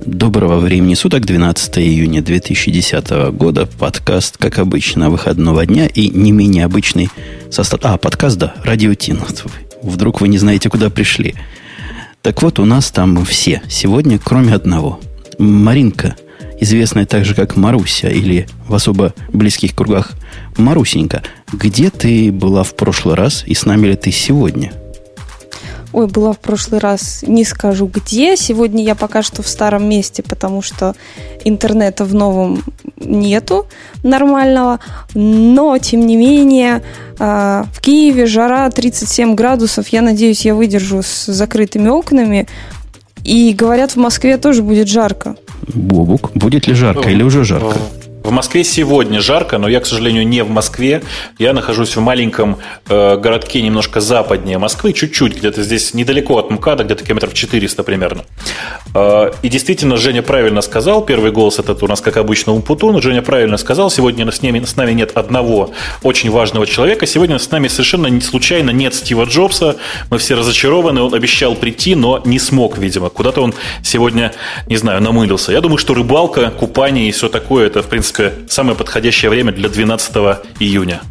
Доброго времени суток, 12 июня 2010 года. Подкаст, как обычно, выходного дня и не менее обычный состав. Подкаст, да, Радио Ти. Вдруг вы не знаете, куда пришли. Так вот, у нас там все сегодня, кроме одного. Маринка, известная также как Маруся, или в особо близких кругах Марусенька. Где ты была в прошлый раз и с нами ли ты сегодня? Ой, была в прошлый раз, не скажу где. Сегодня я пока что в старом месте, потому что интернета в новом нету нормального. Но, тем не менее, в Киеве жара 37 градусов. Я надеюсь, я выдержу с закрытыми окнами. И, говорят, в Москве тоже будет жарко. Бобук, будет ли жарко или уже жарко? В Москве сегодня жарко, но я, к сожалению, не в Москве. Я нахожусь в маленьком городке немножко западнее Москвы, чуть-чуть, где-то здесь недалеко от МКАДа, где-то километров 400 примерно. И действительно, Женя правильно сказал, первый голос этот у нас, как обычно, Умпутун. Женя правильно сказал, сегодня с нами нет одного очень важного человека. Сегодня с нами совершенно не случайно нет Стива Джобса. Мы все разочарованы, он обещал прийти, но не смог, видимо. Куда-то он сегодня, не знаю, намылился. Я думаю, что рыбалка, купание и все такое, это, в принципе, самое подходящее время для 12 июня.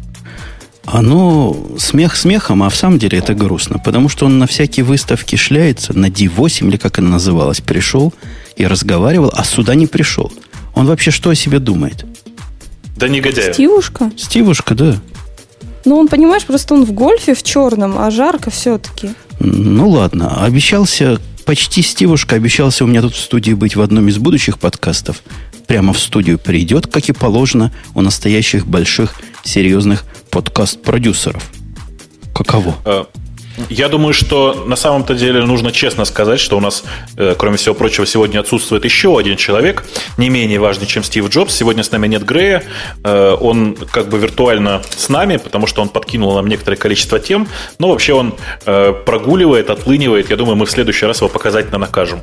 Смех смехом, а в самом деле это грустно, потому что он на всякие выставки шляется, на D8, или как она называлась, пришел и разговаривал, а сюда не пришел. Он вообще что о себе думает? Да негодяй. Стивушка, да. Он, понимаешь, просто он в гольфе в черном, а жарко все-таки. Ладно, почти Стивушка обещался у меня тут в студии быть в одном из будущих подкастов. Прямо в студию придет, как и положено, у настоящих больших, серьезных подкаст-продюсеров. Каково? Я думаю, что на самом-то деле нужно честно сказать, что у нас, кроме всего прочего, сегодня отсутствует еще один человек, не менее важный, чем Стив Джобс. Сегодня с нами нет Грея. Он как бы виртуально с нами, потому что он подкинул нам некоторое количество тем, но вообще он прогуливает, отлынивает. Я думаю, мы в следующий раз его показательно накажем.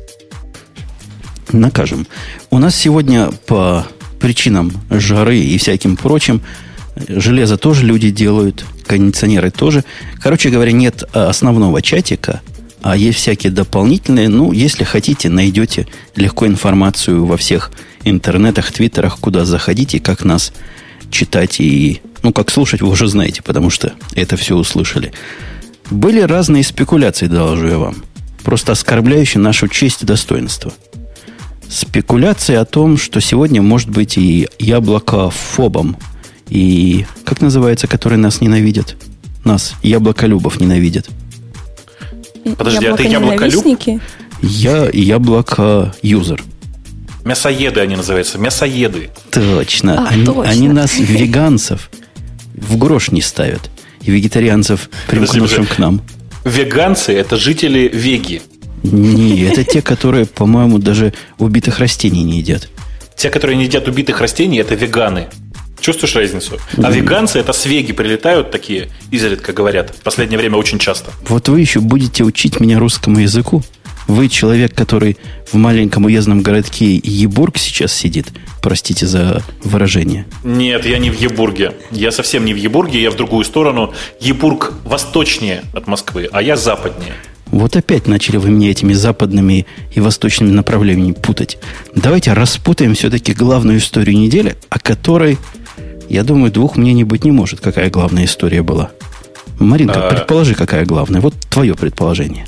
Накажем. У нас сегодня по причинам жары и всяким прочим железо тоже люди делают, кондиционеры тоже. Короче говоря, нет основного чатика, а есть всякие дополнительные. Если хотите, найдете легко информацию во всех интернетах, твиттерах, куда заходите, как нас читать и... как слушать, вы уже знаете, потому что это все услышали. Были разные спекуляции, доложу я вам, просто оскорбляющие нашу честь и достоинство. Спекуляции о том, что сегодня может быть и яблокофобом, и, как называется, которые нас ненавидят? Нас, яблоколюбов, ненавидят. Подожди, а ты яблоколюб? Я яблоко-юзер. Мясоеды они называются, мясоеды. Точно. Точно. Они нас, веганцев, в грош не ставят. И вегетарианцев, примкнувшим к нам. Веганцы – это жители Веги. Не, это те, которые, по-моему, даже убитых растений не едят. Те, которые не едят убитых растений, это веганы. Чувствуешь разницу? А веганцы, это с Веги прилетают такие, изредка говорят. В последнее время очень часто. Вот вы еще будете учить меня русскому языку? Вы человек, который в маленьком уездном городке Ебург сейчас сидит? Простите за выражение. Нет, я не в Ебурге. Я совсем не в Ебурге, я в другую сторону. Ебург восточнее от Москвы, а я западнее. Вот опять начали вы мне этими западными и восточными направлениями путать. Давайте распутаем все-таки главную историю недели, о которой, я думаю, двух мнений быть не может, какая главная история была. Маринка, предположи, какая главная. Вот твое предположение.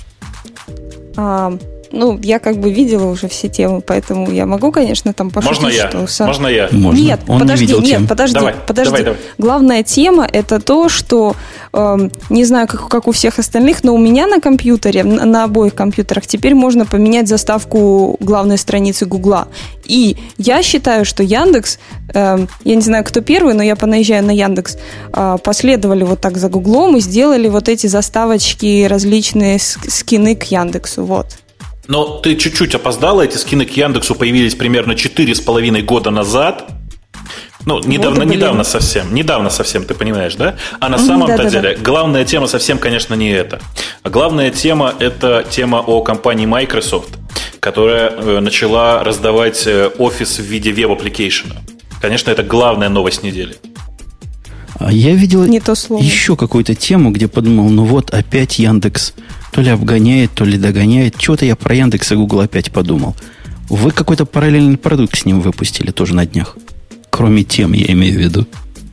Я как бы видела уже все темы, поэтому я могу, конечно, там пошутить. Можно я? Можно. Нет, подожди. Давай. Главная тема – это то, что, не знаю, как у всех остальных, но у меня на компьютере, на обоих компьютерах, теперь можно поменять заставку главной страницы Гугла. И я считаю, что Яндекс, я не знаю, кто первый, но я понаезжаю на Яндекс, последовали вот так за Гуглом и сделали вот эти заставочки, различные скины к Яндексу, вот. Но ты чуть-чуть опоздала, эти скины к Яндексу появились примерно 4,5 года назад. Недавно совсем, ты понимаешь, да? А на самом-то деле главная тема совсем, конечно, не это. А главная тема – это тема о компании Microsoft, которая начала раздавать офис в виде веб-аппликейшена. Конечно, это главная новость недели. А я видел еще какую-то тему, где подумал, опять Яндекс то ли обгоняет, то ли догоняет. Чего-то я про Яндекс и Google опять подумал. Вы какой-то параллельный продукт с ним выпустили тоже на днях. Кроме тем, я имею в виду.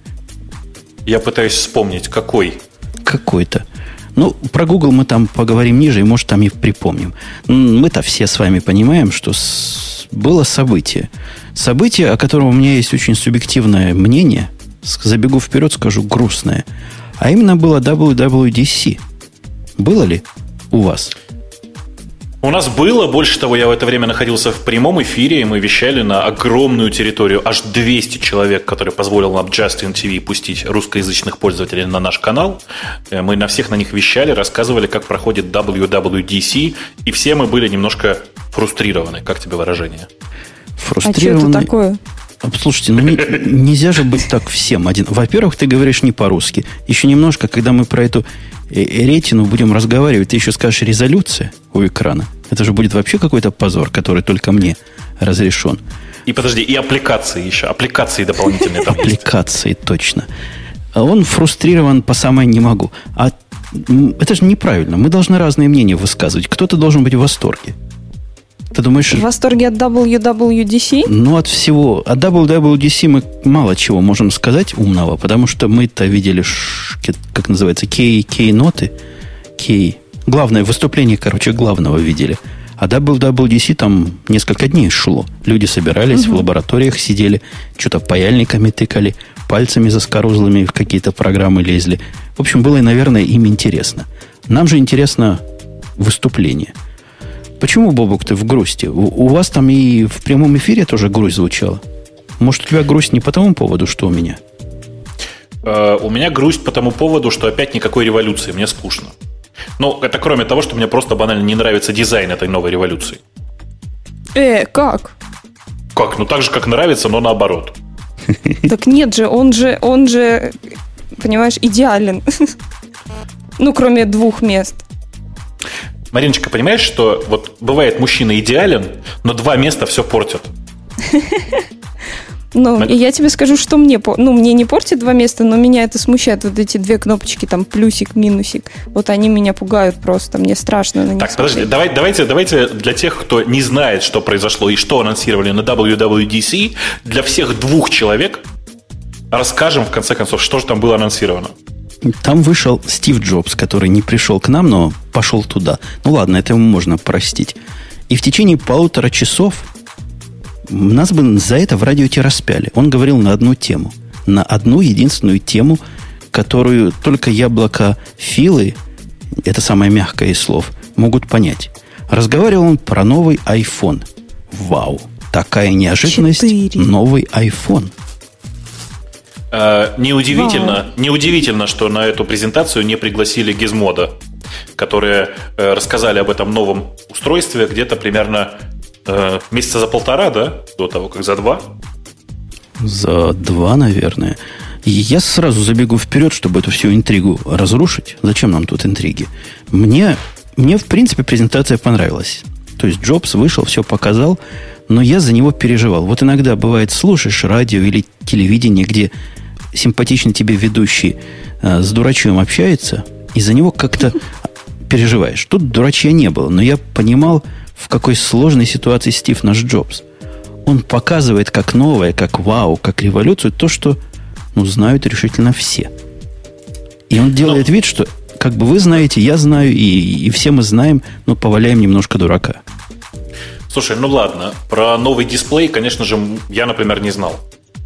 Я пытаюсь вспомнить, какой. Какой-то. Ну, про Google мы там поговорим ниже, и, может, там и припомним. Мы-то все с вами понимаем, что было событие. Событие, о котором у меня есть очень субъективное мнение, забегу вперед, скажу грустное. А именно было WWDC. Было ли у вас? У нас было, больше того, я в это время находился в прямом эфире, и мы вещали на огромную территорию, аж 200 человек, который позволил нам Justin TV пустить русскоязычных пользователей на наш канал. Мы на всех на них вещали, рассказывали, как проходит WWDC, и все мы были немножко фрустрированы. Как тебе выражение? Фрустрированы. А что это такое? Слушайте, ну нельзя же быть так всем один. Во-первых, ты говоришь не по-русски. Еще немножко, когда мы про эту ретину будем разговаривать, ты еще скажешь резолюция у экрана. Это же будет вообще какой-то позор, который только мне разрешен. И подожди, и аппликации еще. Аппликации дополнительные там есть. Аппликации, точно. А он фрустрирован по самое не могу. А это же неправильно. Мы должны разные мнения высказывать. Кто-то должен быть в восторге. Ты думаешь... В восторге от WWDC? Ну, от всего. От WWDC мы мало чего можем сказать умного, потому что мы-то видели, как называется, кей-ноты. Главное выступление, главного видели. А WWDC там несколько дней шло. Люди собирались, в лабораториях сидели, что-то паяльниками тыкали, пальцами заскорузлыми в какие-то программы лезли. В общем, было, наверное, им интересно. Нам же интересно выступление. Почему, Бобук, ты в грусти? У вас там и в прямом эфире тоже грусть звучала? Может, у тебя грусть не по тому поводу, что у меня? У меня грусть по тому поводу, что опять никакой революции. Мне скучно. Ну, это кроме того, что мне просто банально не нравится дизайн этой новой революции. Как? Как? Ну, так же, как нравится, но наоборот. Так нет же, он же, понимаешь, идеален. Ну, кроме 2 мест. Мариночка, понимаешь, что вот бывает мужчина идеален, но 2 места все портят? Ну, и я тебе скажу, что мне не портит 2 места, но меня это смущает. Вот эти 2 кнопочки, там, плюсик, минусик. Вот они меня пугают просто. Мне страшно на них Так, смотреть. подожди, давайте для тех, кто не знает, что произошло и что анонсировали на WWDC, для всех 2 человек расскажем, в конце концов, что же там было анонсировано. Там вышел Стив Джобс, который не пришел к нам, но пошел туда. Ну ладно, это ему можно простить. И в течение 1,5 часов нас бы за это в радиоте распяли. Он говорил на одну тему. На одну единственную тему, которую только яблокофилы, это самое мягкое из слов, могут понять. Разговаривал он про новый iPhone. Вау! Такая неожиданность. 4. Новый iPhone. Неудивительно, что на эту презентацию не пригласили Gizmodo, которые рассказали об этом новом устройстве где-то примерно месяца за 1,5, да? До того, как за 2. За 2, наверное. И я сразу забегу вперед, чтобы эту всю интригу разрушить. Зачем нам тут интриги? Мне в принципе, презентация понравилась. То есть Джобс вышел, все показал, но я за него переживал. Вот иногда бывает, слушаешь радио или телевидение, где симпатичный тебе ведущий с дурачьем общается, и за него как-то переживаешь. Тут дурачья не было, но я понимал, в какой сложной ситуации Стив наш Джобс. Он показывает как новое, как вау, как революцию, то, что знают решительно все. И он делает вид, что как бы вы знаете, я знаю, и все мы знаем, но поваляем немножко дурака. Слушай, ну ладно, про новый дисплей, конечно же, я, например, не знал.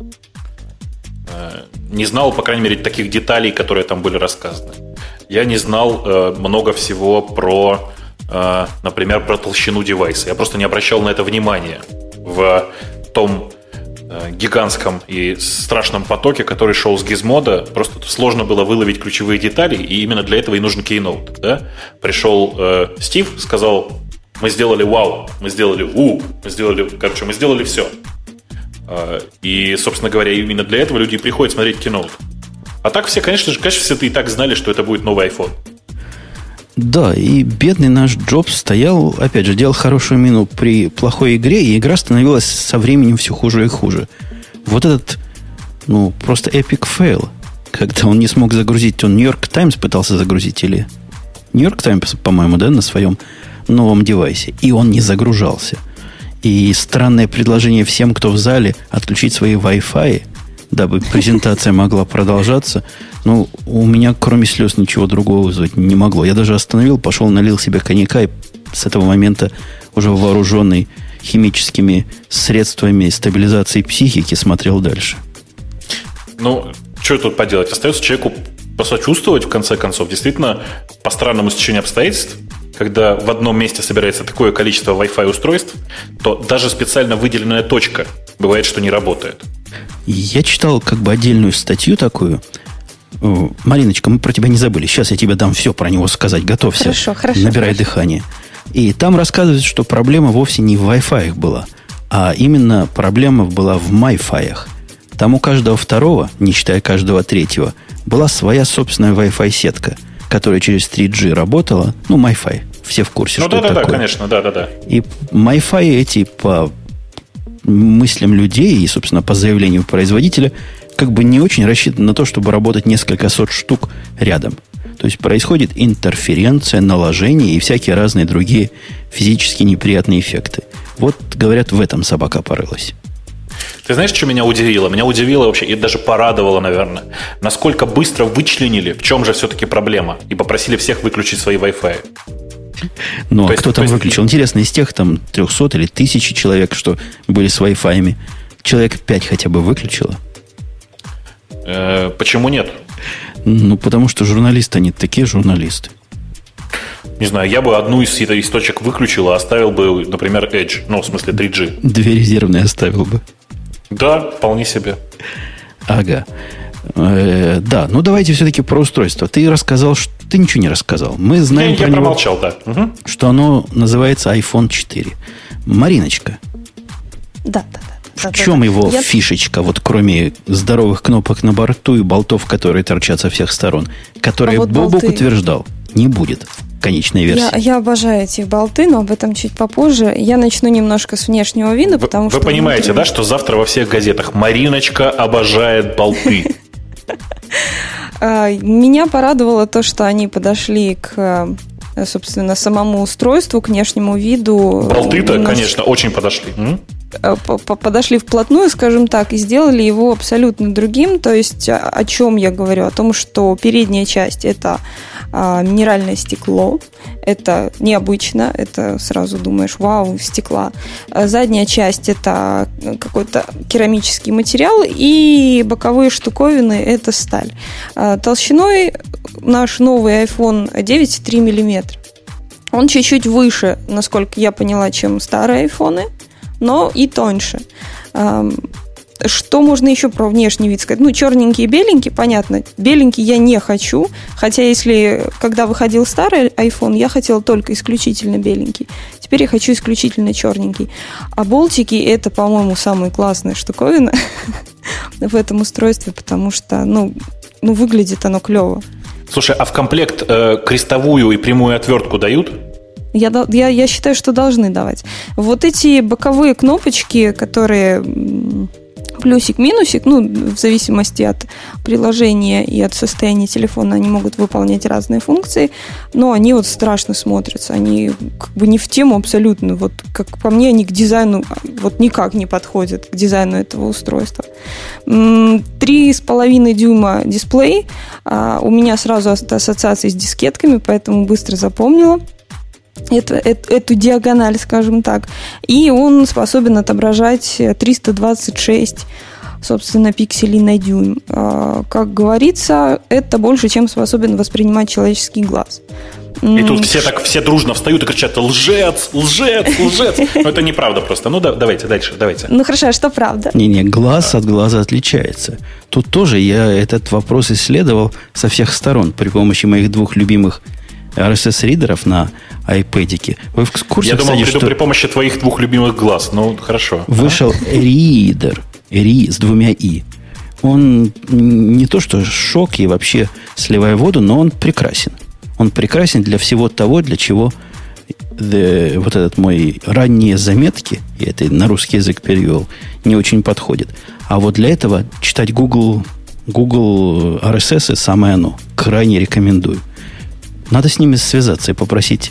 Не знал, по крайней мере, таких деталей, которые там были рассказаны. Я не знал много всего про, например, про толщину девайса. Я просто не обращал на это внимания в том гигантском и страшном потоке, который шел с Gizmodo. Просто сложно было выловить ключевые детали, и именно для этого и нужен Keynote. Да? Пришел Стив, сказал: мы сделали вау, мы сделали мы сделали все. И, собственно говоря, именно для этого люди приходят смотреть Keynote. А так все, конечно, все-то и так знали, что это будет новый iPhone. Да, и бедный наш Джобс стоял, опять же, делал хорошую мину при плохой игре, и игра становилась со временем все хуже и хуже. Вот этот, просто эпик фейл, когда он не смог загрузить, он Нью-Йорк Таймс пытался загрузить, или Нью-Йорк Таймс, по-моему, да, на своем новом девайсе, и он не загружался. И странное предложение всем, кто в зале, отключить свои Wi-Fi, дабы презентация могла продолжаться. Ну, у меня, кроме слез, ничего другого вызвать не могло. Я даже остановил, пошел, налил себе коньяка, и с этого момента уже вооруженный химическими средствами стабилизации психики смотрел дальше. Ну, что тут поделать? Остается человеку посочувствовать, в конце концов. Действительно, по странному стечению обстоятельств, когда в одном месте собирается такое количество Wi-Fi устройств, то даже специально выделенная точка бывает, что не работает. Я читал как бы отдельную статью такую. Мариночка, мы про тебя не забыли. Сейчас я тебе дам все про него сказать. Готовься. Хорошо. Набирай дыхание. И там рассказывается, что проблема вовсе не в Wi-Fi была, а именно проблема была в MiFi. Там у каждого второго, не считая каждого третьего, была своя собственная Wi-Fi сетка, которая через 3G работала. Ну, MiFi. Все в курсе, что это такое. Конечно, да. И MiFi эти, по мыслям людей и, собственно, по заявлению производителя, как бы не очень рассчитаны на то, чтобы работать несколько сот штук рядом. То есть происходит интерференция, наложение и всякие разные другие физически неприятные эффекты. Вот, говорят, в этом собака порылась. Ты знаешь, что меня удивило? Меня удивило вообще, и даже порадовало, наверное, насколько быстро вычленили, в чем же все-таки проблема, и попросили всех выключить свои Wi-Fi. Ну, а кто там выключил? Интересно, из тех там 300 или 1000 человек, что были с Wi-Fi, человек 5 хотя бы выключило? Почему нет? Ну, потому что журналисты, они такие журналисты. Не знаю, я бы одну из точек выключил, а оставил бы, например, Edge, ну, в смысле 3G. 2 резервные оставил бы. Да, вполне себе. Ага. Да, ну давайте все-таки про устройство. Ты рассказал, что ты ничего не рассказал. Мы знаем я промолчал, да. Что оно называется iPhone 4. Мариночка. Да. В чем его фишечка, вот кроме здоровых кнопок на борту и болтов, которые торчат со всех сторон, которые вот Бобук утверждал, не будет в конечной версии. Я обожаю эти болты, но об этом чуть попозже. Я начну немножко с внешнего вида, потому что... Вы понимаете, да, что завтра во всех газетах Мариночка обожает болты? Меня порадовало то, что они подошли к, собственно, самому устройству, к внешнему виду. Болты-то, конечно, очень подошли. Подошли вплотную, скажем так, и сделали его абсолютно другим. То есть, о чем я говорю? О том, что передняя часть – это минеральное стекло. Это необычно, это сразу думаешь, вау, стекла. Задняя часть – это какой-то керамический материал, и боковые штуковины – это сталь. Толщиной наш новый iPhone 9,3 мм. Он чуть-чуть выше, насколько я поняла, чем старые айфоны, но и тоньше. Что можно еще про внешний вид сказать? Ну, черненький и беленький, понятно. Беленький я не хочу, хотя когда выходил старый iPhone, я хотела только исключительно беленький. Теперь я хочу исключительно черненький. А болтики – это, по-моему, самая классная штуковина в этом устройстве, потому что, выглядит оно клево. Слушай, а в комплект крестовую и прямую отвертку дают? Я считаю, что должны давать. Вот эти боковые кнопочки, которые плюсик-минусик, в зависимости от приложения и от состояния телефона, они могут выполнять разные функции, но они вот страшно смотрятся. Они как бы не в тему абсолютно. Вот как по мне, они к дизайну вот никак не подходят, к дизайну этого устройства. 3,5 дюйма дисплей. У меня сразу ассоциации с дискетками, поэтому быстро запомнила эту диагональ, скажем так. И он способен отображать 326, собственно, пикселей на дюйм. Как говорится, это больше, чем способен воспринимать человеческий глаз. И тут все дружно встают и кричат: лжец, лжец, лжец. Но это неправда просто. Давайте дальше, давайте. Хорошо, а что правда? Не, глаз от глаза отличается. Тут тоже я этот вопрос исследовал со всех сторон при помощи моих 2 любимых RSS-ридеров на iPad'ике. Вы в курсе, я думал, что при помощи твоих 2 любимых глаз. Хорошо. Вышел ридер. Ри с 2 «и». Он не то что шок и вообще сливая воду, но он прекрасен. Он прекрасен для всего того, для чего вот этот мой ранние заметки, я это на русский язык перевел, не очень подходит. А вот для этого читать Google RSS самое оно. Крайне рекомендую. Надо с ними связаться и попросить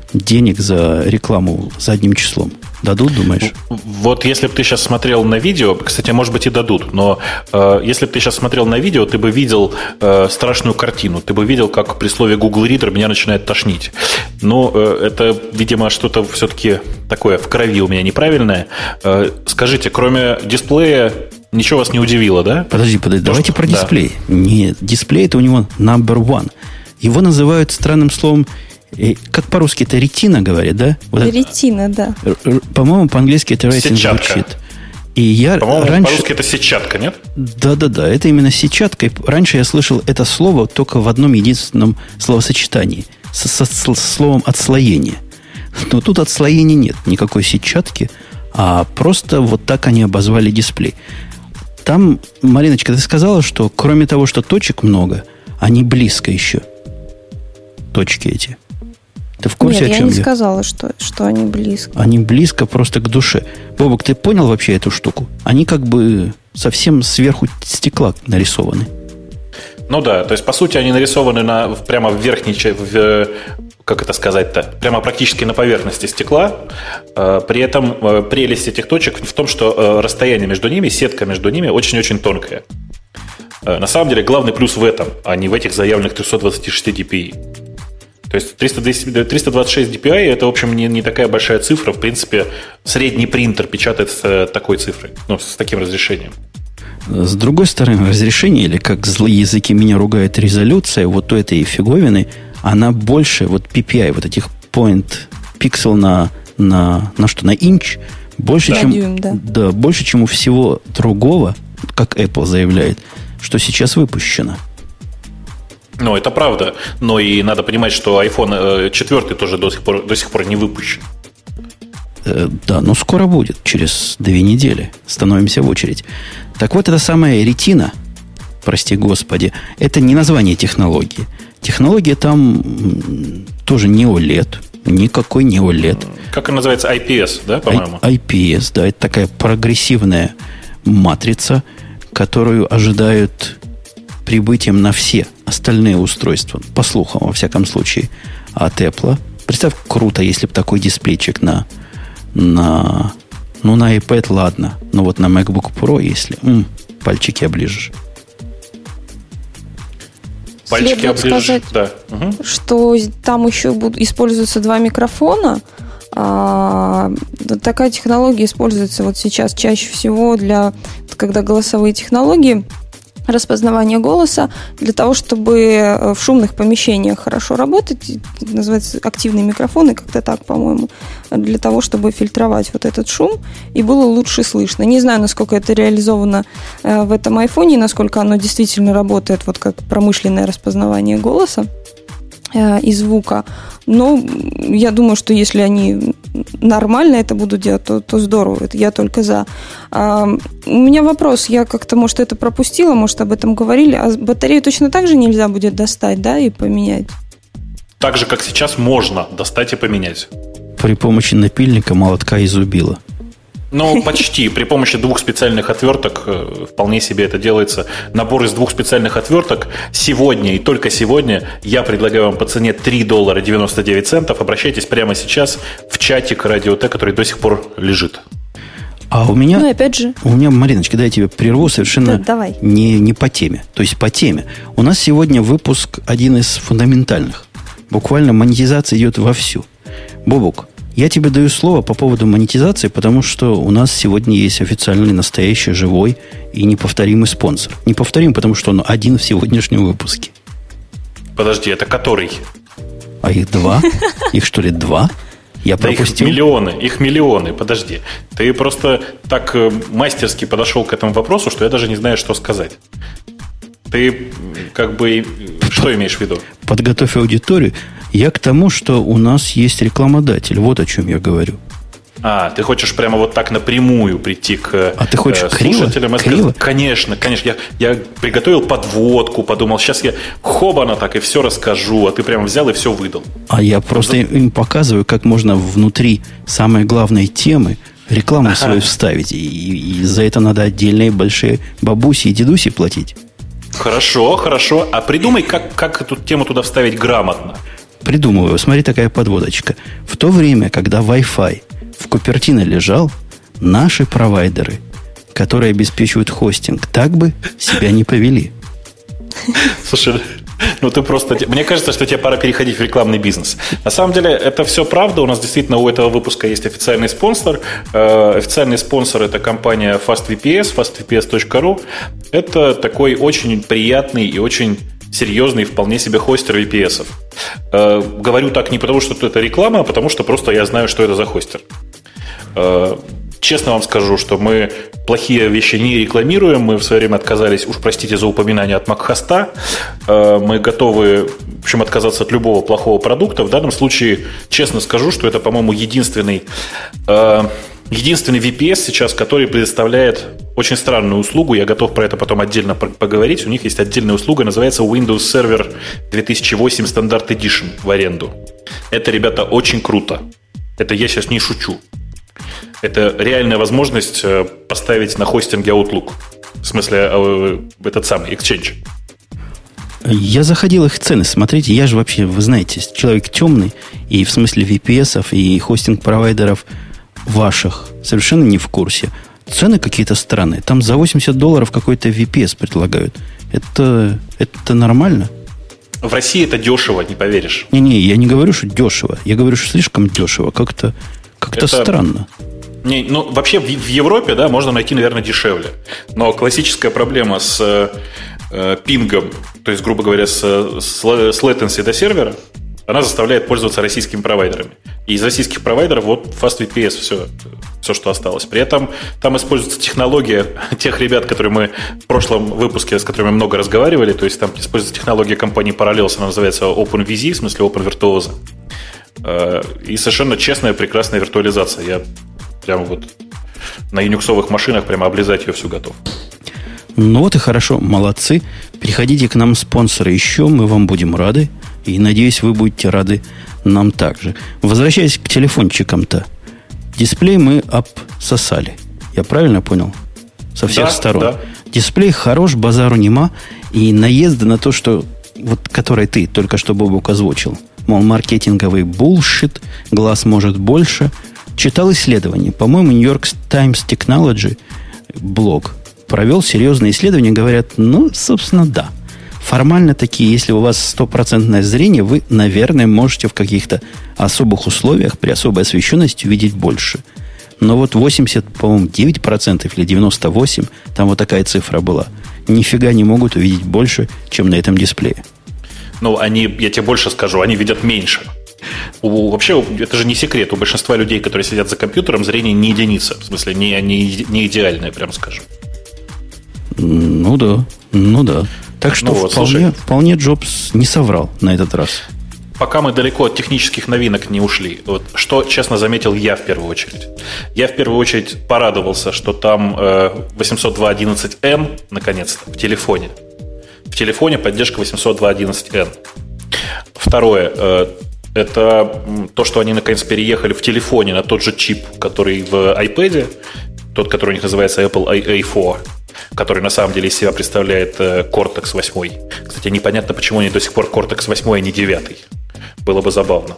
денег за рекламу задним числом. Дадут, думаешь? Вот если бы ты сейчас смотрел на видео, кстати, может быть и дадут, но если бы ты сейчас смотрел на видео, ты бы видел страшную картину. Ты бы видел, как при слове Google Reader меня начинает тошнить. Но это, видимо, что-то все-таки такое в крови у меня неправильное. Скажите, кроме дисплея ничего вас не удивило, да? Подожди, давайте про дисплей. Нет, дисплей это у него number one. Его называют странным словом, как по-русски это ретина, говорят, да? Вот ретина, да. По-моему, по-английски это retina звучит. И я по-моему, раньше... по-русски это сетчатка, нет? Да, это именно сетчатка. И раньше я слышал это слово только в одном единственном словосочетании. Со словом отслоение. Но тут отслоения нет, никакой сетчатки, а просто вот так они обозвали дисплей. Там, Мариночка, ты сказала, что кроме того, что точек много, они близко еще. Точки эти. Ты в курсе, Нет, о чем я не сказала, что они близко. Они близко просто к душе. Бобок, ты понял вообще эту штуку? Они как бы совсем сверху стекла нарисованы. Ну да, то есть, по сути, они нарисованы прямо в верхней части, как это сказать-то, прямо практически на поверхности стекла. При этом прелесть этих точек в том, что расстояние между ними, сетка между ними очень-очень тонкая. На самом деле, главный плюс в этом, а не в этих заявленных 326 dpi. То есть 326 dpi это, в общем, не такая большая цифра. В принципе, средний принтер печатает с такой цифрой, с таким разрешением. С другой стороны, разрешение, или как злые языки меня ругают, резолюция вот у этой фиговины, она больше, вот PPI, вот этих point pixel на инч, больше, чем, дюйм, да. Да, больше, чем у всего другого, как Apple заявляет, что сейчас выпущено. Ну, это правда. Но и надо понимать, что iPhone 4 тоже до сих пор не выпущен. Да, но скоро будет, через 2 недели. Становимся в очередь. Так вот, эта самая ретина, прости господи, это не название технологии. Технология там тоже не OLED. Никакой не OLED. Как она называется? IPS, да, по-моему? IPS, да. Это такая прогрессивная матрица, которую ожидают прибытием на все остальные устройства, по слухам, во всяком случае, от Apple. Представь, круто, если бы такой дисплейчик на iPad, ладно. Но вот на MacBook Pro, если пальчики оближешь. Пальчики оближешь, сказать, да. Что там еще используются 2 микрофона. Такая технология используется вот сейчас чаще всего когда голосовые технологии, распознавание голоса, для того, чтобы в шумных помещениях хорошо работать, называется активные микрофоны, как-то так, по-моему, для того, чтобы фильтровать вот этот шум, и было лучше слышно. Не знаю, насколько это реализовано в этом айфоне, насколько оно действительно работает вот как промышленное распознавание голоса и звука. Но я думаю, что если они нормально это будут делать, то здорово. Это я только за. У меня вопрос. Я как-то, может, это пропустила, может, об этом говорили. А батарею точно так же нельзя будет достать, да, и поменять? Так же, как сейчас, можно достать и поменять. При помощи напильника, молотка и зубила. Ну, почти. При помощи 2 специальных отверток вполне себе это делается. Набор из 2 специальных отверток сегодня и только сегодня я предлагаю вам по цене $3.99. Обращайтесь прямо сейчас в чатик Радио Т, который до сих пор лежит. А у меня... Ну, опять же... У меня, Мариночка, дай я тебя прерву совершенно давай. Не по теме. То есть по теме. У нас сегодня выпуск один из фундаментальных. Буквально монетизация идет вовсю. Бобук, я тебе даю слово по поводу монетизации, потому что у нас сегодня есть официальный, настоящий, живой и неповторимый спонсор. Неповторим, потому что он один в сегодняшнем выпуске. Подожди, это который? А их 2? Их что ли 2? Я пропустил? Их миллионы, подожди. Ты просто так мастерски подошел к этому вопросу, что я даже не знаю, что сказать. Ты как бы... Что имеешь в виду? Подготовь аудиторию. Я к тому, что у нас есть рекламодатель. Вот о чем я говорю. Ты хочешь прямо вот так напрямую прийти к ты хочешь слушателям? Криво? Конечно. Я приготовил подводку, подумал, сейчас я хобана так и все расскажу, а ты прямо взял и все выдал. А я просто им показываю, как можно внутри самой главной темы рекламу свою вставить. И за это надо отдельные большие бабуси и дедуси платить. Хорошо. А придумай, как эту тему туда вставить грамотно. придумываю, смотри, такая подводочка. В то время, когда Wi-Fi в Купертино лежал, наши провайдеры, которые обеспечивают хостинг, так бы себя не повели. Слушай, ну ты просто... Мне кажется, что тебе пора переходить в рекламный бизнес. На самом деле, это все правда. У нас действительно у этого выпуска есть официальный спонсор. Официальный спонсор – это компания FastVPS, fastVPS.ru. Это такой очень приятный и очень серьезный вполне себе хостер VPS-ов. Говорю так не потому, что это реклама, а потому что просто я знаю, что это за хостер. Честно вам скажу, что мы плохие вещи не рекламируем. Мы в свое время отказались, уж простите за упоминание, от MacHost. Мы готовы, в общем, отказаться от любого плохого продукта. В данном случае, честно скажу, что это, по-моему, единственный VPS сейчас, который предоставляет очень странную услугу. Я готов про это потом отдельно поговорить. У них есть отдельная услуга, называется Windows Server 2008 Standard Edition в аренду. Это, ребята, очень круто. Это я сейчас не шучу. Это реальная возможность поставить на хостинге Outlook. В смысле, этот самый Exchange. Я заходил их цены. Смотрите, я же вообще, вы знаете, человек темный. И в смысле VPS-ов и хостинг-провайдеров ваших совершенно не в курсе. Цены какие-то странные. Там за $80 какой-то VPS предлагают. Это нормально? В России это дешево, не поверишь. Не, я не говорю, что дешево. Я говорю, что слишком дешево. Как-то странно. Ну, вообще в Европе, да, можно найти, наверное, дешевле. Но классическая проблема с пингом, то есть, грубо говоря, с latency до сервера, она заставляет пользоваться российскими провайдерами. И из российских провайдеров вот FastVPS все, что осталось. При этом там используется технология тех ребят, которые мы в прошлом выпуске, с которыми мы много разговаривали, то есть там используется технология компании Parallels, она называется OpenVZ, в смысле OpenVirtuoso. И совершенно честная, прекрасная виртуализация. Я прямо вот на юниксовых машинах прямо облизать ее всю готов. Ну вот и хорошо, молодцы. Приходите к нам, спонсоры, еще, мы вам будем рады. И, надеюсь, вы будете рады нам также. Возвращаясь к телефончикам-то. Дисплей мы обсосали. Я правильно понял? Со всех сторон. Да. Дисплей хорош, базару нема. И наезды на то, что вот, который ты только что, Бобук, озвучил. Мол, маркетинговый булшит, глаз может больше. Читал исследование. По-моему, New York Times Technology блог провел серьезное исследование. Говорят, ну, собственно, да. Формально такие, если у вас 100% зрение, вы, наверное, можете в каких-то особых условиях, при особой освещенности увидеть больше. Но вот 80, по-моему, 9% или 98%, там вот такая цифра была, нифига не могут увидеть больше, чем на этом дисплее. Ну, я тебе больше скажу, они видят меньше. Вообще, это же не секрет. У большинства людей, которые сидят за компьютером, зрение не единица. В смысле, не идеальное, прям скажем. Ну да. Так что вполне Джобс не соврал на этот раз. Пока мы далеко от технических новинок не ушли, вот что, честно, заметил я в первую очередь. Я в первую очередь порадовался, что там 802.11n, наконец-то, в телефоне. В телефоне поддержка 802.11n. Второе, это то, что они наконец переехали в телефоне на тот же чип, который в iPad, тот, который у них называется Apple A4, который на самом деле из себя представляет Cortex 8. Кстати, непонятно, почему они до сих пор Cortex 8, а не 9. Было бы забавно.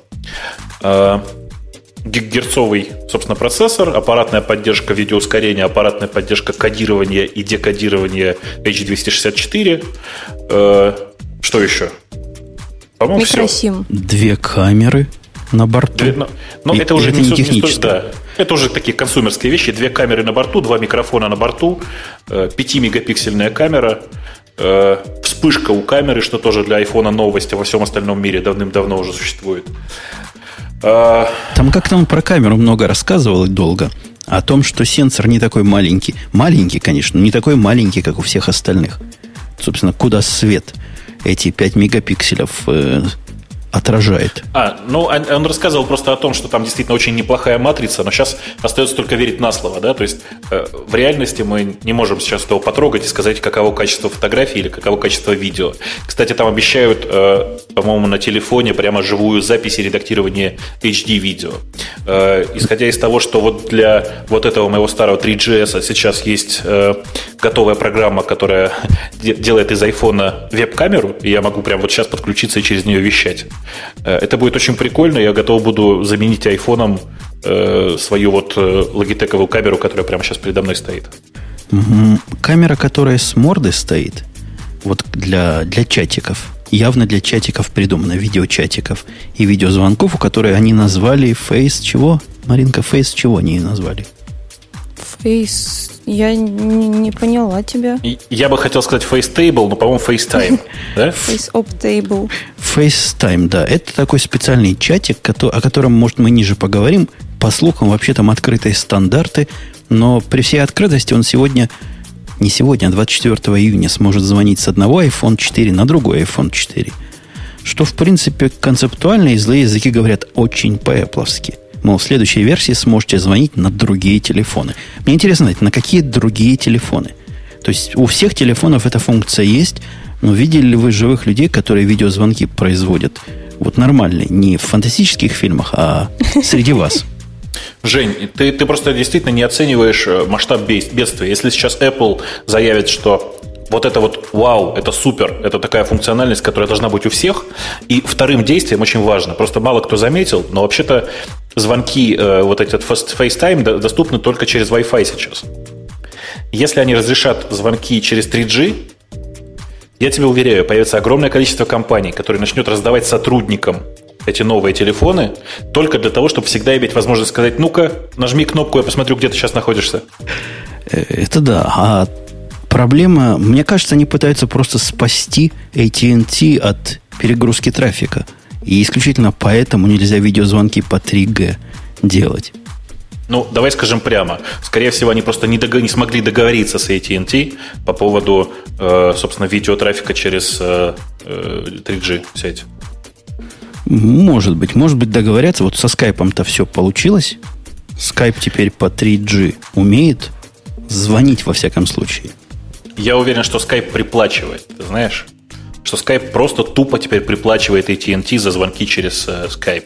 Гигагерцовый, собственно, процессор, аппаратная поддержка видеоускорения, аппаратная поддержка кодирования и декодирования H264. Что еще? По-моему, микросим. все. 2 камеры на борту. Но это уже не технически. Да. Это уже такие консумерские вещи. 2 камеры на борту, 2 микрофона на борту, 5-мегапиксельная камера, вспышка у камеры, что тоже для айфона новость, а во всем остальном мире давным-давно уже существует. Там как-то он про камеру много рассказывал и долго. О том, что сенсор не такой маленький. Маленький, конечно, но не такой маленький, как у всех остальных. Собственно, куда свет эти 5 мегапикселев отражает. Он рассказывал просто о том, что там действительно очень неплохая матрица, но сейчас остается только верить на слово, да, то есть в реальности мы не можем сейчас этого потрогать и сказать, каково качество фотографии или каково качество видео. Кстати, там обещают, по-моему, на телефоне прямо живую запись и редактирование HD-видео. Исходя из того, что вот для вот этого моего старого 3GS сейчас есть готовая программа, которая делает из айфона веб-камеру, и я могу прямо вот сейчас подключиться и через нее вещать. Это будет очень прикольно, я готов буду заменить айфоном свою вот логитековую камеру, которая прямо сейчас передо мной стоит. Камера, которая с мордой стоит, вот для чатиков, явно для чатиков придумана, видеочатиков и видеозвонков, у которых они назвали Face чего? Маринка, Face чего они ее назвали? Face... Я не поняла тебя. Я бы хотел сказать FaceTable, но, по-моему, FaceTime. Да? FaceOptable. FaceTime, да. Это такой специальный чатик, о котором, может, мы ниже поговорим. По слухам, вообще там открытые стандарты. Но при всей открытости он сегодня, не сегодня, а 24 июня сможет звонить с одного iPhone 4 на другой iPhone 4. Что, в принципе, концептуально, и злые языки говорят очень по-эпловски. Мол, в следующей версии сможете звонить на другие телефоны. Мне интересно знать, на какие другие телефоны? То есть у всех телефонов эта функция есть, но видели ли вы живых людей, которые видеозвонки производят? Вот нормальные, не в фантастических фильмах, а среди вас. Жень, ты просто действительно не оцениваешь масштаб бедствия. Если сейчас Apple заявит, что вот это вот вау, это супер, это такая функциональность, которая должна быть у всех. И вторым действием очень важно, просто мало кто заметил, но вообще-то звонки, вот этот FaceTime доступны только через Wi-Fi сейчас. Если они разрешат звонки через 3G, я тебе уверяю, появится огромное количество компаний, которые начнут раздавать сотрудникам эти новые телефоны только для того, чтобы всегда иметь возможность сказать: ну-ка, нажми кнопку, я посмотрю, где ты сейчас находишься. Это да, а проблема, мне кажется, они пытаются просто спасти AT&T от перегрузки трафика. И исключительно поэтому нельзя видеозвонки по 3G делать. Ну, давай скажем прямо. Скорее всего, они просто не смогли договориться с AT&T по поводу, собственно, видеотрафика через 3G сеть. Может быть договорятся. Вот со скайпом-то все получилось. Скайп теперь по 3G умеет звонить во всяком случае. Я уверен, что Skype приплачивает, ты знаешь? Что Skype просто тупо теперь приплачивает AT&T за звонки через Skype.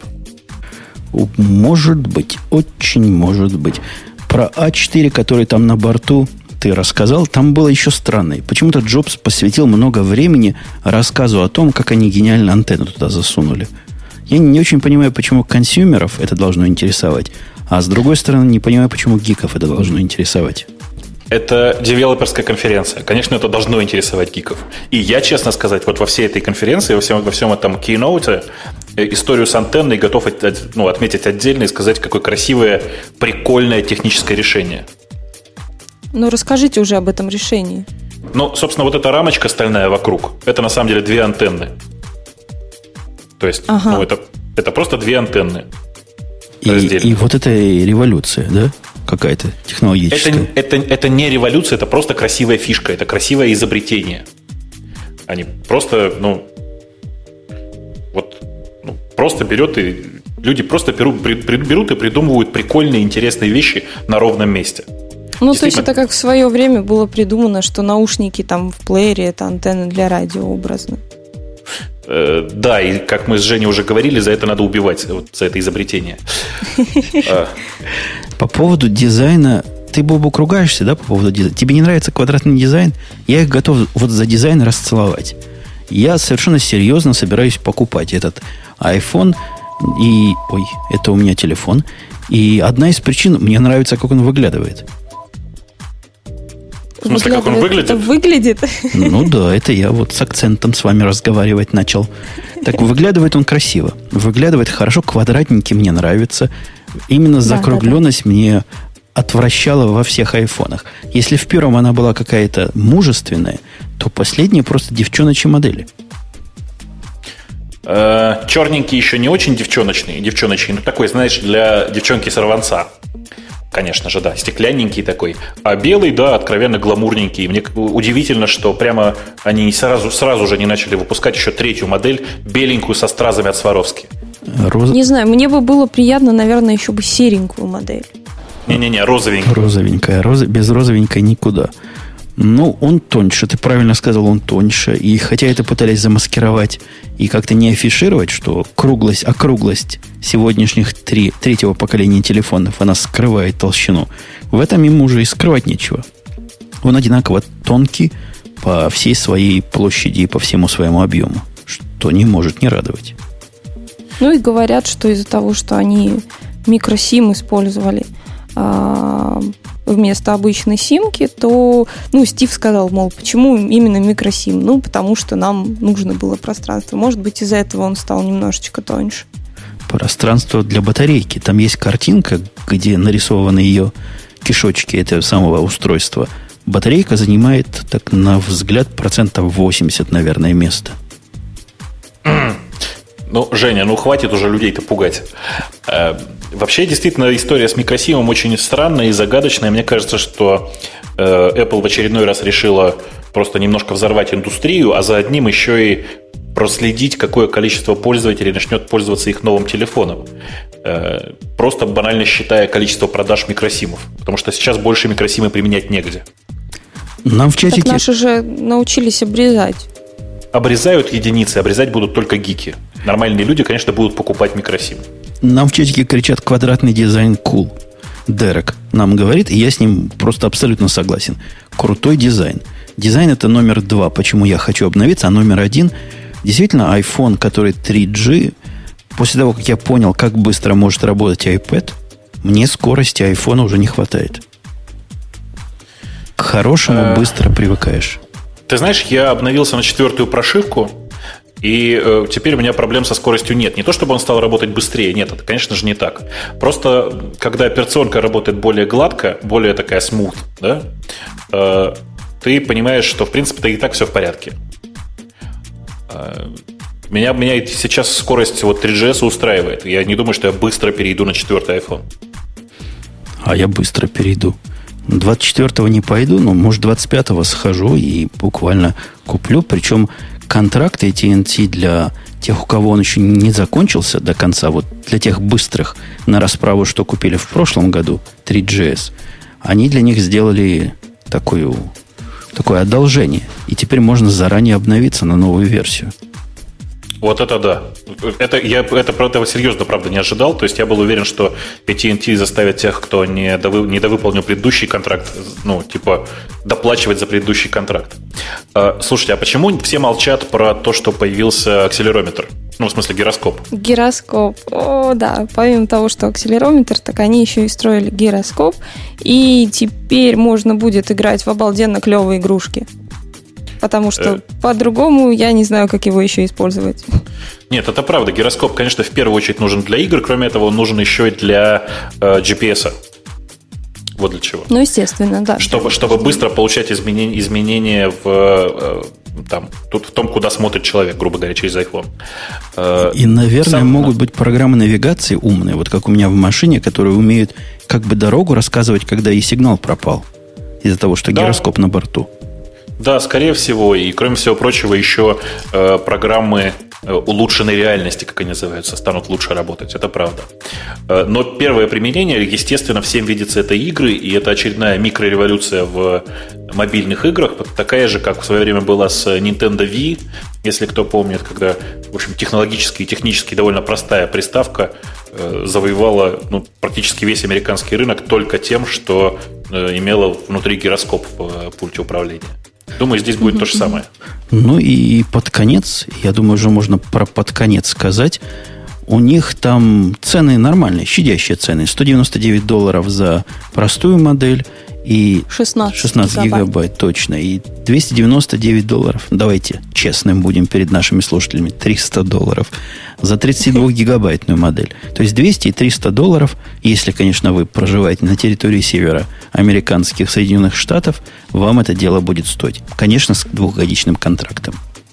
Может быть, очень может быть. Про А4, который там на борту, ты рассказал, там было еще странное. Почему-то Джобс посвятил много времени рассказу о том, как они гениально антенну туда засунули. Я не очень понимаю, почему консюмеров это должно интересовать, а с другой стороны, не понимаю, почему гиков это должно интересовать. Это девелоперская конференция. Конечно, это должно интересовать гиков. И я, честно сказать, вот во всей этой конференции, во всем этом кейноуте, историю с антенной готов отметить отдельно и сказать, какое красивое, прикольное техническое решение. Ну, расскажите уже об этом решении. Ну, собственно, вот эта рамочка стальная вокруг, это на самом деле две антенны. То есть, это просто две антенны. И вот это революция, да? Какая-то технологическая. Это не революция, это просто красивая фишка, это красивое изобретение. Они просто, просто берет и люди просто берут и придумывают прикольные, интересные вещи на ровном месте. Ну, то есть это как в свое время было придумано, что наушники там в плеере — это антенны для радио образно. Да, и как мы с Женей уже говорили, за это надо убивать, вот, за это изобретение. По поводу дизайна, ты, Бобук, ругаешься, да, по поводу дизайна? Тебе не нравится квадратный дизайн? Я их готов вот за дизайн расцеловать. Я совершенно серьезно собираюсь покупать этот iPhone. И, это у меня телефон. И одна из причин, мне нравится, как он выглядывает. В смысле, как он выглядит? Это выглядит? Ну да, это я вот с акцентом с вами разговаривать начал. Так выглядывает он красиво. Выглядывает хорошо, квадратненький мне нравится. Именно закругленность мне отвращала во всех айфонах. Если в первом она была какая-то мужественная, то последние просто девчоночьи модели. Черненький еще не очень девчоночный, но такой, знаешь, для девчонки-сорванца. Конечно же, да, стеклянненький такой. А белый, да, откровенно гламурненький. Мне удивительно, что прямо они сразу же не начали выпускать еще третью модель, беленькую со стразами от Сваровски. Не знаю, мне бы было приятно, наверное, еще бы серенькую модель. Не-не-не, розовенькая. Розовенькая. Без розовенькой никуда. Ну, он тоньше, ты правильно сказал, он тоньше. И хотя это пытались замаскировать и как-то не афишировать, что округлость сегодняшних третьего поколения телефонов, она скрывает толщину. В этом ему уже и скрывать нечего. Он одинаково тонкий по всей своей площади и по всему своему объему, что не может не радовать. Ну и говорят, что из-за того, что они микросим использовали вместо обычной симки, то, Стив сказал, мол, почему именно микросим? Ну, потому что нам нужно было пространство. Может быть, из-за этого он стал немножечко тоньше. Пространство для батарейки. Там есть картинка, где нарисованы ее кишочки этого самого устройства. Батарейка занимает, так на взгляд, 80%, наверное, места. Ну, Женя, хватит уже людей-то пугать. Вообще, действительно, история с микросимом очень странная и загадочная. Мне кажется, что Apple в очередной раз решила просто немножко взорвать индустрию, а за одним еще и проследить, какое количество пользователей начнет пользоваться их новым телефоном. Просто банально считая количество продаж микросимов. Потому что сейчас больше микросимы применять негде. Нам в чатике... Так наши же научились обрезать. Обрезают единицы, обрезать будут только гики. Нормальные люди, конечно, будут покупать микросим. Нам в чатике кричат «квадратный дизайн cool». Дерек нам говорит, и я с ним просто абсолютно согласен. Крутой дизайн. Дизайн это номер 2, почему я хочу обновиться, а номер 1, действительно, iPhone, который 3G, после того, как я понял, как быстро может работать iPad, мне скорости iPhone уже не хватает. К хорошему быстро привыкаешь. Ты знаешь, я обновился на 4-ю прошивку, и теперь у меня проблем со скоростью нет. Не то, чтобы он стал работать быстрее, нет, это, конечно же, не так. Просто, когда операционка работает более гладко, более такая smooth, да, ты понимаешь, что, в принципе-то и так все в порядке. Меня сейчас скорость 3GS устраивает. Я не думаю, что я быстро перейду на 4-й iPhone. А я быстро перейду. 24-го не пойду, но, может, 25-го схожу и буквально куплю. Причем контракты AT&T для тех, у кого он еще не закончился до конца, вот для тех быстрых на расправу, что купили в прошлом году, 3GS, они для них сделали такое одолжение. И теперь можно заранее обновиться на новую версию. Вот это да. Это серьезно, правда, не ожидал. То есть я был уверен, что AT&T заставит тех, кто недовыполнил предыдущий контракт, доплачивать за предыдущий контракт. Слушайте, а почему все молчат про то, что появился акселерометр? В смысле гироскоп. Гироскоп. О, да. Помимо того, что акселерометр, так они еще и строили гироскоп. И теперь можно будет играть в обалденно клевые игрушки. Потому что по-другому я не знаю, как его еще использовать. Нет, это правда. Гироскоп, конечно, в первую очередь нужен для игр. Кроме этого, он нужен еще и для GPS-а. Вот для чего. Естественно, да. Чтобы быстро получать изменения в том, куда смотрит человек, грубо говоря, через iPhone. И, наверное, могут быть программы навигации умные, вот как у меня в машине, которые умеют как бы дорогу рассказывать, когда и сигнал пропал. Из-за того, что гироскоп на борту. Да, скорее всего. И, кроме всего прочего, еще программы улучшенной реальности, как они называются, станут лучше работать. Это правда. Но первое применение, естественно, всем видится это игры, и это очередная микрореволюция в мобильных играх, такая же, как в свое время была с Nintendo Wii, если кто помнит, когда, в общем, технологически и технически довольно простая приставка завоевала практически весь американский рынок только тем, что имела внутри гироскоп в пульте управления. Думаю, здесь будет то же самое. И под конец, я думаю, уже можно про под конец сказать, у них там цены нормальные, щадящие цены. $199 за простую модель и 16 гигабайт точно. И $299, давайте честным будем перед нашими слушателями, $300 за 32-гигабайтную модель. То есть $200 и $300, если, конечно, вы проживаете на территории североамериканских Соединенных Штатов, вам это дело будет стоить. Конечно, с 2-годичным контрактом.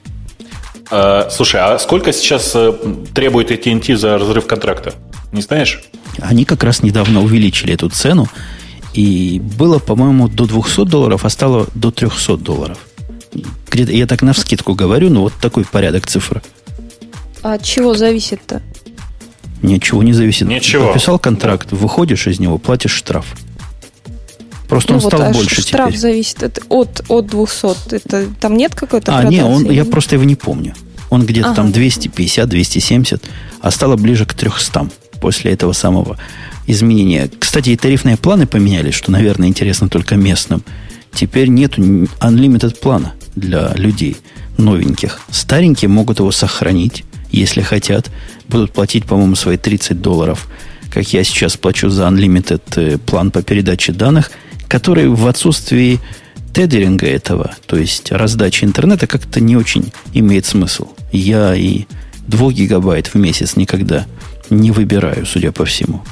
Слушай, а сколько сейчас требует AT&T за разрыв контракта? Не знаешь? Они как раз недавно увеличили эту цену. И было, по-моему, до $200, а стало до $300. Где-то я так навскидку говорю, но вот такой порядок цифр. А от чего зависит-то? Ничего не зависит. Ничего. Подписал контракт, выходишь из него, платишь штраф. Просто он стал больше штраф теперь. Зависит от 200. Это, там нет какой-то градации? Я просто его не помню. Он где-то там 250, 270, а стало ближе к 300 после этого самого изменения. Кстати, и тарифные планы поменялись, что, наверное, интересно только местным. Теперь нету unlimited плана для людей новеньких. Старенькие могут его сохранить, если хотят. Будут платить, по-моему, свои $30, как я сейчас плачу за unlimited план по передаче данных, который в отсутствии тедеринга этого, то есть раздачи интернета, как-то не очень имеет смысл. Я и 2 гигабайт в месяц никогда не выбираю, судя по всему.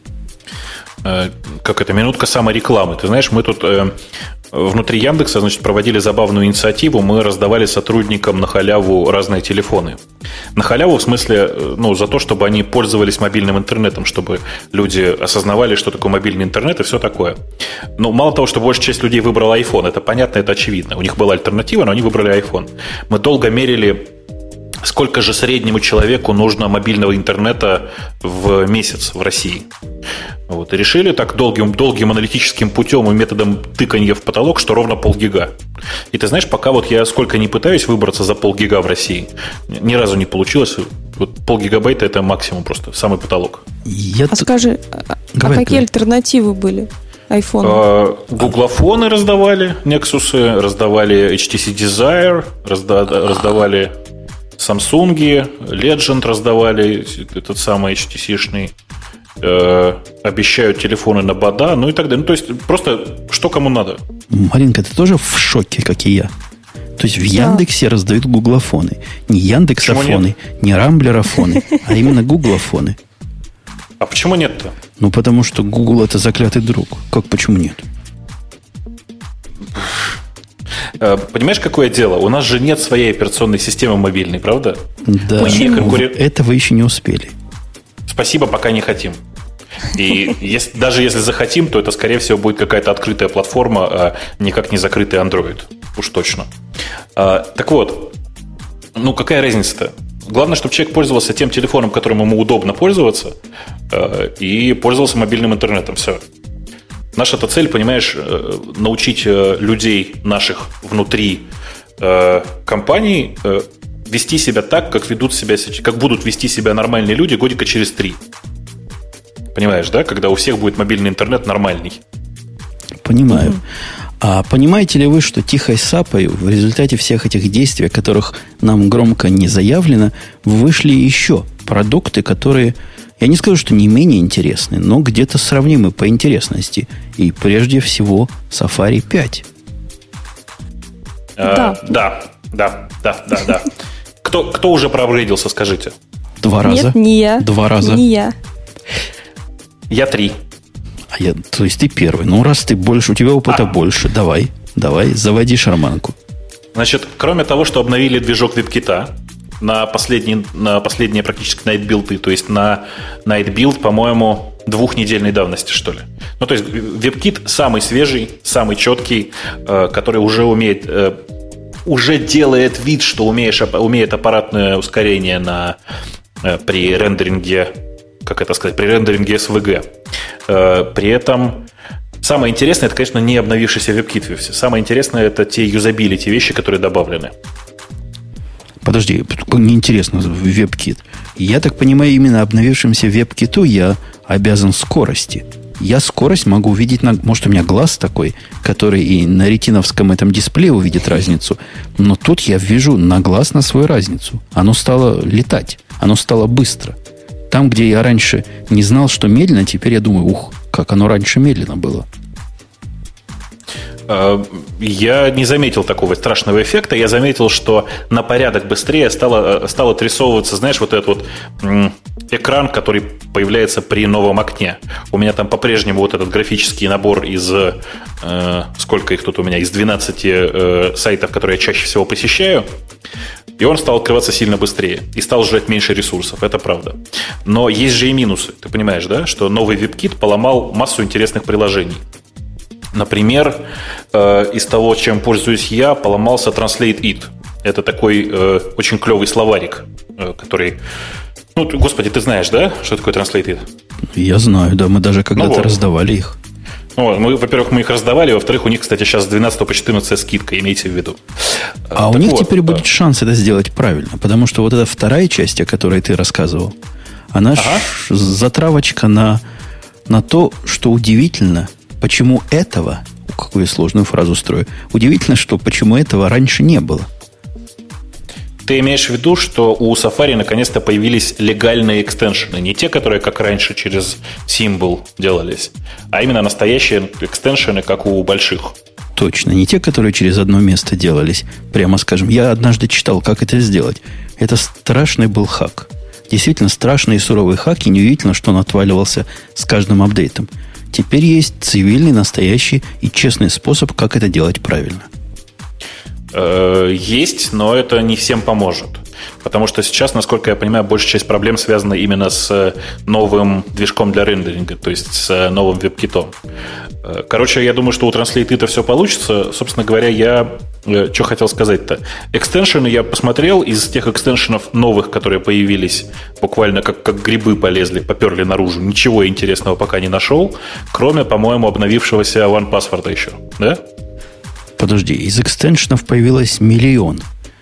Как это, минутка саморекламы. Ты знаешь, мы тут внутри Яндекса, значит, проводили забавную инициативу. Мы раздавали сотрудникам на халяву разные телефоны. На халяву в смысле, за то, чтобы они пользовались мобильным интернетом, чтобы люди осознавали, что такое мобильный интернет и все такое. Но мало того, что большая часть людей выбрала iPhone, это понятно, это очевидно. У них была альтернатива, но они выбрали iPhone. Мы долго мерили, сколько же среднему человеку нужно мобильного интернета в месяц в России. Вот. И решили так долгим аналитическим путем и методом тыканья в потолок, что ровно полгига. И ты знаешь, пока вот я сколько не пытаюсь выбраться за полгига в России, ни разу не получилось. Вот полгигабайта – это максимум просто, самый потолок. Скажи, какие альтернативы были? iPhone? Гуглофоны раздавали, Nexus, раздавали HTC Desire, раздавали Samsung, Legend раздавали, этот самый HTC-шный. Обещают телефоны на бода, ну и так далее. То есть просто что кому надо. Маринка, ты тоже в шоке, как и я? То есть в Яндексе раздают гуглофоны. Не Яндексофоны, не Рамблерофоны, а именно гуглофоны. А почему нет-то? Потому что Google это заклятый друг. Как почему нет? Понимаешь, какое дело? У нас же нет своей операционной системы мобильной, правда? Да, этого еще не успели. Спасибо, пока не хотим. И даже если захотим, то это, скорее всего, будет какая-то открытая платформа, а никак не закрытый Android. Уж точно. Так вот, какая разница-то? Главное, чтобы человек пользовался тем телефоном, которым ему удобно пользоваться, и пользовался мобильным интернетом. Все. Наша-то цель, понимаешь, научить людей наших внутри компаний вести себя так, как будут вести себя нормальные люди годика через 3. Понимаешь, да? Когда у всех будет мобильный интернет нормальный. Понимаю. А понимаете ли вы, что тихой сапой в результате всех этих действий, о которых нам громко не заявлено, вышли еще продукты, которые, я не скажу, что не менее интересны, но где-то сравнимы по интересности. И прежде всего Safari 5. Да. Кто уже проапгрейдился, скажите? 2 раза. Нет, не я. 2 раза. Не я. Я 3. То есть ты первый. Раз ты больше, у тебя опыта больше. Давай, заводи шарманку. Значит, кроме того, что обновили движок WebKit на последние практически Nightbuild, то есть на Nightbuild, по-моему, 2-недельной давности, что ли. То есть WebKit самый свежий, самый четкий, который уже делает вид, что умеет аппаратное ускорение при рендеринге, при рендеринге SVG. При этом самое интересное, это, конечно, не обновившийся WebKit. Самое интересное, это те юзабилити вещи, которые добавлены. Подожди, неинтересно WebKit. Я так понимаю, именно обновившимся WebKit я обязан скорости. Я скорость могу увидеть, может, у меня глаз такой, который и на ретиновском этом дисплее увидит разницу, но тут я вижу на глаз на свою разницу. Оно стало летать, оно стало быстро. Там, где я раньше не знал, что медленно, теперь я думаю, как оно раньше медленно было. Я не заметил такого страшного эффекта. Я заметил, что на порядок быстрее стало отрисовываться, знаешь, вот этот вот экран, который появляется при новом окне. У меня там по-прежнему вот этот графический набор из... сколько их тут у меня? Из 12 сайтов, которые я чаще всего посещаю. И он стал открываться сильно быстрее. И стал жрать меньше ресурсов. Это правда. Но есть же и минусы. Ты понимаешь, да? Что новый WebKit поломал массу интересных приложений. Например, из того, чем пользуюсь я, поломался Translate It. Это такой очень клевый словарик, который Ну, господи, ты знаешь, да, что такое Translate It? Я знаю, да, мы даже когда-то раздавали их. Ну, во-первых, мы их раздавали, во-вторых, у них, кстати, сейчас с 12 по 14 скидка, имейте в виду. А у них теперь будет шанс это сделать правильно, потому что вот эта вторая часть, о которой ты рассказывал, она затравочка на то, что удивительно, почему этого, какую сложную фразу строю, удивительно, что почему этого раньше не было. Ты имеешь в виду, что у Safari наконец-то появились легальные экстеншены, не те, которые как раньше через Symbol делались, а именно настоящие экстеншены, как у больших. Точно, не те, которые через одно место делались, прямо скажем. Я однажды читал, как это сделать. Это страшный был хак. Действительно страшный и суровый хак, и неудивительно, что он отваливался с каждым апдейтом. Теперь есть цивильный, настоящий и честный способ, как это делать правильно. Есть, но это не всем поможет. Потому что сейчас, насколько я понимаю, большая часть проблем связана именно с новым движком для рендеринга, то есть с новым веб-китом. Короче, я думаю, что у Translate это все получится. Собственно говоря, я что хотел сказать-то. Экстеншены я посмотрел. Из тех экстеншенов новых, которые появились, буквально как грибы полезли, поперли наружу. Ничего интересного пока не нашел, кроме, по-моему, обновившегося OnePassword еще. Да? Подожди, из экстеншенов появилось миллион.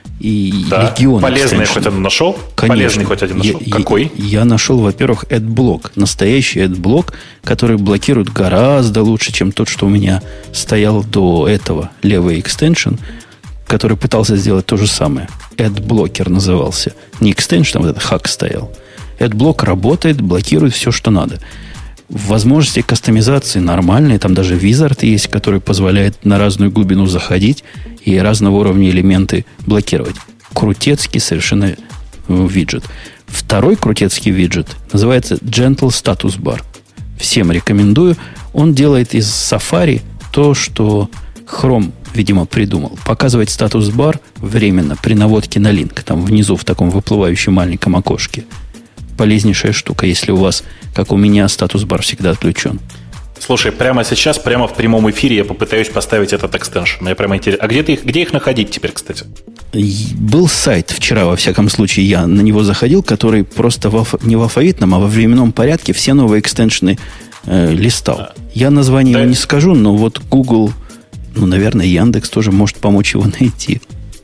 И да. легион. Полезный хоть один нашел? Конечно. Полезный хоть один нашел. Какой? Я нашел, во-первых, AdBlock. Настоящий AdBlock, который блокирует гораздо лучше, чем тот, что у меня стоял до этого. Левый экстеншн, который пытался сделать то же самое. AdBlocker назывался. Не экстеншн, а вот этот хак стоял. AdBlock работает, блокирует все, что надо. Возможности кастомизации нормальные. Там даже Wizard есть, который позволяет на разную глубину заходить и разного уровня элементы блокировать. Крутецкий совершенно виджет. Второй крутецкий виджет называется Gentle Status Bar. Всем рекомендую. Он делает из Safari то, что Chrome, видимо, придумал. Показывать статус-бар временно при наводке на линк. Там внизу в таком выплывающем маленьком окошке. Полезнейшая штука, если у вас, как у меня, статус-бар всегда отключен. Слушай, прямо сейчас, прямо в прямом эфире я попытаюсь поставить этот экстеншн. Мне прямо интересно. А где их находить теперь, кстати? Был сайт вчера, во всяком случае, я на него заходил, который просто не в алфавитном, а во временном порядке все новые экстеншны листал. Я название его не скажу, но вот Google, наверное, Яндекс тоже может помочь его найти.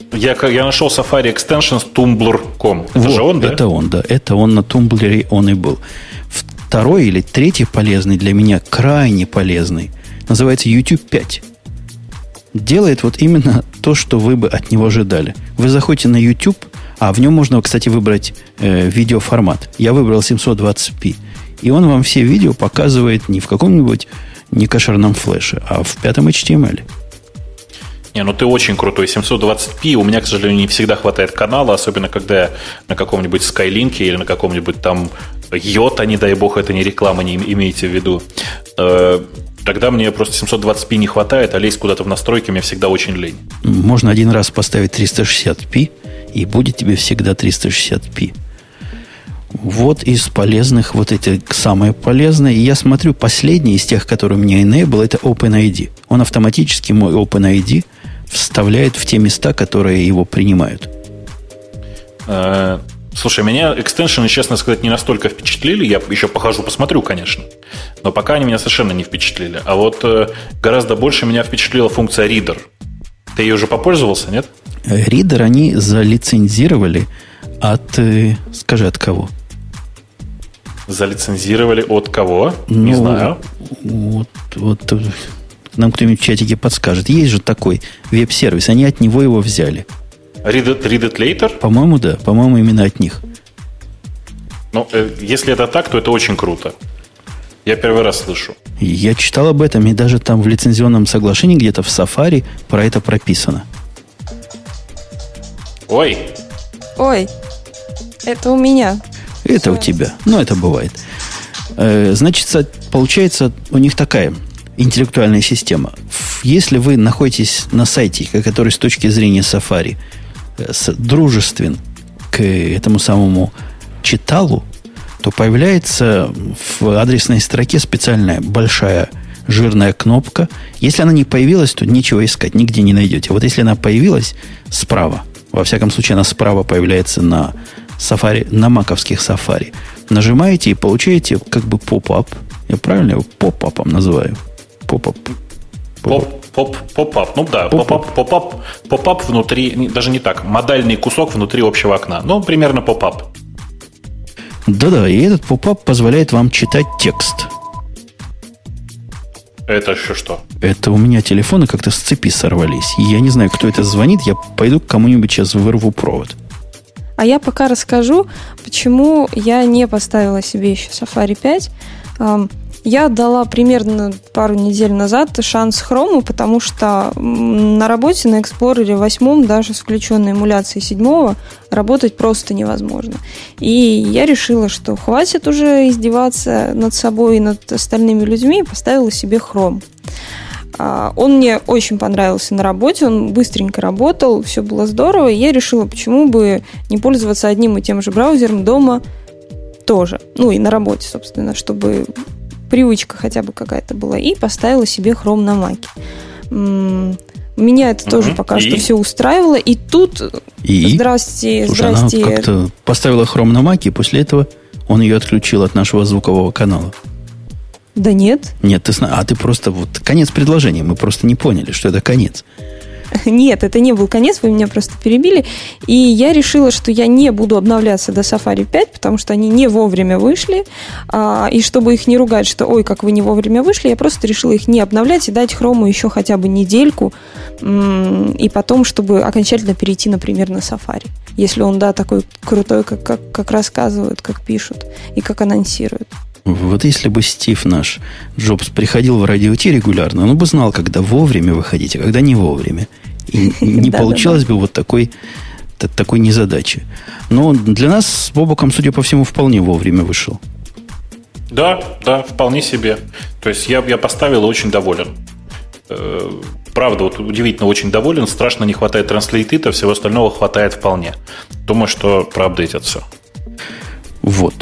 Я нашел Safari Extensions Tumblr.com. Это вот, же он, да? Это он, да. Это он на Tumblr, он и был. Второй или третий полезный для меня, крайне полезный, называется YouTube 5. Делает вот именно то, что вы бы от него ожидали. Вы заходите на YouTube, а в нем можно, кстати, выбрать видеоформат. Я выбрал 720p. И он вам все видео показывает не в каком-нибудь некошерном флеше, а в 5 HTML. Не, ты очень крутой. 720p. У меня, к сожалению, не всегда хватает канала, особенно когда я на каком-нибудь Skylink или на каком-нибудь там Йота, не дай бог, это не реклама, не имейте в виду. Тогда мне просто 720p не хватает, а лезть куда-то в настройки мне всегда очень лень. Можно один раз поставить 360p, и будет тебе всегда 360p. Вот из полезных, вот эти самые полезные. И я смотрю, последний из тех, которые у меня enable, это OpenID. Он автоматически мой OpenID вставляет в те места, которые его принимают. Слушай, меня экстеншены, честно сказать, не настолько впечатлили. Я еще похожу, посмотрю, конечно. Но пока они меня совершенно не впечатлили. А вот гораздо больше меня впечатлила функция Reader. Ты ее уже попользовался, нет? Reader они залицензировали от... Скажи, от кого? Залицензировали от кого? Не знаю. Вот нам кто-нибудь в чатике подскажет. Есть же такой веб-сервис. Они от него его взяли. Read it later? По-моему, да. По-моему, именно от них. Если это так, то это очень круто. Я первый раз слышу. Я читал об этом, и даже там в лицензионном соглашении где-то в Safari про это прописано. Ой, это у меня. Это у тебя. Это бывает. Значит, получается, у них такая интеллектуальная система. Если вы находитесь на сайте, который с точки зрения Safari дружествен к этому самому читалу, то появляется в адресной строке специальная большая жирная кнопка. Если она не появилась, то нечего искать, нигде не найдете. Вот если она появилась справа, во всяком случае, она справа появляется на Safari, на маковских Safari. Нажимаете и получаете как бы поп-ап. Я правильно его поп-апом называю? Поп-ап. Поп-ап. Ну да, поп-ап внутри, даже не так, модальный кусок внутри общего окна. Ну, примерно поп-ап. Да-да, и этот поп-ап позволяет вам читать текст. Это еще что? Это у меня телефоны как-то с цепи сорвались. Я не знаю, кто это звонит. Я пойду к кому-нибудь сейчас вырву провод. А я пока расскажу, почему я не поставила себе еще Safari 5. Я отдала примерно пару недель назад шанс Chrome, потому что на работе на Explorer 8, даже с включенной эмуляцией 7, работать просто невозможно. И я решила, что хватит уже издеваться над собой и над остальными людьми, и поставила себе Chrome. Он мне очень понравился на работе, он быстренько работал, все было здорово, и я решила, почему бы не пользоваться одним и тем же браузером дома тоже. Ну и на работе, собственно, чтобы привычка хотя бы какая-то была. И поставила себе Chrome на Mac. Меня это тоже пока что все устраивало. И тут... Здрасте. Слушай, она как-то поставила Chrome на Mac, и после этого он ее отключил от нашего звукового канала. Да нет. Нет, ты просто... Вот конец предложения. Мы просто не поняли, что это конец. Нет, это не был конец, вы меня просто перебили. И я решила, что я не буду обновляться до Safari 5, потому что они не вовремя вышли. И чтобы их не ругать, что ой, как вы не вовремя вышли, я просто решила их не обновлять и дать Chrome еще хотя бы недельку. И потом, чтобы окончательно перейти, например, на Safari. Если он, да, такой крутой, как рассказывают, как пишут и как анонсируют. Вот если бы Стив наш Джобс приходил в Радио Ти регулярно, он бы знал, когда вовремя выходить, а когда не вовремя. И не получилось бы вот такой незадачи. Но для нас с Бобоком, судя по всему, вполне вовремя вышел. Да, вполне себе. То есть я поставил и очень доволен. Правда, вот удивительно очень доволен. Страшно не хватает транслейтита, всего остального хватает вполне. Думаю, что проапдейтят все. Вот.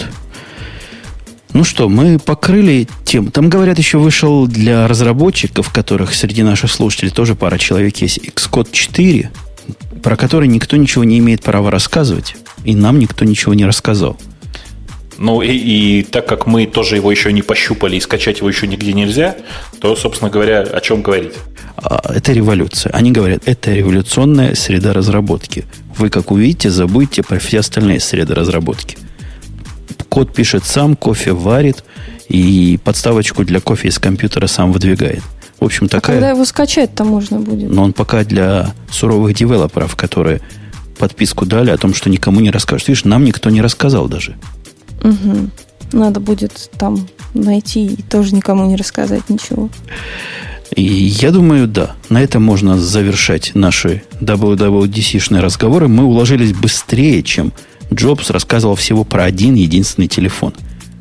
Ну что, мы покрыли тему. Там, говорят, еще вышел для разработчиков, которых среди наших слушателей тоже пара человек есть, Xcode 4, про который никто ничего не имеет права рассказывать, и нам никто ничего не рассказал. Ну, и так как мы тоже его еще не пощупали, и скачать его еще нигде нельзя, то, собственно говоря, о чем говорить? Это революция. Они говорят, это революционная среда разработки. Вы, как увидите, забудьте про все остальные среды разработки. Код пишет сам, кофе варит, и подставочку для кофе из компьютера сам выдвигает. В общем, такая... когда его скачать-то можно будет? Но он пока для суровых девелоперов, которые подписку дали о том, что никому не расскажут. Видишь, нам никто не рассказал даже. Угу. Надо будет там найти и тоже никому не рассказать ничего. И я думаю, да, на этом можно завершать наши WWDC-шные разговоры. Мы уложились быстрее, чем Джобс рассказывал всего про один единственный телефон.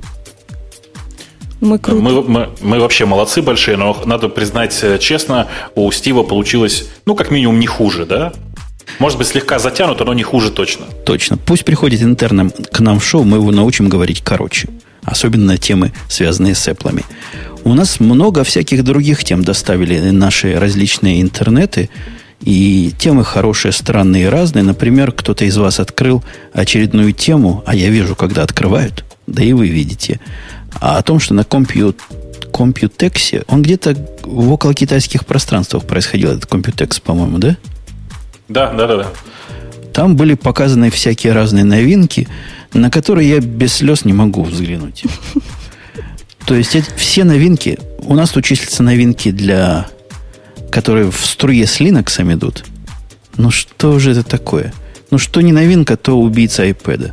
Мы вообще молодцы большие, но надо признать честно, у Стива получилось, как минимум, не хуже, да? Может быть, слегка затянуто, но не хуже точно. Точно. Пусть приходит интерном к нам в шоу, мы его научим говорить короче. Особенно на темы, связанные с Apple'ами. У нас много всяких других тем доставили наши различные интернеты. И темы хорошие, странные и разные. Например, кто-то из вас открыл очередную тему, а я вижу, когда открывают, да и вы видите, о том, что на Computex, он где-то в около китайских пространствах происходил, этот Computex, по-моему, да? Да. Там были показаны всякие разные новинки, на которые я без слез не могу взглянуть. То есть все новинки, у нас тут числятся новинки которые в струе с Linux идут. Ну что же это такое? Ну что не новинка, то убийца iPad.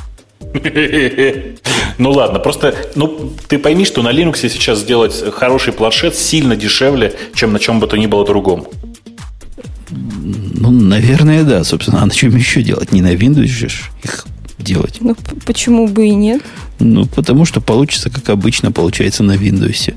Ну ладно, просто ты пойми, что на Linux сейчас сделать хороший планшет сильно дешевле, чем на чем бы то ни было другом. Ну, наверное, да. Собственно, а на чем еще делать? Не на Windows же их делать. Ну, почему бы и нет? Ну, потому что получится, как обычно, получается на Windows.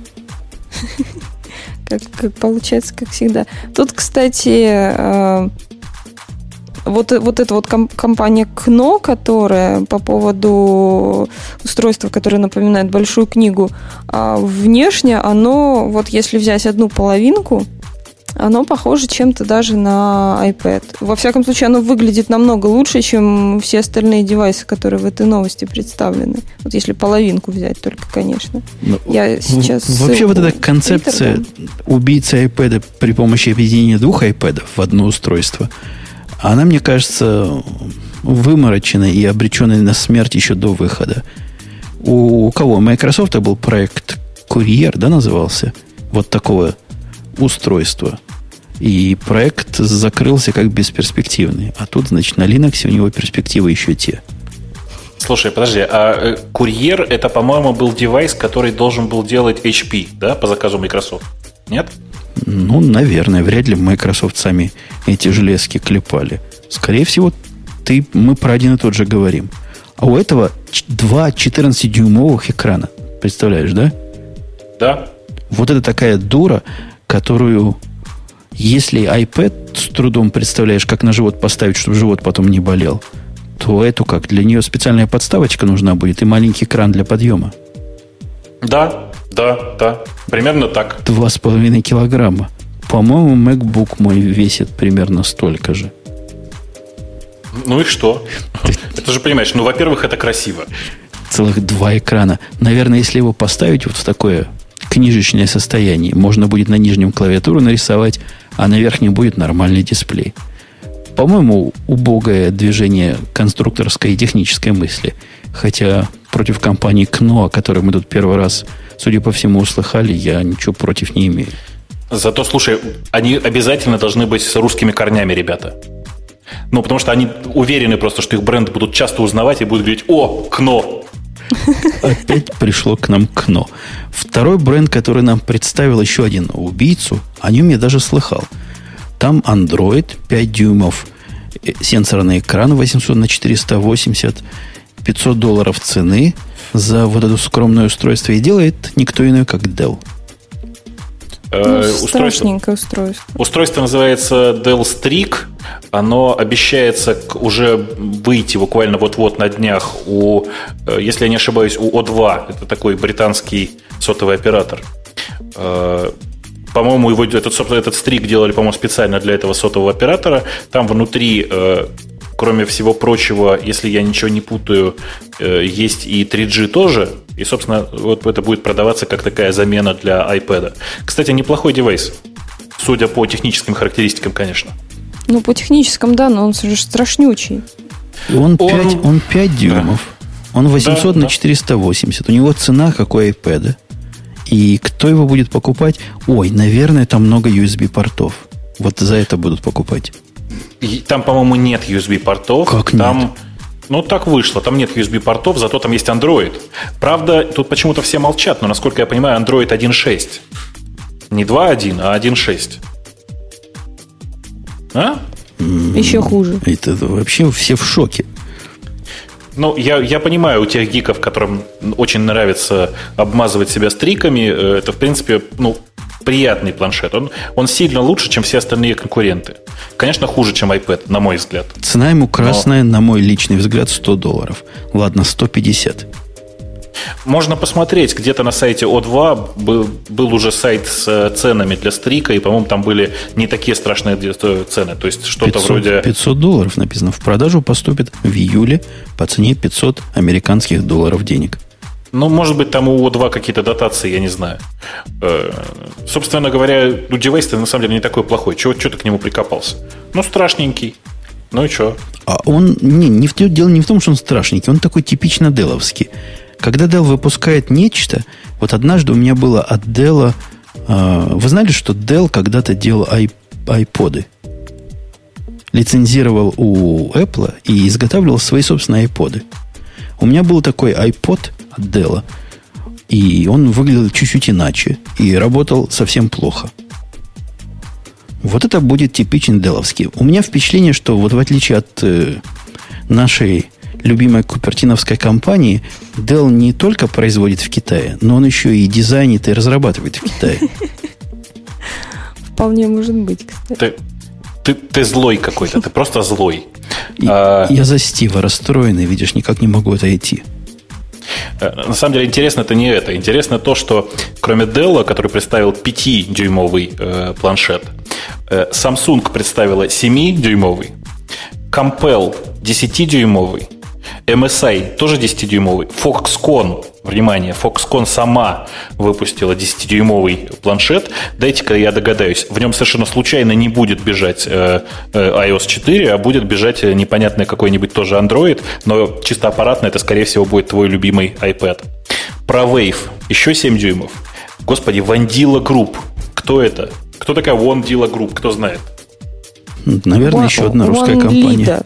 Как получается, как всегда. Тут, кстати, вот эта вот компания Kno, которая по поводу устройства, которое напоминает большую книгу, внешне оно, вот если взять одну половинку, Оно похоже чем-то даже на iPad. Во всяком случае, оно выглядит намного лучше, чем все остальные девайсы, которые в этой новости представлены. Вот если половинку взять только, конечно. Я сейчас... Вообще вот эта концепция убийцы iPad при помощи объединения двух iPad в одно устройство, она, мне кажется, вымороченной и обреченной на смерть еще до выхода. У кого? У Microsoft был проект Courier, да, назывался? Вот такого устройства. И проект закрылся как бесперспективный. А тут, значит, на Linux у него перспективы еще те. Слушай, подожди, а Courier это, по-моему, был девайс, который должен был делать HP, да, по заказу Microsoft? Нет? Ну, наверное. Вряд ли Microsoft сами эти железки клепали. Скорее всего, мы про один и тот же говорим. А у этого 2 14-дюймовых экрана. Представляешь, да? Да. Вот это такая дура, которую, если iPad с трудом представляешь, как на живот поставить, чтобы живот потом не болел, то эту как? Для нее специальная подставочка нужна будет и маленький экран для подъема. Да. Примерно так. 2,5 килограмма. По-моему, MacBook мой весит примерно столько же. Ну и что? Это же, понимаешь, во-первых, это красиво. Целых 2 экрана. Наверное, если его поставить вот в такое книжечное состояние, можно будет на нижнем клавиатуру нарисовать, а на верхнем будет нормальный дисплей. По-моему, убогое движение конструкторской и технической мысли. Хотя против компании Kno, о которой мы тут первый раз, судя по всему, услыхали, я ничего против не имею. Зато, слушай, они обязательно должны быть с русскими корнями, ребята. Потому что они уверены просто, что их бренды будут часто узнавать и будут говорить: «О, Kno!» Опять пришло к нам Kno. Второй бренд, который нам представил еще один убийцу, о нем я даже слыхал. Там Android, 5 дюймов, сенсорный экран 800 на 480, $500 цены за вот это скромное устройство. И делает никто иной, как Dell. Страшненькое устройство. Устройство называется Dell Streak. Оно обещается уже выйти буквально вот-вот на днях если я не ошибаюсь, у O2. Это такой британский сотовый оператор. По-моему, этот Streak делали, по-моему, специально для этого сотового оператора. Там внутри, кроме всего прочего, если я ничего не путаю, есть и 3G тоже. И, собственно, вот это будет продаваться как такая замена для iPad. Кстати, неплохой девайс. Судя по техническим характеристикам, конечно. По техническим, да, но он же страшнючий. Он 5 дюймов. Да. Он 800 на 480. У него цена, как у iPad. И кто его будет покупать? Ой, наверное, там много USB-портов. Вот за это будут покупать. Там, по-моему, нет USB-портов. Как нет? Так вышло. Там нет USB-портов, зато там есть Android. Правда, тут почему-то все молчат, но, насколько я понимаю, Android 1.6. Не 2.1, а 1.6. А? Еще хуже. Это вообще все в шоке. Я понимаю, у тех гиков, которым очень нравится обмазывать себя стриками, это, в принципе, приятный планшет. Он сильно лучше, чем все остальные конкуренты. Конечно, хуже, чем iPad, на мой взгляд. Цена ему красная, на мой личный взгляд, $100. Ладно, 150. Можно посмотреть, где-то на сайте O2 был уже сайт с ценами для стрика, и, по-моему, там были не такие страшные цены. То есть что-то вроде... $500 написано. В продажу поступит в июле по цене $500 денег. Может быть, там у O2 какие-то дотации, я не знаю. Собственно говоря, девайс-то на самом деле не такой плохой. Чего ты к нему прикопался? Страшненький. И что? А он... дело не в том, что он страшненький. Он такой типично деловский. Когда Dell выпускает нечто... Вот однажды у меня было от Dell... вы знали, что Dell когда-то делал iPod'ы? Лицензировал у Apple и изготавливал свои собственные iPod'ы. У меня был такой iPod от Dell, и он выглядел чуть-чуть иначе, и работал совсем плохо. Вот это будет типичный деловский. У меня впечатление, что вот в отличие от нашей любимой купертиновской компании, Dell не только производит в Китае, но он еще и дизайнит и разрабатывает в Китае. Вполне может быть, кстати. Ты злой какой-то, ты просто злой. Я за Стива расстроенный, видишь, никак не могу отойти. На самом деле интересно-то не это. Интересно то, что кроме Dell, который представил 5-дюймовый планшет, Samsung представила 7-дюймовый, Compel 10-дюймовый, MSI тоже 10-дюймовый, Foxconn, внимание, Foxconn сама выпустила 10-дюймовый планшет. Дайте-ка я догадаюсь, в нем совершенно случайно не будет бежать iOS 4, а будет бежать непонятный какой-нибудь тоже Android, но чисто аппаратно это, скорее всего, будет твой любимый iPad. ProWave, еще 7 дюймов. Господи, Wandila Group. Кто это? Кто такая Wandila Group? Кто знает? Наверное, еще одна русская компания.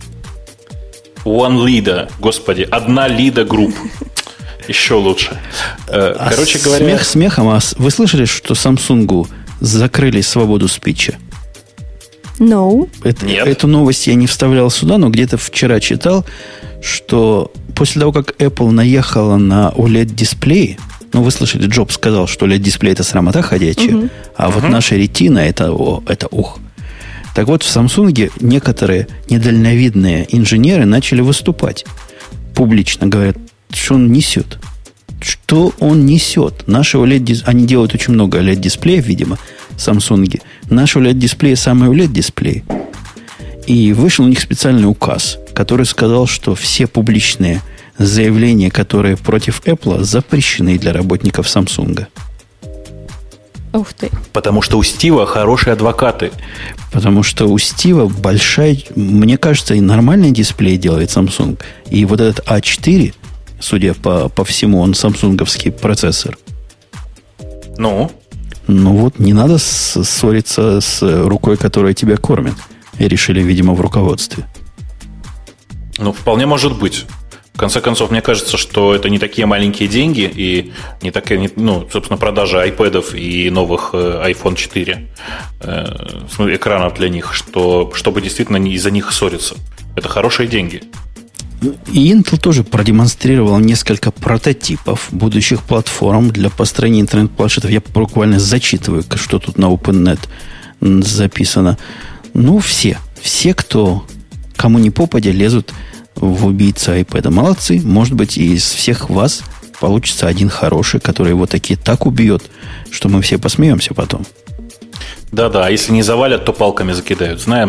OneLida. Господи, одна Лида Групп. Еще лучше. Короче говоря... Смех смехом, а вы слышали, что Samsung закрыли свободу спича? No. Нет. Эту новость я не вставлял сюда, но где-то вчера читал, что после того, как Apple наехала на OLED-дисплеи, ну, вы слышали, Джобс сказал, что OLED-дисплей это срамота ходячая, а вот наша ретина это ух. Так вот, в Samsung некоторые недальновидные инженеры начали выступать. Публично говорят, что он несет. Что он несет? Наши OLED, они делают очень много OLED-дисплеев, видимо, Samsung. Наши OLED-дисплеи самые OLED-дисплеи. И вышел у них специальный указ, который сказал, что все публичные заявления, которые против Apple, запрещены для работников Samsung. Ух ты. Потому что у Стива хорошие адвокаты. Потому что у Стива большая, мне кажется, и нормальный дисплей делает Samsung. И вот этот A4, судя по всему, он самсунговский процессор. Ну вот не надо ссориться с рукой, которая тебя кормит. И решили, видимо, в руководстве. Ну, вполне может быть. В конце концов, мне кажется, что это не такие маленькие деньги и не такая, собственно, продажа iPad'ов и новых iPhone 4 экранов для них, чтобы действительно из-за них ссориться. Это хорошие деньги. И Intel тоже продемонстрировал несколько прототипов будущих платформ для построения интернет-планшетов. Я буквально зачитываю, что тут на OpenNet записано. Ну, все, кому не попадя, лезут в убийца iPad. Молодцы. Может быть, и из всех вас получится один хороший, который его таки так убьет, что мы все посмеемся потом. Да-да, а если не завалят, то палками закидают. Знаем.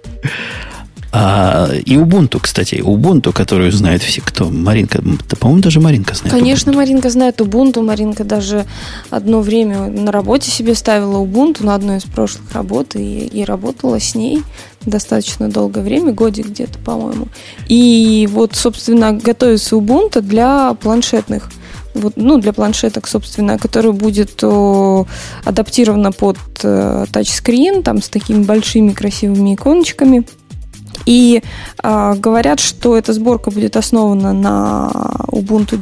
И Ubuntu, кстати, которую знают все, кто. Маринка, по-моему, даже Маринка знает. Конечно, Ubuntu. Маринка знает Ubuntu. Маринка даже одно время на работе себе ставила Ubuntu на одной из прошлых работ и работала с ней достаточно долгое время, годик где-то, по-моему. И вот, собственно, готовится Ubuntu для планшетных. Для планшеток, собственно, который будет адаптировано под тачскрин, там с такими большими красивыми иконочками. И говорят, что эта сборка будет основана на Ubuntu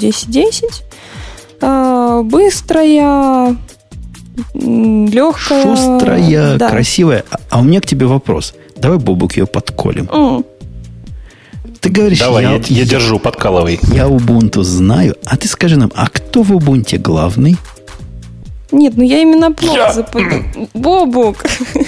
10.10. Быстрая, легкая. Шустрая, да. Красивая. А у меня к тебе вопрос. Давай, Бобук, ее подколем. Ты говоришь, давай, я держу, подкалывай. Я Ubuntu знаю. А ты скажи нам, а кто в Ubuntu главный? Нет, я именно плохо запомнил. Бобук.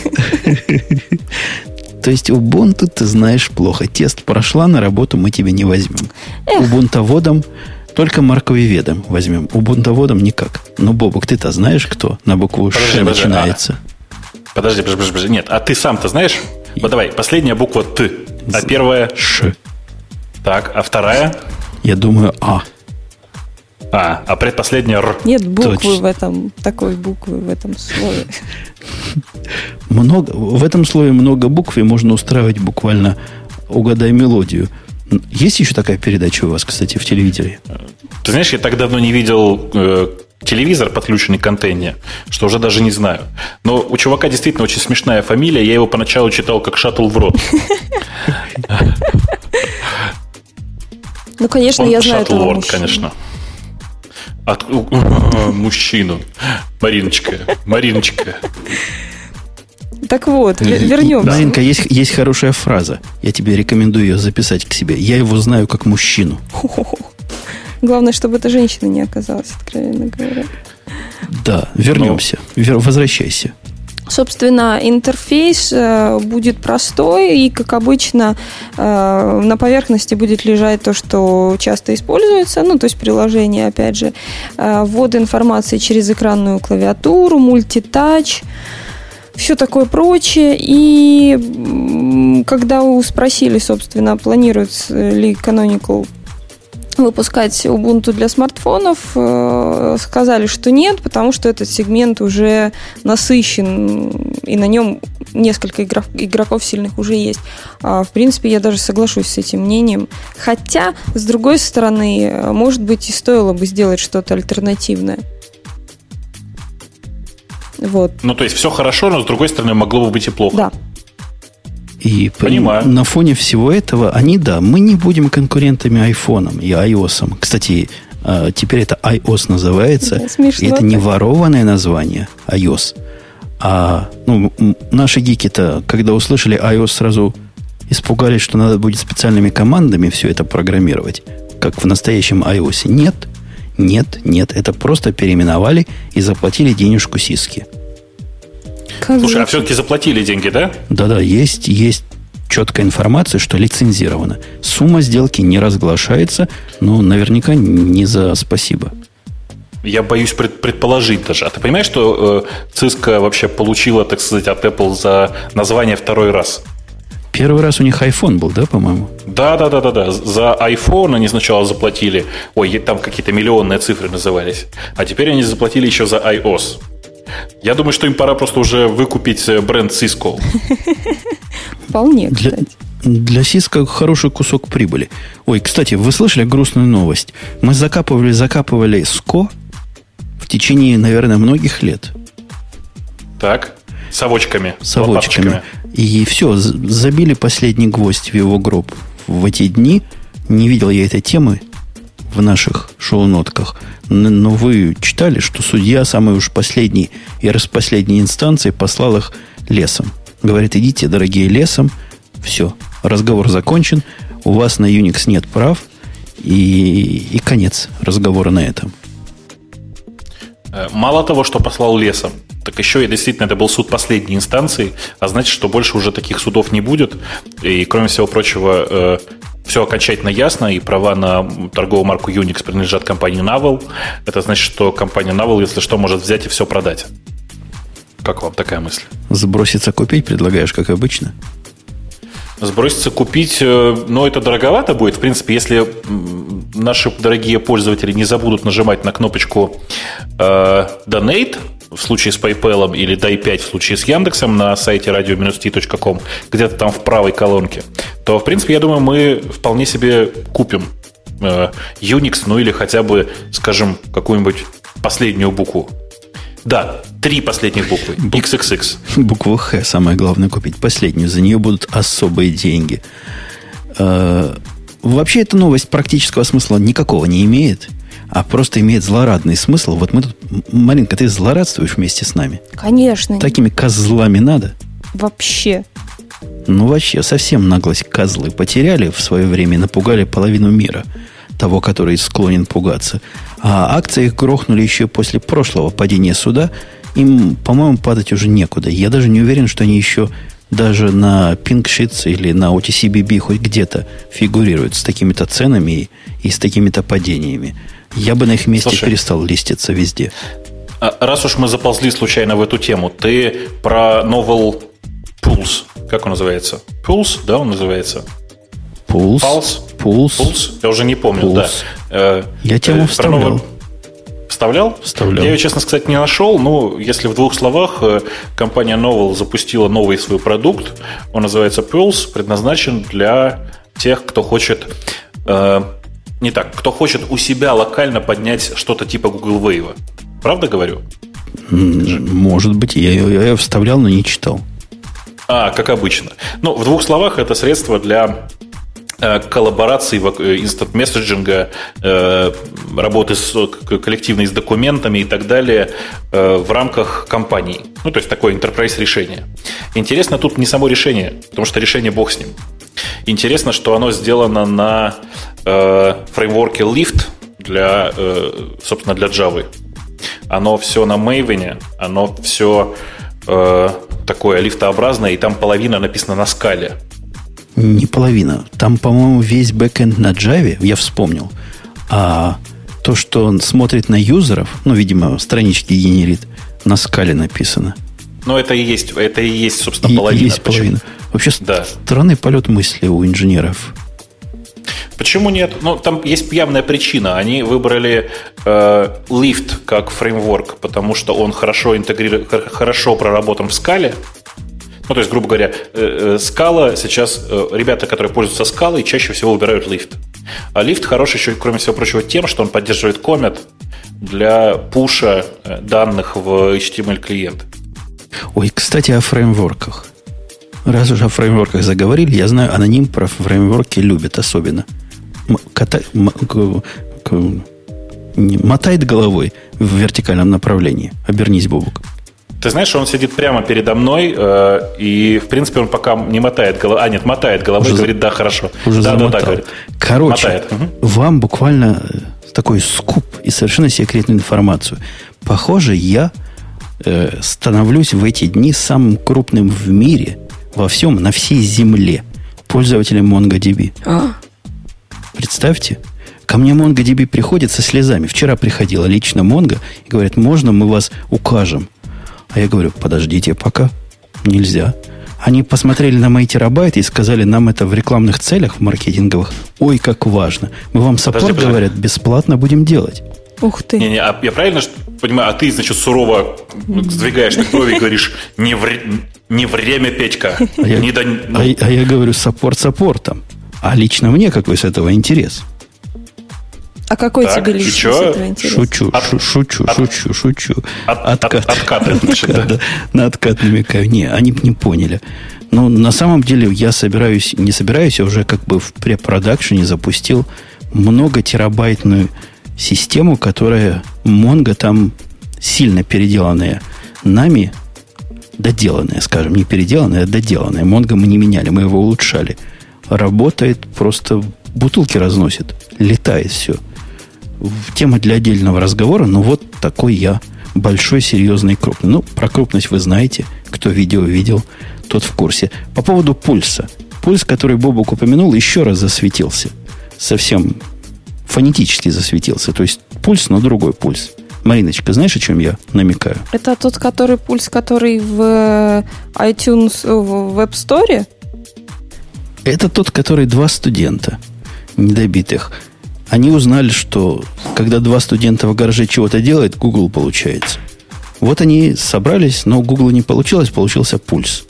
То есть Ubuntu ты знаешь плохо. Тест прошла, на работу мы тебя не возьмем. Убунтоводом только морковеведом возьмем. Убунтоводом никак. Но, Бобук, ты-то знаешь, кто на букву Ш начинается? Подожди. Нет, а ты сам-то знаешь? Вот давай, последняя буква Т, а первая Ш. Так, а вторая? Я думаю, А. А предпоследняя Р. Нет буквы в этом, такой буквы в этом слове. В этом слове много букв, и можно устраивать буквально «Угадай мелодию». Есть еще такая передача у вас, кстати, в телевизоре? Ты знаешь, я так давно не видел телевизор, подключенный к антенне, что уже даже не знаю. Но у чувака действительно очень смешная фамилия. Я его поначалу читал как «Шаттл в рот». Ну, конечно, я знаю этого мужчину. Конечно. Мужчину. Мариночка. Так вот, вернемся. Маринка, есть хорошая фраза. Я тебе рекомендую ее записать к себе. Я его знаю как мужчину. Главное, чтобы эта женщина не оказалась, откровенно говоря. Да, вернемся. Возвращайся. Собственно, интерфейс будет простой, и, как обычно, на поверхности будет лежать то, что часто используется, то есть приложение, опять же, ввод информации через экранную клавиатуру, мультитач, все такое прочее. И когда спросили, собственно, планирует ли Canonical выпускать Ubuntu для смартфонов, сказали, что нет, потому что этот сегмент уже насыщен, и на нем несколько игроков сильных уже есть. В принципе, я даже соглашусь с этим мнением. Хотя, с другой стороны, может быть, и стоило бы сделать что-то альтернативное. Вот. Ну, то есть все хорошо, но с другой стороны, могло бы быть и плохо. Да. И понимаю. На фоне всего этого мы не будем конкурентами айфоном и iOS. Кстати, теперь это iOS называется. Да, смешно, и это не ворованное название iOS. Наши гики-то, когда услышали iOS, сразу испугались, что надо будет специальными командами все это программировать, как в настоящем iOS. Нет. Это просто переименовали и заплатили денежку сиске. Слушай, а все-таки заплатили деньги, да? Да, есть четкая информация, что лицензировано. Сумма сделки не разглашается, но наверняка не за спасибо. Я боюсь предположить даже. А ты понимаешь, что Cisco вообще получила, так сказать, от Apple за название второй раз? Первый раз у них iPhone был, да, по-моему? Да. За iPhone они сначала заплатили. Там какие-то миллионные цифры назывались. А теперь они заплатили еще за iOS. Я думаю, что им пора просто уже выкупить бренд Cisco. Вполне, кстати. Для Cisco хороший кусок прибыли. Кстати, вы слышали грустную новость? Мы закапывали SCO в течение, наверное, многих лет. Так, совочками. И все, забили последний гвоздь в его гроб. В эти дни не видел я этой темы в наших шоу-нотках. Но вы читали, что судья самой уж последней и распоследней инстанции послал их лесом. Говорит, идите, дорогие, лесом. Все, разговор закончен. У вас на Unix нет прав. И конец разговора на этом. Мало того, что послал лесом, так еще и действительно это был суд последней инстанции, а значит, что больше уже таких судов не будет. И, кроме всего прочего, все окончательно ясно, и права на торговую марку Unix принадлежат компании Navel. Это значит, что компания Navel, если что, может взять и все продать. Как вам такая мысль? Сброситься купить предлагаешь, как обычно? Сброситься купить, это дороговато будет. В принципе, если наши дорогие пользователи не забудут нажимать на кнопочку Donate в случае с PayPal или Дай 5 в случае с Яндексом на сайте radio-t.com, где-то там в правой колонке, то, в принципе, я думаю, мы вполне себе купим Unix, или хотя бы, скажем, какую-нибудь последнюю букву. Да, 3 последних буквы. XXX. Букву Х самое главное купить. Последнюю. За нее будут особые деньги. Вообще эта новость практического смысла никакого не имеет, а просто имеет злорадный смысл. Вот мы тут, Маринка, ты злорадствуешь вместе с нами? Конечно. Такими козлами надо? Вообще. Вообще, совсем наглость козлы потеряли в свое время, напугали половину мира, того, который склонен пугаться. А акции их грохнули еще после прошлого падения суда. Им, по-моему, падать уже некуда. Я даже не уверен, что они еще даже на PinkSheets или на OTCBB хоть где-то фигурируют с такими-то ценами и с такими-то падениями. Я бы на их месте перестал листиться везде. Раз уж мы заползли случайно в эту тему, ты про Novel Pulse, как он называется? Pulse, да, он называется? Pulse? Я уже не помню, Pulse. Да. Я тему вставлял. Вставлял? Вставлял. Я ее, честно сказать, не нашел, но если в 2 словах, компания Novel запустила новый свой продукт, он называется Pulse, предназначен для тех, кто хочет... кто хочет у себя локально поднять что-то типа Google Wave. Правда говорю? Может быть. Я ее вставлял, но не читал. Как обычно. В 2 словах, это средство для коллаборации, инстант-месседжинга, работы коллективной с документами и так далее в рамках компаний. То есть такое enterprise решение. Интересно тут не само решение, потому что решение бог с ним. Интересно, что оно сделано на фреймворке Lift собственно, для Java. Оно все на Maven, оно все такое лифтообразное, и там половина написана на скале. Не половина. Там, по-моему, весь бэкэнд на Java, я вспомнил. А то, что он смотрит на юзеров, видимо, странички генерит, на скале написано. Но это и есть, собственно, половина. Есть половина. Вообще странный полет мысли у инженеров. Почему нет? Ну, там есть явная причина. Они выбрали Lift как фреймворк, потому что он хорошо проработан в скале. Ну, то есть, грубо говоря, скала сейчас, ребята, которые пользуются скалой, чаще всего выбирают Lift. А Lift хорош еще, кроме всего прочего, тем, что он поддерживает Comet для пуша данных в HTML-клиент. Ой, кстати, о фреймворках. Раз уж о фреймворках заговорили, я знаю, аноним про фреймворки любит особенно. Мотает головой в вертикальном направлении. Обернись, Бобук. Ты знаешь, он сидит прямо передо мной, и, в принципе, он пока не мотает головой. Мотает головой и говорит, да, хорошо. Уже да, замотал. да, говорит. Короче, мотает. Вам буквально такой скуп и совершенно секретную информацию. Похоже, я становлюсь в эти дни самым крупным в мире, во всем, на всей земле пользователем MongoDB. Представьте, ко мне MongoDB приходит со слезами. Вчера приходила лично Mongo и говорит, можно мы вас укажем? А я говорю, подождите пока, нельзя. Они посмотрели на мои терабайты и сказали, нам это в рекламных целях, в маркетинговых, ой, как важно. Мы вам саппорт, говорят, бесплатно будем делать. Ух ты. Не, а я правильно понимаю, а ты, значит, сурово сдвигаешь на брови и говоришь, не время, Петька. А я говорю, саппорт саппортом. А лично мне какой с этого интерес? А какой тебе лично с этого интерес? Шучу. Откаты. На откат намекаю. Не, они бы не поняли. Но на самом деле я не собираюсь, я уже как бы в препродакшене запустил многотерабайтную систему, которая Mongo там сильно переделанная нами, доделанная, скажем, не переделанная, а доделанная. Mongo мы не меняли, мы его улучшали. Работает, просто бутылки разносит, летает все. Тема для отдельного разговора, но вот такой я, большой, серьезный, крупный. Ну, про крупность вы знаете, кто видео видел, тот в курсе. По поводу пульса. Пульс, который Бобук упомянул, еще раз засветился. Совсем фонетически засветился. То есть пульс, но другой пульс. Мариночка, знаешь, о чем я намекаю? Это тот, пульс, который в iTunes, в App Store? Это тот, который два студента недобитых. Они узнали, что когда два студента в гараже чего-то делают, Google получается. Вот они собрались, но у Google не получилось, получился пульс.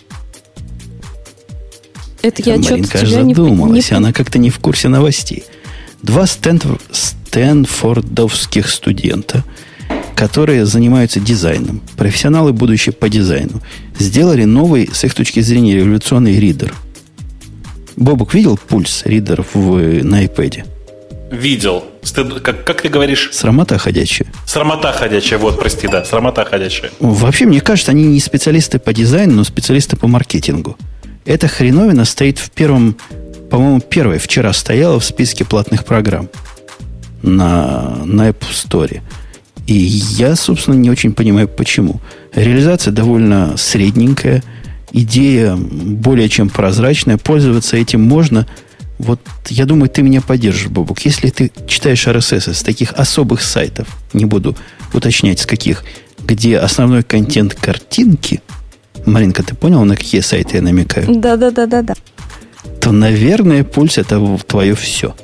Это я Маринка что-то аж задумалась, она как-то не в курсе новостей. Два стэнфордовских студента, которые занимаются дизайном, профессионалы, будущие по дизайну, сделали новый, с их точки зрения, революционный ридер. Бобук видел пульс ридер на iPad? Видел. Как ты говоришь? Срамота ходячая. Срамота ходячая, вот, прости, да, срамота ходячая. Вообще, мне кажется, они не специалисты по дизайну, но специалисты по маркетингу. Эта хреновина стоит в первом, по-моему, первой вчера стояла в списке платных программ на App Store. И я, собственно, не очень понимаю, почему. Реализация довольно средненькая, идея более чем прозрачная, пользоваться этим можно. Вот я думаю, ты меня поддержишь, Бобук. Если ты читаешь RSS с таких особых сайтов, не буду уточнять с каких, где основной контент картинки, Маринка, ты поняла, на какие сайты я намекаю? Да. То, наверное, пульс это твое все.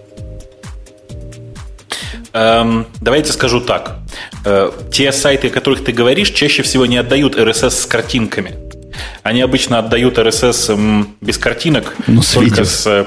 Давайте скажу так. Те сайты, о которых ты говоришь, чаще всего не отдают RSS с картинками. Они обычно отдают RSS без картинок, только с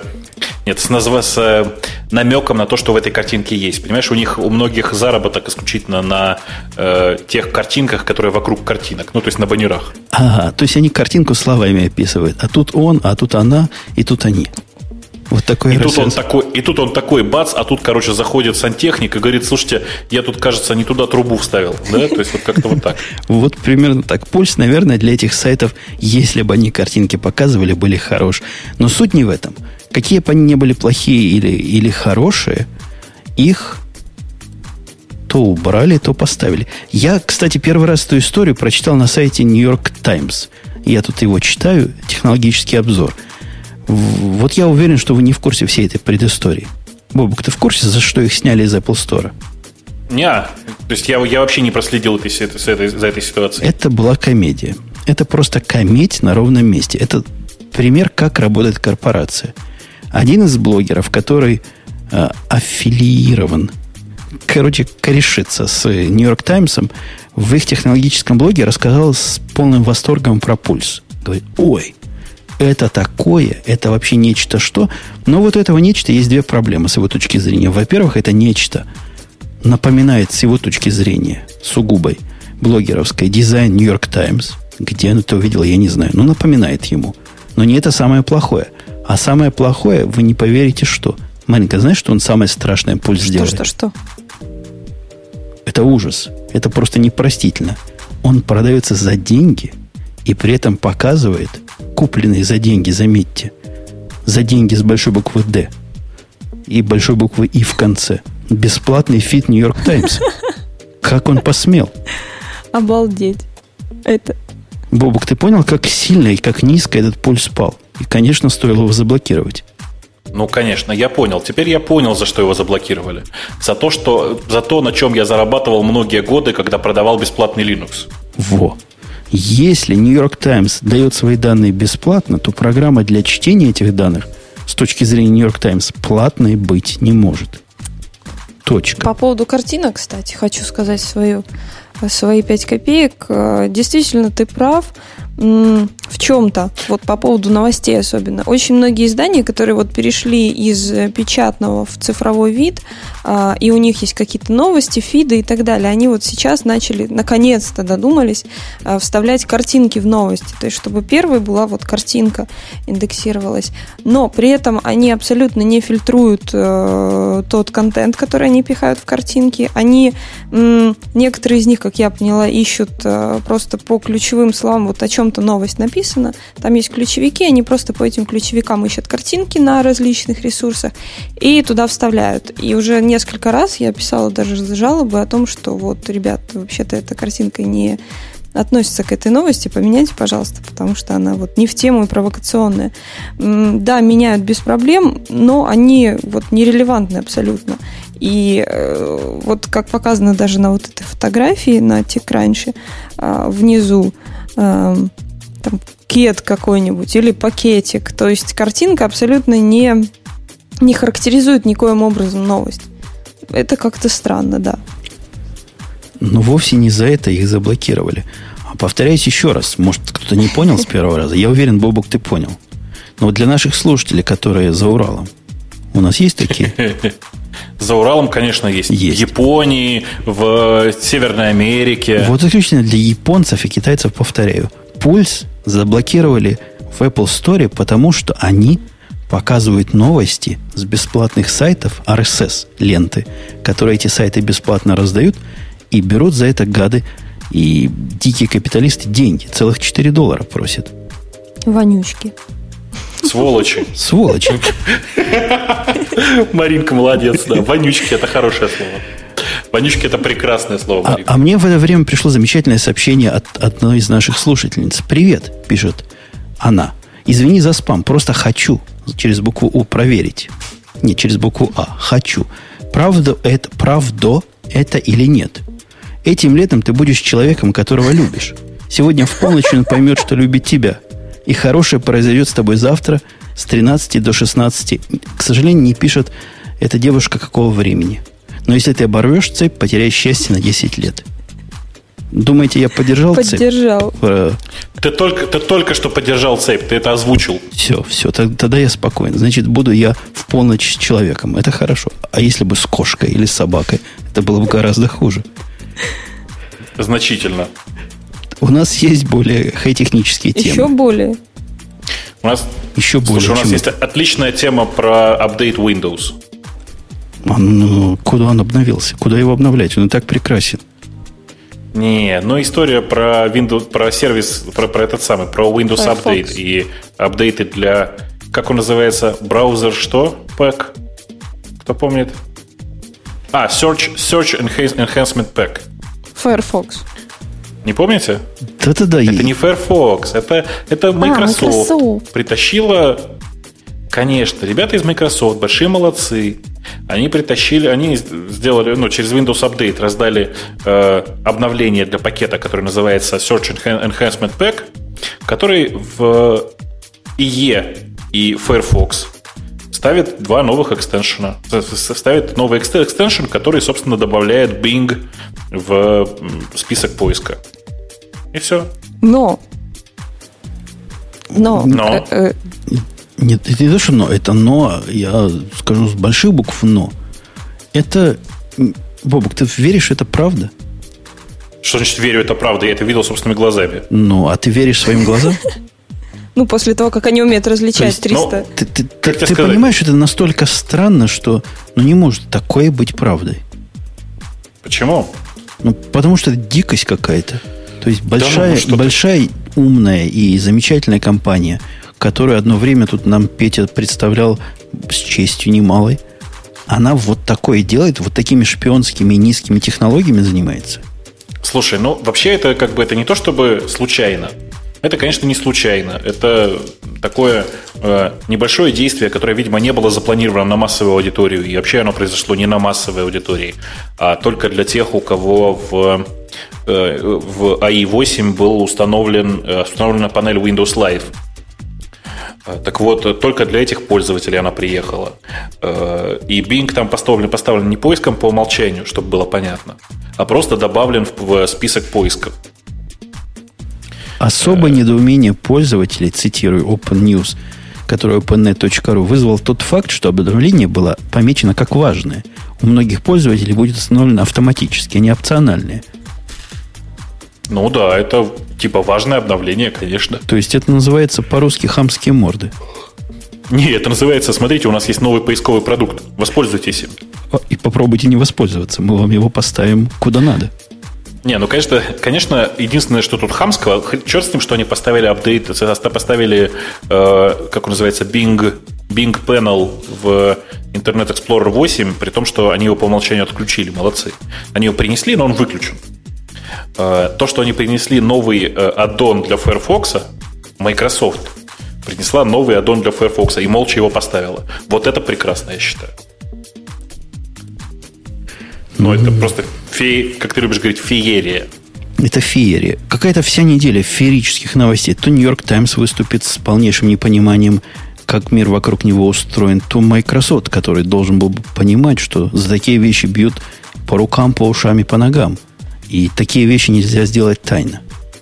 намеком на то, что в этой картинке есть. Понимаешь, у многих заработок исключительно на тех картинках, которые вокруг картинок, ну, то есть на баннерах. Ага, то есть они картинку словами описывают. А тут он, а тут она, и тут они. Вот такой и тут он такой, бац, а тут, короче, заходит сантехник и говорит, слушайте, я тут, кажется, не туда трубу вставил. Да? То есть вот как-то вот так. Вот примерно так. Пульс, наверное, для этих сайтов, если бы они картинки показывали, были хорош. Но суть не в этом. Какие бы они ни были плохие или хорошие, их то убрали, то поставили. Я, кстати, первый раз эту историю прочитал на сайте New York Times. Я тут его читаю, технологический обзор. Вот я уверен, что вы не в курсе всей этой предыстории. Бобук, ты в курсе, за что их сняли из Apple Store? Не, то есть я вообще не проследил за этой ситуацией. Это была комедия. Это просто кометь на ровном месте. Это пример, как работает корпорация. Один из блогеров, который аффилирован, корешится с Нью-Йорк Таймсом, в их технологическом блоге рассказал с полным восторгом про пульс. Говорит, ой, это такое, это вообще нечто что. Но вот у этого нечто есть две проблемы с его точки зрения. Во-первых, это нечто напоминает с его точки зрения сугубой блогеровской дизайн Нью-Йорк Таймс. Где он это увидел, я не знаю. Но напоминает ему. Но не это самое плохое. А самое плохое, вы не поверите, что. Маринка, знаешь, что он самое страшное пульс сделает? Что? Это ужас. Это просто непростительно. Он продается за деньги и при этом показывает купленные за деньги, заметьте, за деньги с большой буквы «Д» и большой буквы «И» в конце. Бесплатный фит Нью-Йорк Таймс. Как он посмел? Обалдеть. Это... Бобук, ты понял, как сильно и как низко этот пульс спал? И, конечно, стоило его заблокировать. Ну, конечно, я понял. Теперь я понял, за что его заблокировали. За то, на чем я зарабатывал многие годы, когда продавал бесплатный Linux. Во. Если Нью-Йорк Таймс дает свои данные бесплатно, то программа для чтения этих данных с точки зрения Нью-Йорк Таймс платной быть не может. Точка. По поводу картинок, кстати, хочу сказать свои 5 копеек. Действительно, ты прав в чем-то, вот по поводу новостей особенно. Очень многие издания, которые вот перешли из печатного в цифровой вид, и у них есть какие-то новости, фиды и так далее, они вот сейчас начали, наконец-то додумались вставлять картинки в новости, то есть чтобы первой была вот картинка индексировалась, но при этом они абсолютно не фильтруют тот контент, который они пихают в картинки, они, некоторые из них, как я поняла, ищут просто по ключевым словам, вот о чем-то новость написана, там есть ключевики, они просто по этим ключевикам ищут картинки на различных ресурсах и туда вставляют. И уже несколько раз я писала даже жалобы о том, что вот, ребят, вообще-то эта картинка не относится к этой новости, поменяйте, пожалуйста, потому что она вот не в тему и провокационная. Да, меняют без проблем, но они вот нерелевантны абсолютно. И вот как показано даже на вот этой фотографии на TechCrunch внизу, там кет какой-нибудь или пакетик. То есть картинка абсолютно не характеризует никоим образом новость. Это как-то странно, да. Но вовсе не за это их заблокировали. А повторяюсь еще раз. Может, кто-то не понял с первого раза. Я уверен, Бобук, ты понял. Но вот для наших слушателей, которые за Уралом, у нас есть такие? За Уралом, конечно, есть. В Японии, в Северной Америке. Вот исключительно для японцев и китайцев, повторяю. Пульс заблокировали в Apple Store, потому что они показывают новости с бесплатных сайтов, RSS-ленты, которые эти сайты бесплатно раздают, и берут за это гады и дикие капиталисты деньги. Целых $4 просят. Вонючки. Сволочи. Сволочи. Маринка молодец, да. Вонючки – это хорошее слово. Вонючки – это прекрасное слово, Маринка. А мне в это время пришло замечательное сообщение от одной из наших слушательниц. «Привет», пишет она. «Извини за спам, просто хочу через букву У проверить». Не, через букву А. Хочу. Правда это или нет? Этим летом ты будешь человеком, которого любишь. Сегодня в полночь он поймет, что любит тебя. И хорошее произойдет с тобой завтра с 13 до 16. К сожалению, не пишет эта девушка какого времени. Но если ты оборвешь цепь, потеряешь счастье на 10 лет. Думаете, я поддержал цепь? Поддержал. Ты только что поддержал цепь, ты это озвучил. Все, тогда я спокоен. Значит, буду я в полночь с человеком. Это хорошо. А если бы с кошкой или с собакой, это было бы гораздо хуже. Значительно. У нас есть более хай-технические темы. Еще более. У нас есть отличная тема про апдейт Windows. Куда он обновился? Куда его обновлять? Он и так прекрасен. Не, но история про Windows, про сервис, про этот самый, про Windows Firefox. Update и апдейты для, как он называется, браузер что? Pack? Кто помнит? Search Enhancement Pack. Firefox. Не помните? Да-да-да. Это не Firefox, это Microsoft. Притащила, конечно, ребята из Microsoft, большие молодцы. они сделали, через Windows Update раздали обновление для пакета, который называется Search Enhancement Pack, который в IE и Firefox ставит два новых экстеншена. Ставит новый экстеншн, который, собственно, добавляет Bing в список поиска. И все. Но. Нет, это не то, что но. Это но, я скажу с больших букв но. Это... Бобок, ты веришь, это правда? Что значит верю, это правда? Я это видел собственными глазами. Ну, а ты веришь своим глазам? Ну, после того, как они умеют различать 300. Ты понимаешь, это настолько странно, что не может такое быть правдой. Почему? Потому что это дикость какая-то. То есть большая умная и замечательная компания, которую одно время тут нам Петя представлял с честью немалой, она вот такое делает, вот такими шпионскими низкими технологиями занимается. Слушай, вообще это не то чтобы случайно. Это, конечно, не случайно. Это такое небольшое действие, которое, видимо, не было запланировано на массовую аудиторию. И вообще оно произошло не на массовой аудитории, а только для тех, у кого в IE8 была установлена панель Windows Live. Так вот, только для этих пользователей она приехала. И Bing там поставлен не поиском по умолчанию, чтобы было понятно, а просто добавлен в список поисков. Особое недоумение пользователей, цитирую Open News, который opennet.ru, вызвал тот факт, что обновление было помечено как важное. У многих пользователей будет установлено автоматически, а не опциональное. Ну да, это типа важное обновление, конечно. То есть это называется по-русски хамские морды. Не, это называется, смотрите, у нас есть новый поисковый продукт, воспользуйтесь им. И попробуйте не воспользоваться, мы вам его поставим куда надо. Не, конечно, единственное, что тут хамского, черт с ним, что они поставили апдейт, поставили, как он называется, Bing Panel в Internet Explorer 8, при том, что они его по умолчанию отключили, молодцы. Они его принесли, но он выключен. То, что они принесли новый аддон для Firefox, Microsoft принесла новый аддон для Firefox и молча его поставила. Вот это прекрасно, я считаю. Это просто, как ты любишь говорить, феерия. Это феерия. Какая-то вся неделя феерических новостей. То Нью-Йорк Таймс выступит с полнейшим непониманием, как мир вокруг него устроен, то Microsoft, который должен был понимать, что за такие вещи бьют по рукам, по ушам и по ногам. И такие вещи нельзя сделать тайно.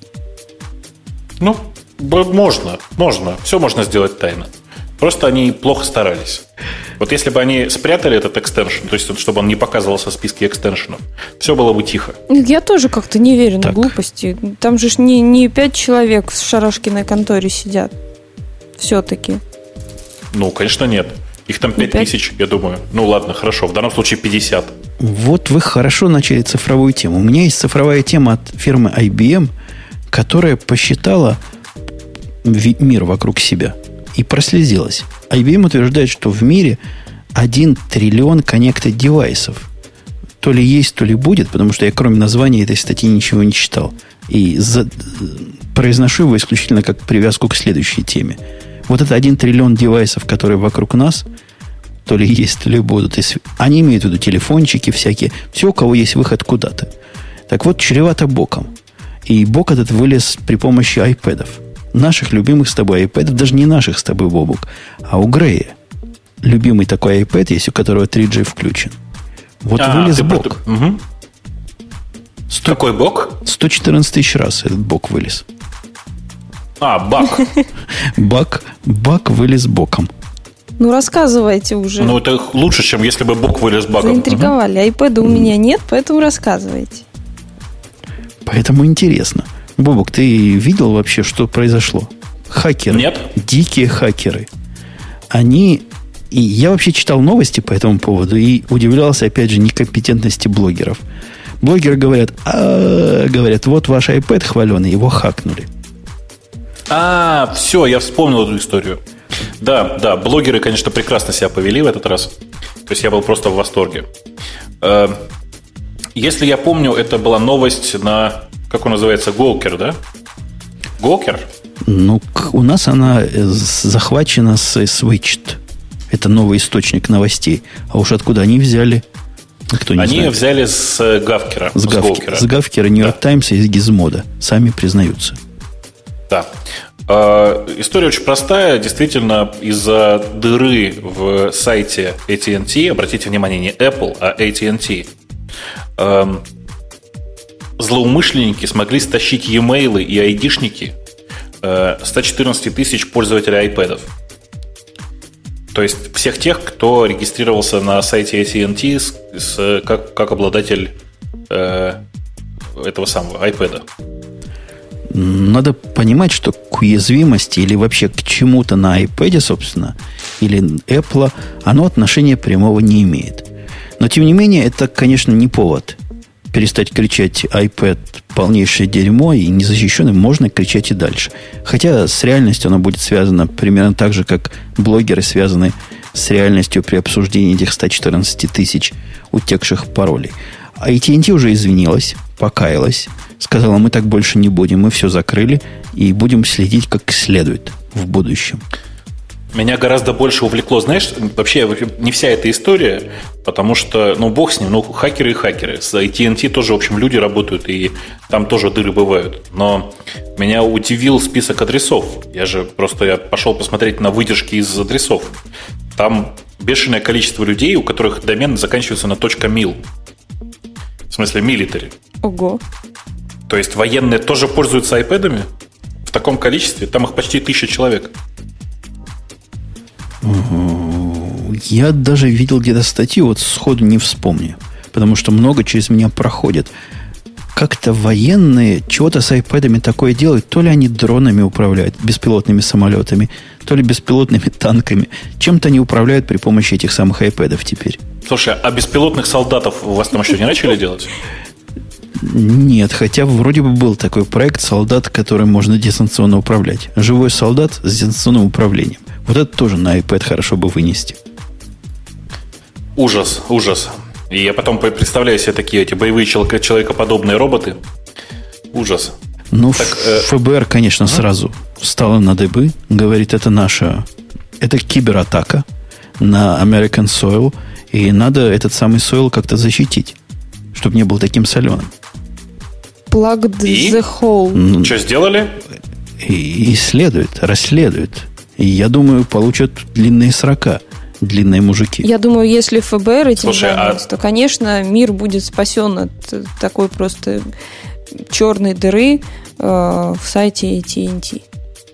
Можно. Все можно сделать тайно. Просто они плохо старались. Вот если бы они спрятали этот экстеншн, то есть чтобы он не показывался в списке экстеншенов, все было бы тихо. Я тоже как-то не верю на глупости. Там же не 5 человек в Шарашкиной конторе сидят. Все-таки. Конечно, нет. Их там 5000, я думаю. Ладно, хорошо. В данном случае 50. Вот вы хорошо начали цифровую тему. У меня есть цифровая тема от фирмы IBM, которая посчитала мир вокруг себя и прослезилась. IBM утверждает, что в мире 1 триллион connected девайсов. То ли есть, то ли будет, потому что я кроме названия этой статьи ничего не читал. И произношу его исключительно как привязку к следующей теме. Вот это 1 триллион девайсов, которые вокруг нас, то ли есть, то ли будут. Они имеют в виду телефончики всякие. Все, у кого есть выход куда-то. Так вот, чревато боком. И бок этот вылез при помощи iPad'ов. Наших любимых с тобой iPad'ов, даже не наших с тобой, Бобук, а у Грея. Любимый такой iPad есть, у которого 3G включен. Вот вылез бок. Угу. Какой бок? 114 тысяч раз этот бок вылез. Бак. Бак вылез боком. Рассказывайте уже. Это лучше, чем если бы бок вылез баком. Заинтриговали. Айпэда у меня нет, поэтому рассказывайте. Поэтому интересно. Бобок, ты видел вообще, что произошло? Хакеры. Нет. Дикие хакеры. И я вообще читал новости по этому поводу и удивлялся, опять же, некомпетентности блогеров. Блогеры говорят, вот ваш iPad хваленый, его хакнули. Все, я вспомнил эту историю. Да, блогеры, конечно, прекрасно себя повели в этот раз. То есть я был просто в восторге. Если я помню, это была новость на, как он называется, Gawker, да? Gawker? У нас она захвачена с Switched. Это новый источник новостей. А уж откуда они взяли? Кто не Они знает. взяли с Гавкера. С Гавкера, Нью-Йорк Таймс и из Гизмода. Сами признаются. Да. История очень простая. Действительно, из-за дыры в сайте AT&T, обратите внимание, не Apple, а AT&T, злоумышленники смогли стащить e-mail и айдишники 114 тысяч пользователей iPad'ов. То есть всех тех, кто регистрировался на сайте AT&T как обладатель этого самого iPad'а. Надо понимать, что к уязвимости или вообще к чему-то на iPad, собственно, или Apple, оно отношения прямого не имеет. Но, тем не менее, это, конечно, не повод перестать кричать iPad полнейшее дерьмо и незащищенный, можно кричать и дальше. Хотя с реальностью оно будет связано примерно так же, как блогеры связаны с реальностью при обсуждении этих 114 тысяч утекших паролей. А AT&T уже извинилась, покаялась, сказала, мы так больше не будем, мы все закрыли и будем следить как следует в будущем. Меня гораздо больше увлекло, знаешь, вообще не вся эта история, потому что, бог с ним, хакеры и хакеры. С AT&T тоже, в общем, люди работают, и там тоже дыры бывают. Но меня удивил список адресов. Я пошел посмотреть на выдержки из адресов. Там бешеное количество людей, у которых домен заканчивается на .mil. В смысле, military. Ого. То есть военные тоже пользуются iPad'ами в таком количестве? Там их почти 1000 человек. Я даже видел где-то статью, вот сходу не вспомню, потому что много через меня проходит. Как-то военные чего-то с iPad'ами такое делают, то ли они дронами управляют, беспилотными самолетами, то ли беспилотными танками. Чем-то они управляют при помощи этих самых iPad'ов теперь. Слушай, а беспилотных солдатов у вас там еще не начали делать? Нет, хотя вроде бы был такой проект солдат, которым можно дистанционно управлять. Живой солдат с дистанционным управлением. Вот это тоже на iPad хорошо бы вынести. Ужас, ужас. И я потом представляю себе такие эти боевые человекоподобные роботы. Ужас. ФБР, конечно, сразу встало на дыбы. Говорит, это кибератака на American Soil. И надо этот самый soil как-то защитить, чтобы не был таким соленым. Plugged the hole. Что сделали? И исследуют, расследуют. И я думаю, получат длинные срока. Длинные мужики. Я думаю, если ФБР этим займется, то, конечно, мир будет спасен от такой просто черной дыры в сайте AT&T.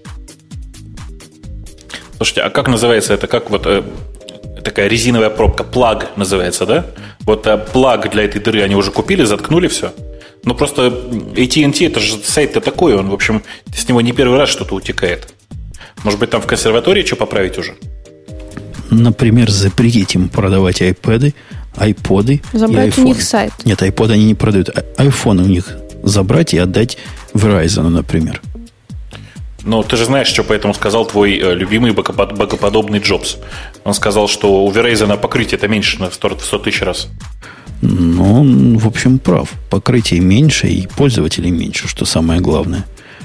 Слушайте, а как называется это? Как вот такая резиновая пробка? Плаг называется, да? Вот плаг для этой дыры они уже купили, заткнули все. Но просто AT&T, это же сайт-то такой, он, в общем, с него не первый раз что-то утекает. Может быть, там в консерватории что поправить уже? Например, запретить им продавать iPad'ы, iPod'ы. Забрать у них сайт. Нет, iPod они не продают. iPhone у них забрать и отдать Verizon, например. Но ты же знаешь, что поэтому сказал твой любимый богоподобный Джобс. Он сказал, что у Verizon покрытие-то меньше на 100 тысяч раз. Ну, он, в общем, прав. Покрытие меньше и пользователей меньше, что самое главное.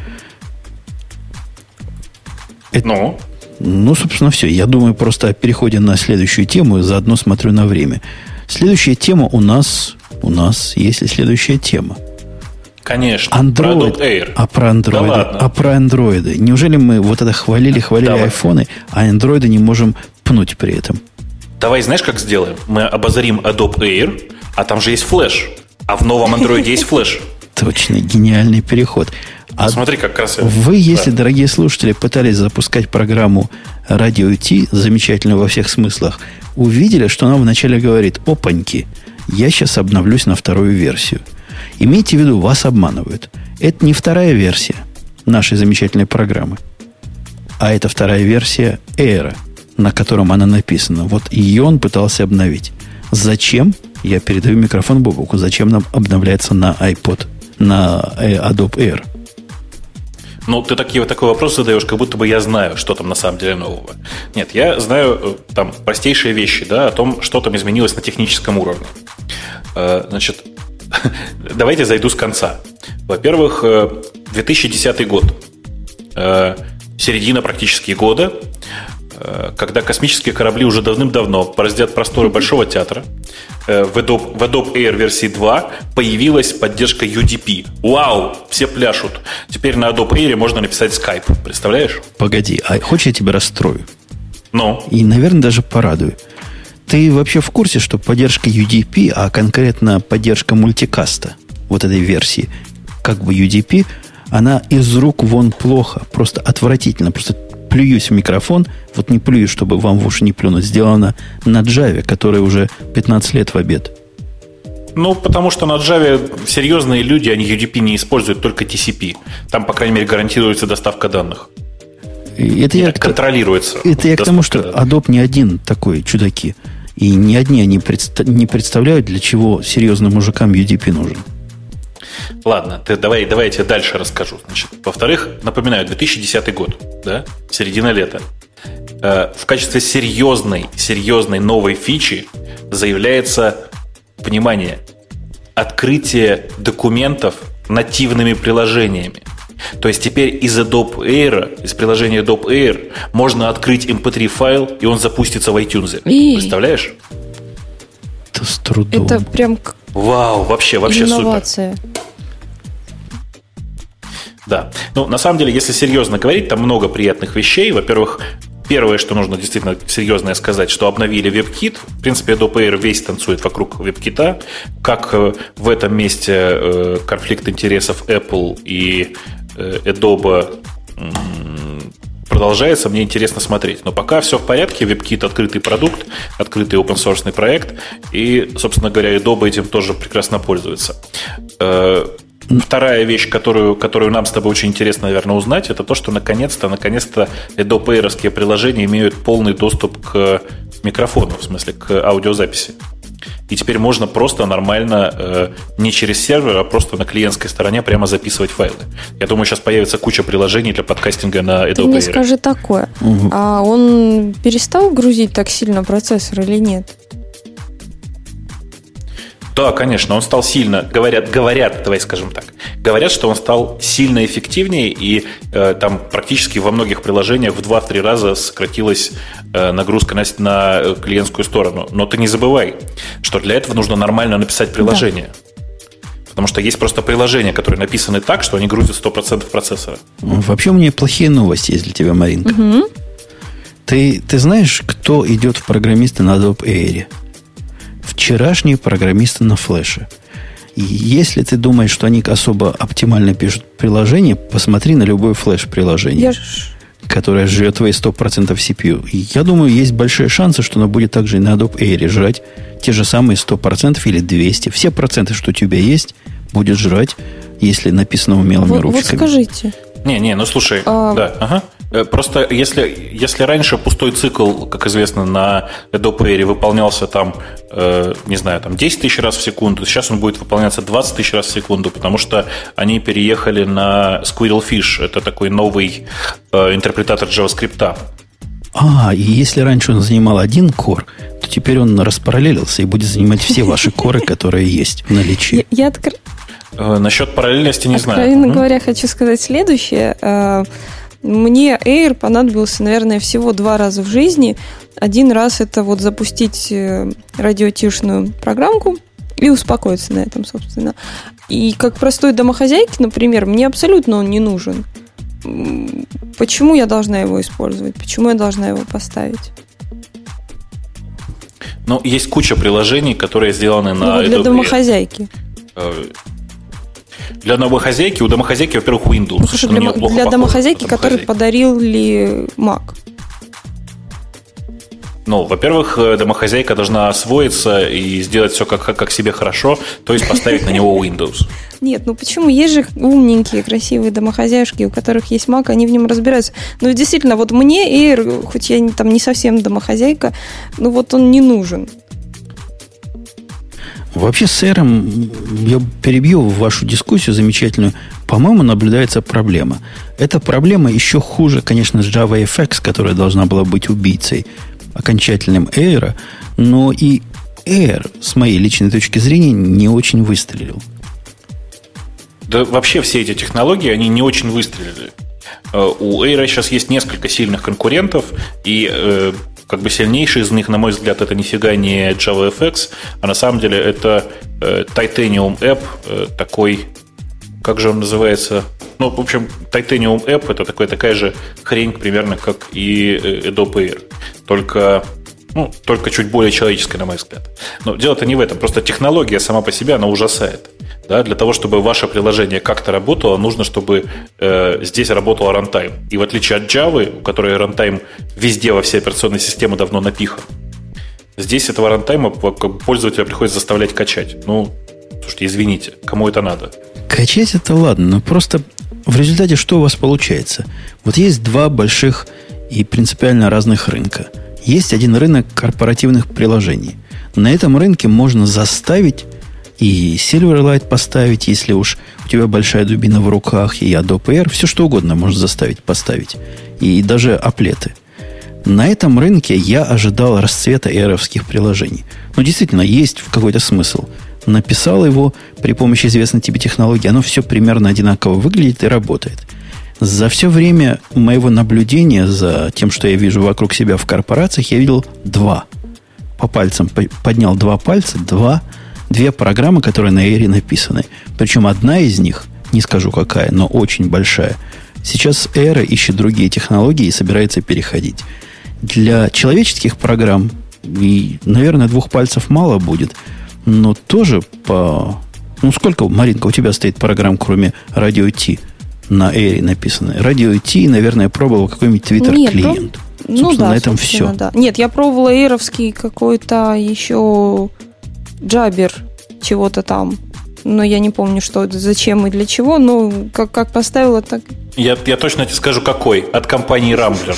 Ну, собственно, все. Я думаю, просто о переходе на следующую тему, и заодно смотрю на время. Следующая тема у нас есть ли следующая тема? Конечно. Android. Про Adobe Air. А про андроиды. Неужели мы вот это хвалили айфоны, а андроиды не можем пнуть при этом? Давай, знаешь, как сделаем? Мы обозрим Adobe Air, а там же есть флеш. А в новом андроиде есть флеш. Точно, гениальный переход. Смотри, как красиво. Вы, если, дорогие слушатели, пытались запускать программу Radio T, замечательно во всех смыслах, увидели, что она вначале говорит: опаньки, я сейчас обновлюсь на вторую версию. Имейте в виду, вас обманывают. Это не вторая версия нашей замечательной программы, а это вторая версия Air, на котором она написана. Вот ее он пытался обновить. Зачем? Я передаю микрофон Бобуку. Зачем нам обновляется на iPod, на Adobe Air? Ну, ты такой вопрос задаешь, как будто бы я знаю, что там на самом деле нового. Нет, я знаю там простейшие вещи, да, о том, что там изменилось на техническом уровне. Значит, давайте зайду с конца. Во-первых, 2010 год. Середина практически года. когда космические корабли уже давным-давно пораздят просторы Большого театра, в Adobe Air версии 2 появилась поддержка UDP. Вау, все пляшут. Теперь на Adobe Air можно написать Skype. Представляешь? Погоди, а хочешь я тебя расстрою? Ну? И, наверное, даже порадую. Ты вообще в курсе, что поддержка UDP, а конкретно поддержка мультикаста, вот этой версии, как бы UDP, она из рук вон плохо, просто отвратительно, просто плююсь в микрофон, вот не плюю, чтобы вам в уши не плюнуть, сделано на Java, которая уже 15 лет в обед. Ну, потому что на Java серьезные люди, они UDP не используют, только TCP. Там, по крайней мере, гарантируется доставка данных. Это контролируется. Это я к тому, что Adobe не один такой чудаки. И не одни они не представляют, для чего серьезным мужикам UDP нужен. Ладно, давай я тебе дальше расскажу. Значит, во-вторых, напоминаю, 2010 год, да, середина лета. В качестве серьезной новой фичи заявляется, внимание, открытие документов нативными приложениями. То есть теперь из Adobe Air, из приложения Adobe Air можно открыть MP3 файл, и он запустится в iTunes. Представляешь? Это с трудом. Это прям вау, вообще инновация. Супер. Да. Ну, на самом деле, если серьезно говорить, там много приятных вещей. Во-первых, первое, что нужно действительно серьезное сказать, что обновили WebKit. В принципе, Adobe Air весь танцует вокруг WebKit. Как в этом месте конфликт интересов Apple и Adobe продолжается, мне интересно смотреть. Но пока все в порядке, WebKit открытый продукт, открытый open-source проект, и, собственно говоря, Adobe этим тоже прекрасно пользуется. Вторая вещь, которую нам с тобой очень интересно, наверное, узнать, это то, что наконец-то Adobe Air-овские приложения имеют полный доступ к микрофону, в смысле к аудиозаписи. И теперь можно просто нормально, не через сервер, а просто на клиентской стороне прямо записывать файлы. Я думаю, сейчас появится куча приложений для подкастинга на Adobe Air. Ты мне скажи такое. А он перестал грузить так сильно процессор или нет? Да, конечно, он стал сильно, говорят, давай скажем так, говорят, что он стал сильно эффективнее, и там практически во многих приложениях в 2-3 раза сократилась нагрузка на клиентскую сторону. Но ты не забывай, что для этого нужно нормально написать приложение. Да. Потому что есть просто приложения, которые написаны так, что они грузят 100% процессора. Вообще у меня плохие новости есть для тебя, Маринка. Угу. Ты знаешь, кто идет в программисты на Adobe Air? Вчерашние программисты на флеше. И если ты думаешь, что они особо оптимально пишут приложение, посмотри на любое флеш-приложение, которое жрет твои 100% CPU. И я думаю, есть большие шансы, что оно будет также и на Adobe Air жрать те же самые 100% или 200%. Все проценты, что у тебя есть, будет жрать, если написано умелыми ручками. Вот скажите. Ну слушай, да, ага. Просто если раньше пустой цикл, как известно, на Adobe Air выполнялся там, не знаю, там 10 тысяч раз в секунду, сейчас он будет выполняться 20 тысяч раз в секунду, потому что они переехали на Squirrelfish. Это такой новый интерпретатор JavaScript. И если раньше он занимал один кор, то теперь он распараллелился и будет занимать все ваши коры, которые есть в наличии. Насчет параллельности не знаю. Откровенно говоря, хочу сказать следующее. Мне Air понадобился, наверное, всего 2 раза в жизни. Один раз это вот запустить радиотишную программку и успокоиться на этом, собственно. И как простой домохозяйке, например, мне абсолютно он не нужен. Почему я должна его использовать? Почему я должна его поставить? Ну, есть куча приложений, которые сделаны на для домохозяйки. Для домохозяйки, у домохозяйки, во-первых, Windows. Слушай, для домохозяйки, который подарили Mac. Ну, во-первых, домохозяйка должна освоиться и сделать все как себе хорошо, то есть поставить на него Windows. Нет, почему? Есть же умненькие, красивые домохозяйки, у которых есть Mac, они в нем разбираются. Но действительно, вот мне Air, хоть я там не совсем домохозяйка, вот он не нужен. Вообще с Air, я перебью вашу дискуссию замечательную, по-моему, наблюдается проблема. Эта проблема еще хуже, конечно, с JavaFX, которая должна была быть убийцей окончательным Air, но и Air, с моей личной точки зрения, не очень выстрелил. Да вообще все эти технологии, они не очень выстрелили. У Air сейчас есть несколько сильных конкурентов, и как бы сильнейший из них, на мой взгляд, это нифига не JavaFX, а на самом деле это Titanium App, такой, как же он называется? Ну, в общем, Titanium App это такая же хрень примерно, как и Adobe Air, только чуть более человеческая, на мой взгляд. Но дело-то не в этом, просто технология сама по себе, она ужасает. Да? Для того, чтобы ваше приложение как-то работало, нужно, чтобы здесь работало runtime. И в отличие от Java, у которой runtime везде во всей операционной системе давно напихан, здесь этого рантайма пользователя приходится заставлять качать. Ну, слушайте, извините, кому это надо? Качать это ладно, но просто в результате что у вас получается? Вот есть два больших и принципиально разных рынка. Есть один рынок корпоративных приложений. На этом рынке можно заставить и Silverlight поставить, если уж у тебя большая дубина в руках, и Adobe Air, все что угодно можно заставить поставить. И даже аплеты. На этом рынке я ожидал расцвета эровских приложений. Но действительно, есть какой-то смысл. Написал его при помощи известной тебе технологии, оно все примерно одинаково выглядит и работает. За все время моего наблюдения за тем, что я вижу вокруг себя в корпорациях, я видел два. По пальцам поднял два пальца, две программы, которые на Air написаны. Причем одна из них, не скажу какая, но очень большая, сейчас Air ищет другие технологии и собирается переходить. Для человеческих программ, и, наверное, двух пальцев мало будет, но тоже по... Ну, сколько, Маринка, у тебя стоит программ, кроме Radio T? На Air написано. Radio T, наверное, пробовал какой-нибудь Twitter-клиент. Ну да, на этом все. Да. Нет, я пробовала эйровский какой-то еще джабер чего-то там. Но я не помню, что это, зачем и для чего. Но как поставила, так... Я точно тебе скажу, какой. От компании Rambler.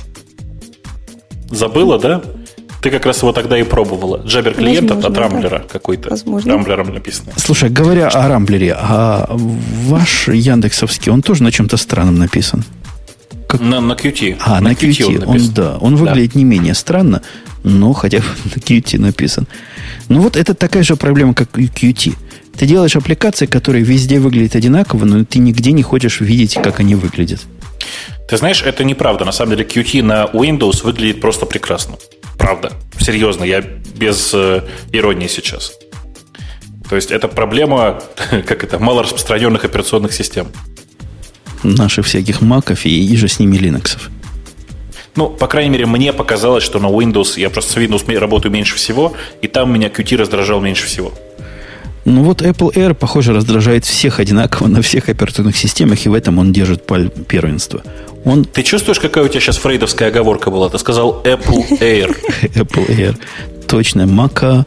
Забыла, да? Ты как раз его тогда и пробовала. Джабер клиент от Рамблера, да, какой-то. Возможно. Рамблером написано. Слушай, говоря о Рамблере, а ваш яндексовский, он тоже на чем-то странном написан? На Qt. На Qt. Он выглядит не менее странно, но хотя бы на Qt написан. Ну вот это такая же проблема, как и Qt. Ты делаешь аппликации, которые везде выглядят одинаково, но ты нигде не хочешь видеть, как они выглядят. Ты знаешь, это неправда. На самом деле Qt на Windows выглядит просто прекрасно. Правда. Серьезно, я без иронии сейчас. То есть это проблема, малораспространенных операционных систем. Наших всяких маков и же с ними линоксов. Ну, по крайней мере, мне показалось, что на Windows, я просто с Windows работаю меньше всего, и там меня Qt раздражал меньше всего. Ну вот Apple Air, похоже, раздражает всех одинаково на всех операционных системах, и в этом он держит первенство. Ты чувствуешь, какая у тебя сейчас фрейдовская оговорка была? Ты сказал Apple Air. Apple Air. Точно. Мака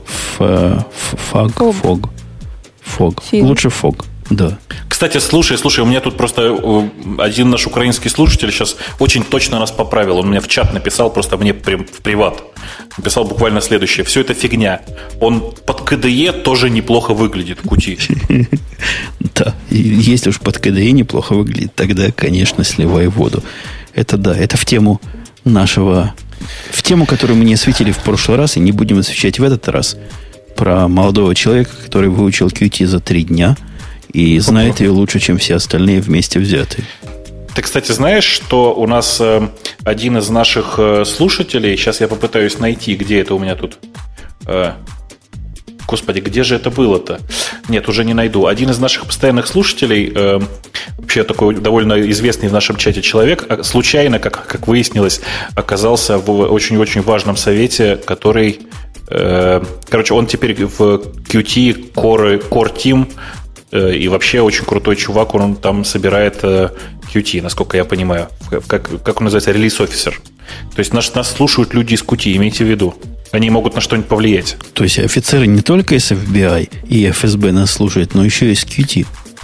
Fog. Лучше Fog. Да. Кстати, слушай, у меня тут просто один наш украинский слушатель сейчас очень точно нас поправил. Он мне в чат написал, просто мне прям в приват. Написал буквально следующее. Все это фигня. Он под KDE тоже неплохо выглядит, Qt. Да, если уж под KDE неплохо выглядит, тогда, конечно, сливай воду. Это да, это в тему нашего... В тему, которую мы не осветили в прошлый раз, и не будем освещать в этот раз, про молодого человека, который выучил Qt за 3 дня и знает ее лучше, чем все остальные вместе взятые. Ты, кстати, знаешь, что у нас один из наших слушателей, сейчас я попытаюсь найти, где это у меня тут... Господи, где же это было-то? Нет, уже не найду. Один из наших постоянных слушателей, вообще такой довольно известный в нашем чате человек, случайно, как выяснилось, оказался в очень-очень важном совете, который... Короче, он теперь в Qt Core Team, и вообще очень крутой чувак, он там собирает Qt, насколько я понимаю. Как он называется? Релиз-офисер. То есть нас слушают люди из Qt, имейте в виду. Они могут на что-нибудь повлиять. То есть офицеры не только из FBI и ФСБ нас слушают, но еще и из Qt.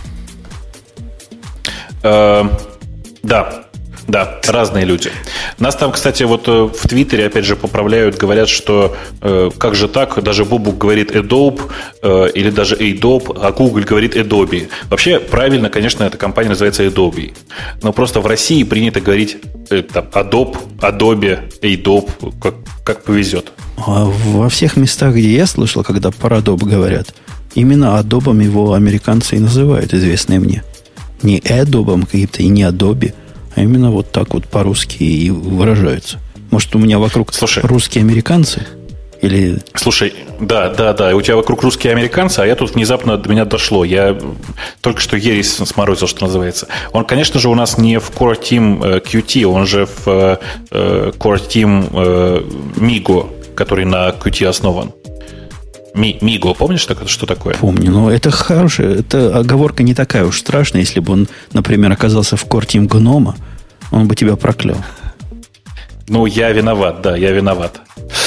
Да, разные люди. Нас там, кстати, вот в Твиттере, опять же, поправляют, говорят, что как же так, даже Бобук говорит Adobe или даже Adobe, а Google говорит Adobe. Вообще, правильно, конечно, эта компания называется Adobe. Но просто в России принято говорить Adobe, Adobe, как повезет. А во всех местах, где я слышал, когда про Adobe говорят, именно Adobe его американцы и называют, известные мне. Не Adobe каким-то и не Adobe, а именно вот так вот по-русски и выражаются. Может, у меня вокруг русские американцы? Или... Слушай, да, у тебя вокруг русские американцы, а я тут внезапно до меня дошло. Я только что ересь сморозил, что называется. Он, конечно же, у нас не в Core Team Qt, он же в Core Team Migo, который на Qt основан. Migo, помнишь, что такое? Помню, но это хорошая, это оговорка не такая уж страшная. Если бы он, например, оказался в Core Team Gnome, он бы тебя проклял. Ну, я виноват, да, я виноват.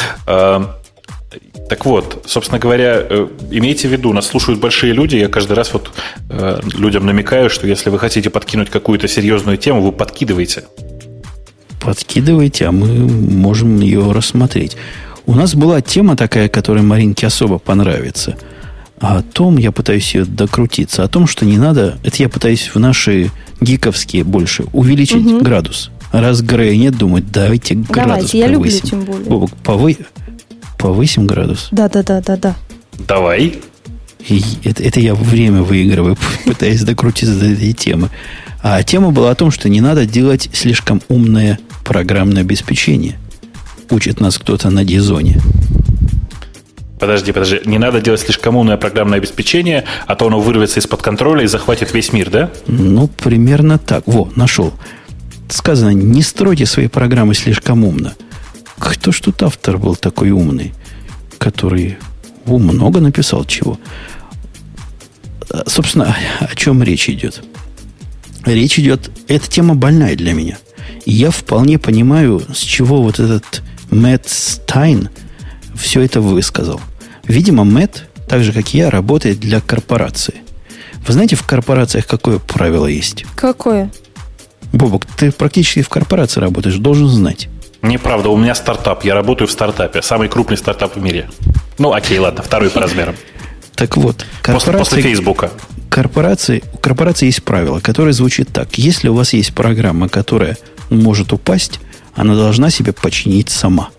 Так вот, собственно говоря, имейте в виду, нас слушают большие люди, я каждый раз вот людям намекаю, что если вы хотите подкинуть какую-то серьезную тему, вы подкидываете. Подкидывайте, а мы можем ее рассмотреть. У нас была тема такая, которая Маринке особо понравится. А о том, я пытаюсь ее докрутиться, о том, что не надо, это я пытаюсь в наши гиковские больше увеличить градус. Раз Грея нет, думать, давайте градус повысим. Я люблю, тем более. Повысим градус? Да. Давай. И это я время выигрываю, пытаясь докрутиться до этой темы. А тема была о том, что не надо делать слишком умное программное обеспечение. Учит нас кто-то на Дизоне. Подожди. Не надо делать слишком умное программное обеспечение, а то оно вырвется из-под контроля и захватит весь мир, да? Ну, примерно так. Нашел. Сказано, не стройте свои программы слишком умно. Кто ж тут автор был такой умный, который много написал чего? Собственно, о чем речь идет? Речь идет... Эта тема больная для меня. И я вполне понимаю, с чего вот этот Мэтт Стайн все это высказал. Видимо, Мэтт, так же, как и я, работает для корпорации. Вы знаете, в корпорациях какое правило есть? Какое? Бобок, ты практически в корпорации работаешь, должен знать. Неправда, у меня стартап. Я работаю в стартапе. Самый крупный стартап в мире. Ну, окей, ладно, второй по размерам. Так вот, после Фейсбука. У корпорации есть правило, которое звучит так. Если у вас есть программа, которая может упасть, она должна себя починить сама.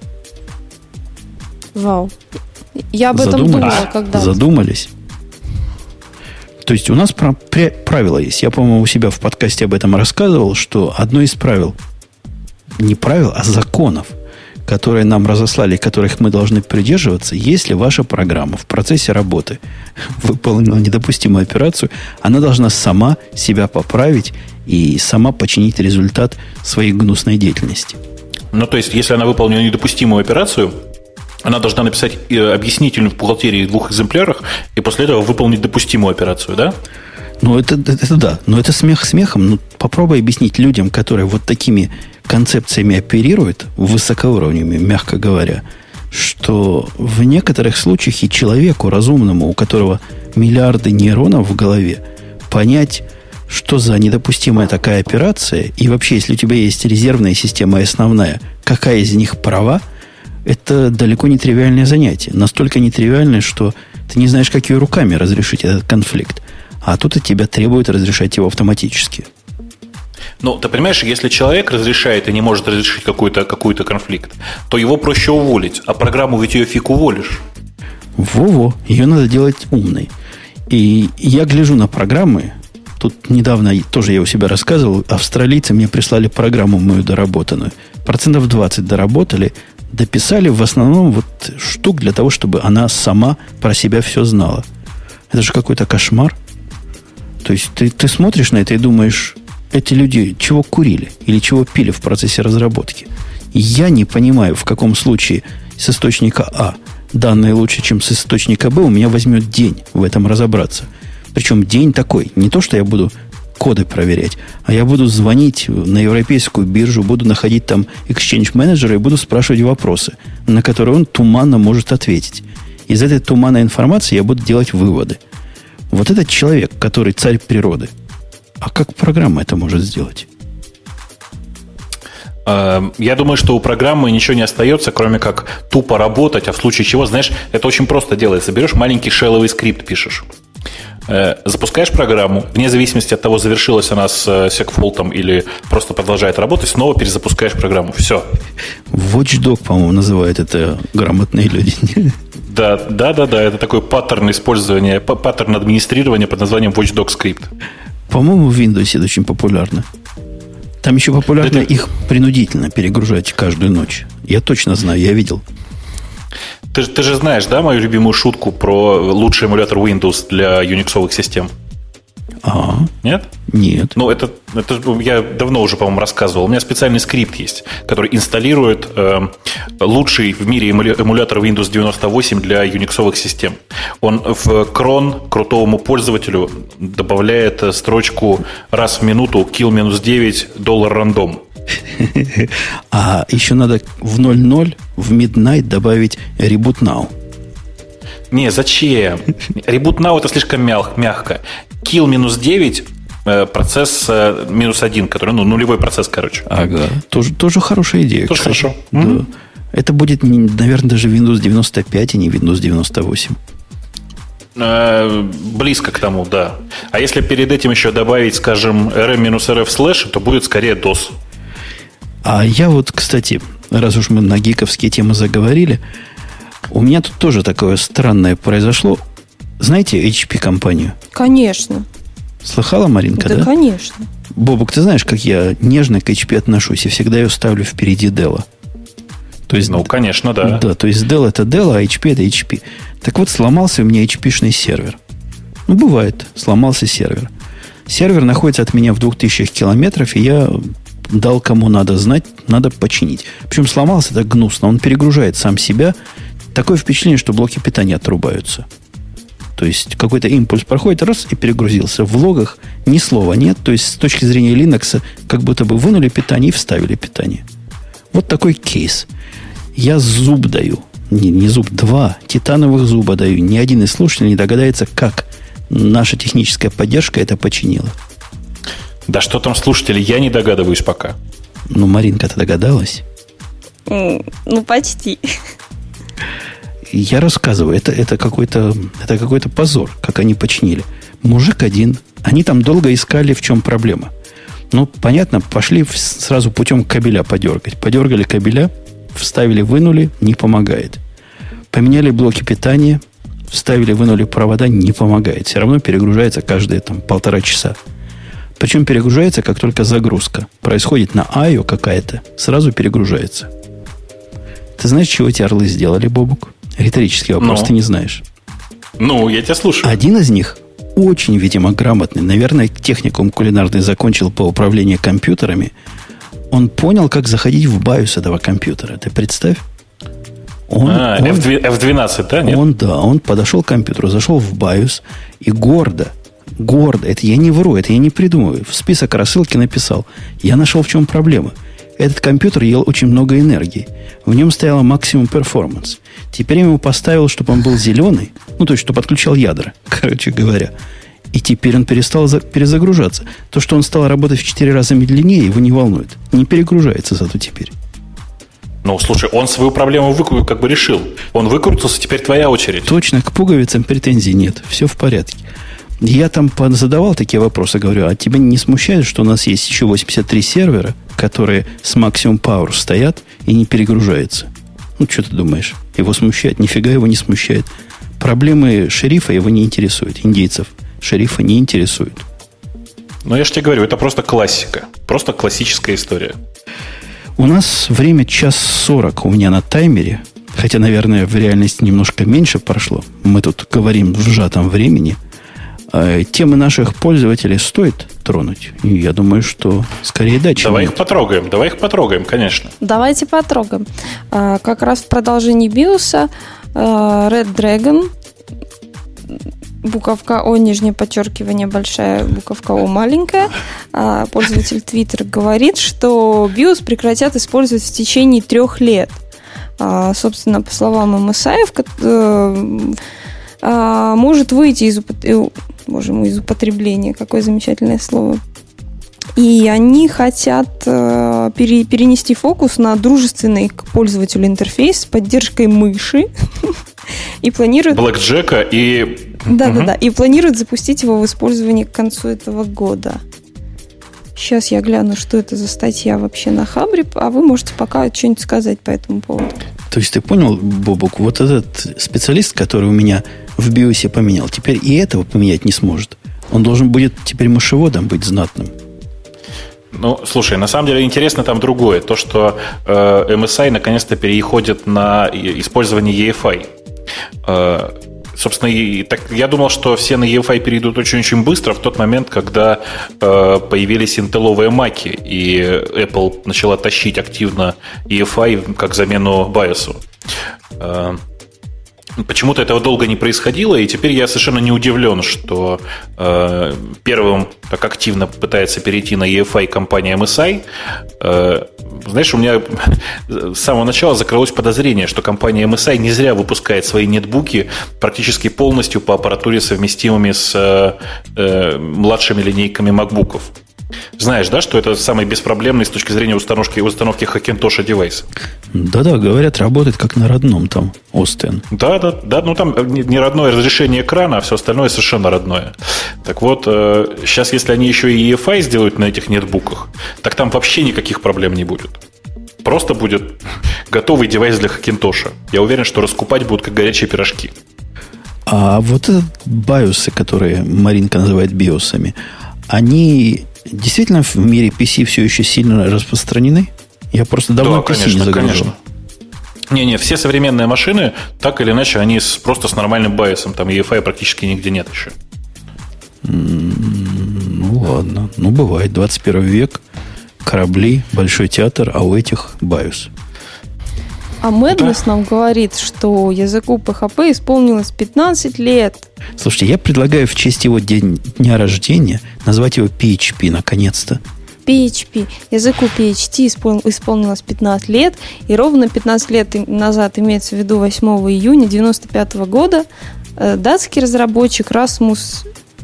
Вау. Я об этом думала когда-то. Задумались? То есть у нас правило есть. Я, по-моему, у себя в подкасте об этом рассказывал, что одно из правил, не правил, а законов, которые нам разослали, которых мы должны придерживаться, если ваша программа в процессе работы выполнила недопустимую операцию, она должна сама себя поправить и сама починить результат своей гнусной деятельности. Ну, то есть, если она выполнила недопустимую операцию, она должна написать объяснительную в бухгалтерии в 2 экземплярах и после этого выполнить допустимую операцию, да? Ну, это да. Но это смех смехом. Ну, попробуй объяснить людям, которые вот такими концепциями оперируют, высокоуровневыми, мягко говоря, что в некоторых случаях и человеку разумному, у которого миллиарды нейронов в голове, понять, что за недопустимая такая операция, и вообще, если у тебя есть резервная система и основная, какая из них права, это далеко не тривиальное занятие. Настолько нетривиальное, что ты не знаешь, как ее руками разрешить этот конфликт. А тут от тебя требуют разрешать его автоматически. Ну, ты понимаешь, если человек разрешает и не может разрешить какой-то конфликт, то его проще уволить. А программу ведь ее фиг уволишь. Во-во, ее надо делать умной. И я гляжу на программы. Тут недавно тоже я у себя рассказывал. Австралийцы мне прислали программу мою доработанную. 20% доработали. Дописали в основном вот штук для того, чтобы она сама про себя все знала. Это же какой-то кошмар. То есть ты смотришь на это и думаешь, эти люди чего курили или чего пили в процессе разработки. Я не понимаю, в каком случае с источника А данные лучше, чем с источника Б. У меня возьмет день в этом разобраться. Причем день такой. Не то, что я буду коды проверять, а я буду звонить на европейскую биржу, буду находить там exchange менеджера и буду спрашивать вопросы, на которые он туманно может ответить. Из этой туманной информации я буду делать выводы. Вот этот человек, который царь природы, а как программа это может сделать? Я думаю, что у программы ничего не остается, кроме как тупо работать, а в случае чего, знаешь, это очень просто делается. Берешь маленький шелловый скрипт, пишешь. Запускаешь программу, вне зависимости от того, завершилась она с секфолтом или просто продолжает работать, снова перезапускаешь программу. Все. Watchdog, по-моему, называют это грамотные люди. Да, это такой паттерн использования, паттерн администрирования под названием Watchdog скрипт. По-моему, в Windows это очень популярно. Там еще популярно их принудительно перегружать каждую ночь. Я точно знаю, я видел. Ты же знаешь, да, мою любимую шутку про лучший эмулятор Windows для юниксовых систем? Нет? Нет. Ну, это я давно уже, по-моему, рассказывал. У меня специальный скрипт есть, который инсталирует лучший в мире эмулятор Windows 98 для юниксовых систем. Он в крон крутому пользователю добавляет строчку раз в минуту kill-9 $рандом. А еще надо в 00 в Midnight добавить Reboot Now. Не, зачем? Reboot Now это слишком мягко. Kill-9 процесс -1, который, нулевой процесс, короче. Ага, тоже хорошая идея. Тоже кстати. хорошо. Да. Mm-hmm. Это будет, наверное, даже Windows 95, а не Windows 98. Близко к тому, да. А если перед этим еще добавить, скажем, rm-rf/, то будет скорее DOS. А я вот, кстати, раз уж мы на гиковские темы заговорили, у меня тут тоже такое странное произошло. Знаете HP-компанию? Конечно. Слыхала, Маринка, да? Да, конечно. Бобок, ты знаешь, как я нежно к HP отношусь, и всегда ее ставлю впереди Dell. То есть, конечно, да. Да, то есть Dell это Dell, а HP это HP. Так вот, сломался у меня HP-шный сервер. Бывает, сломался сервер. Сервер находится от меня в 2000 километров, и я дал кому надо знать, надо починить. Причем сломался так гнусно, он перегружает сам себя. Такое впечатление, что блоки питания отрубаются. То есть какой-то импульс проходит, раз, и перегрузился. В логах ни слова нет. То есть с точки зрения Linux, как будто бы вынули питание и вставили питание. Вот такой кейс. Я зуб даю. Не зуб, 2 титановых зуба даю. Ни один из слушателей не догадается, как наша техническая поддержка это починила. Да что там слушатели, я не догадываюсь пока. Маринка-то догадалась? Почти. Я рассказываю, это какой-то позор, как они починили. Мужик один, они там долго искали, в чем проблема. Понятно, пошли сразу путем кабеля подергать. Подергали кабеля, вставили, вынули, не помогает. Поменяли блоки питания, вставили, вынули провода, не помогает. Все равно перегружается каждые 1,5 часа. Причем перегружается, как только загрузка происходит на I.O. какая-то, сразу перегружается. Ты знаешь, чего эти орлы сделали, Бобук? Риторический вопрос, ты не знаешь. Я тебя слушаю. Один из них очень, видимо, грамотный. Наверное, техникум кулинарный закончил по управлению компьютерами. Он понял, как заходить в BIOS этого компьютера. Ты представь. F12, да? Нет? Он подошел к компьютеру, зашел в BIOS и гордо, это я не вру, это я не придумываю, в список рассылки написал. Я нашел, в чем проблема. Этот компьютер ел очень много энергии. В нем стояло максимум перформанс. Теперь я ему поставил, чтобы он был зеленый, то есть, чтобы отключал ядра, короче говоря. И теперь он перестал перезагружаться. То, что он стал работать в 4 раза медленнее, его не волнует. Не перегружается зато теперь. Слушай, он свою проблему решил. Он выкрутился, теперь твоя очередь. Точно, к пуговицам претензий нет. Все в порядке. Я там задавал такие вопросы, говорю, а тебя не смущает, что у нас есть еще 83 сервера, которые с максимум power стоят и не перегружаются? Что ты думаешь? Его смущает? Нифига его не смущает. Проблемы шерифа его не интересуют. Индейцев шерифа не интересуют. Я же тебе говорю, это просто классика. Просто классическая история. У нас время 1:40 у меня на таймере. Хотя, наверное, в реальности немножко меньше прошло. Мы тут говорим в сжатом времени. Темы наших пользователей стоит тронуть? И я думаю, что скорее да, чем Давай нет. их потрогаем, конечно. Давайте потрогаем. Как раз в продолжении BIOS Red Dragon, буковка О, нижнее подчеркивание, большая, буковка О, маленькая. Пользователь Twitter говорит, что BIOS прекратят использовать в течение 3 лет. Собственно, по словам МСАев, может выйти из употребления. Какое замечательное слово. И они хотят перенести фокус на дружественный к пользователю интерфейс с поддержкой мыши. И планируют... Блэкджека и... Да. И планируют запустить его в использовании к концу этого года. Сейчас я гляну, что это за статья вообще на Хабре, а вы можете пока что-нибудь сказать по этому поводу. То есть ты понял, Бобок, вот этот специалист, который у меня в BIOS поменял, теперь и этого поменять не сможет. Он должен будет теперь мышеводом быть знатным. Ну, слушай, на самом деле интересно там другое. То, что MSI наконец-то переходит на использование EFI. Собственно, я думал, что все на EFI перейдут очень-очень быстро в тот момент, когда появились интеловые маки, и Apple начала тащить активно EFI как замену BIOS. Почему-то этого долго не происходило, и теперь я совершенно не удивлен, что первым так активно пытается перейти на EFI компания MSI. Знаешь, у меня с самого начала закрылось подозрение, что компания MSI не зря выпускает свои нетбуки практически полностью по аппаратуре, совместимыми с младшими линейками MacBook'ов. Знаешь, да, что это самый беспроблемный с точки зрения установки Hackintosh девайс? Да-да, говорят, работает как на родном там Остен. Да, ну там не родное разрешение экрана, а все остальное совершенно родное. Так вот, сейчас, если они еще и EFI сделают на этих нетбуках, так там вообще никаких проблем не будет. Просто будет готовый девайс для Hackintosh. Я уверен, что раскупать будут как горячие пирожки. А вот это BIOS, которые Маринка называет биосами, они действительно в мире PC все еще сильно распространены? Я просто давно PC не загружал. Конечно. Не, все современные машины, так или иначе, они просто с нормальным BIOS. Там EFI практически нигде нет еще. Ну ладно. Ну бывает. 21 век, корабли, большой театр, а у этих BIOS. А Madness нам говорит, что языку PHP исполнилось 15 лет. Слушайте, я предлагаю в честь его дня рождения назвать его PHP, наконец-то. PHP. Языку PHP исполнилось 15 лет, и ровно 15 лет назад, имеется в виду 8 июня 1995 года, датский разработчик Расмус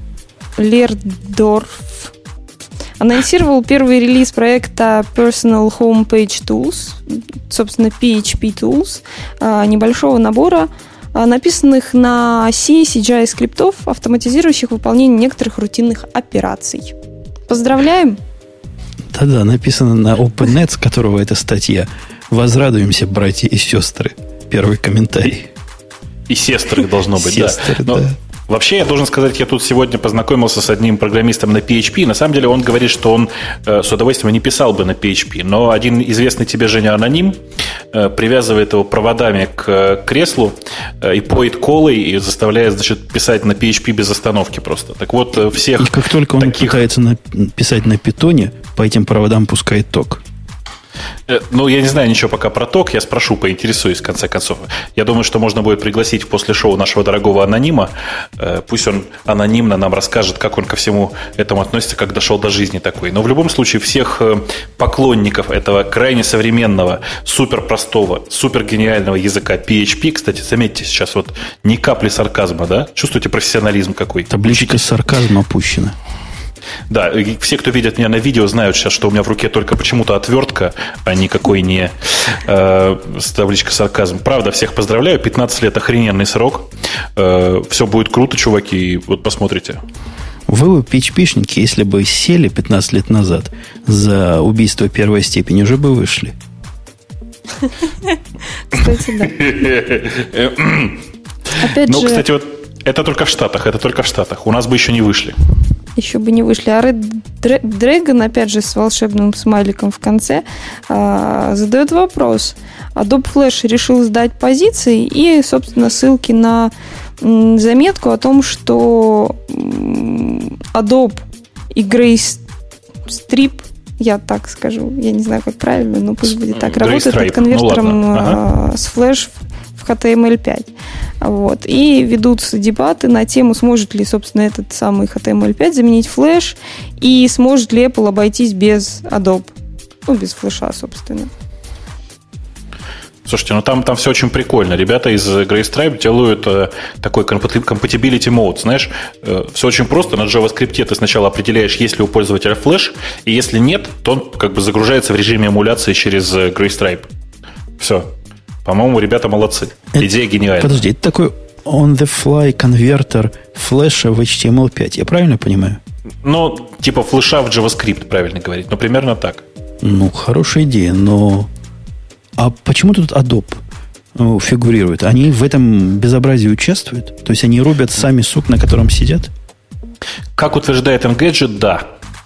Лердорф анонсировал первый релиз проекта Personal Homepage Tools, собственно, PHP Tools, небольшого набора, написанных на C, CGI скриптов, автоматизирующих выполнение некоторых рутинных операций. Поздравляем! Да-да, написано на OpenNet, с которого эта статья. Возрадуемся, братья и сестры. Первый комментарий. И сестры должно быть, сестры, да. Но вообще, я должен сказать, я тут сегодня познакомился с одним программистом на PHP. На самом деле, он говорит, что он с удовольствием не писал бы на PHP. Но один известный тебе, Женя, аноним привязывает его проводами к креслу и поет колой и заставляет, значит, писать на PHP без остановки просто. Так вот, всех и как только он пытается писать на питоне, по этим проводам пускает ток. Ну, я не знаю ничего пока про ток, я спрошу, поинтересуюсь в конце концов. Я думаю, что можно будет пригласить после шоу нашего дорогого анонима. Пусть он анонимно нам расскажет, как он ко всему этому относится, как дошел до жизни такой. Но в любом случае всех поклонников этого крайне современного, супер простого, супер гениального языка PHP, кстати, заметьте, сейчас вот ни капли сарказма, да? Чувствуете профессионализм какой? Табличка сарказма опущена. Да, и все, кто видит меня на видео, знают сейчас, что у меня в руке только почему-то отвертка, а никакой не табличка сарказм. Правда, всех поздравляю, 15 лет охрененный срок. Все будет круто, чуваки, и вот посмотрите. Вы, PHP-шники, если бы сели 15 лет назад за убийство первой степени, уже бы вышли. Кстати, да. Опять же... кстати, вот это только в Штатах. У нас бы еще не вышли. Еще бы не вышли. А Red Dragon, опять же, с волшебным смайликом в конце, задает вопрос. Adobe Flash решил сдать позиции и, собственно, ссылки на заметку о том, что Adobe и Grace Strip, я так скажу, я не знаю, как правильно, но пусть будет так, работают над конвертером с Flash в HTML5. Вот. И ведутся дебаты на тему, сможет ли, собственно, этот самый HTML5 заменить Flash, и сможет ли Apple обойтись без Adobe. Ну, без флеша, собственно. Слушайте, ну там все очень прикольно. Ребята из GrayStripe делают такой compatibility mode. Знаешь, все очень просто. На JavaScript ты сначала определяешь, есть ли у пользователя флеш, и если нет, то он как бы загружается в режиме эмуляции через GrayStripe. Все. По-моему, ребята молодцы. Идея гениальная. Подожди, это такой on-the-fly конвертер флеша в HTML5. Я правильно понимаю? Ну, типа флеша в JavaScript, правильно говорить. Ну, примерно так. Ну, хорошая идея, но... А почему тут Adobe фигурирует? Они в этом безобразии участвуют? То есть они рубят сами сук, на котором сидят? Как утверждает Engadget, да.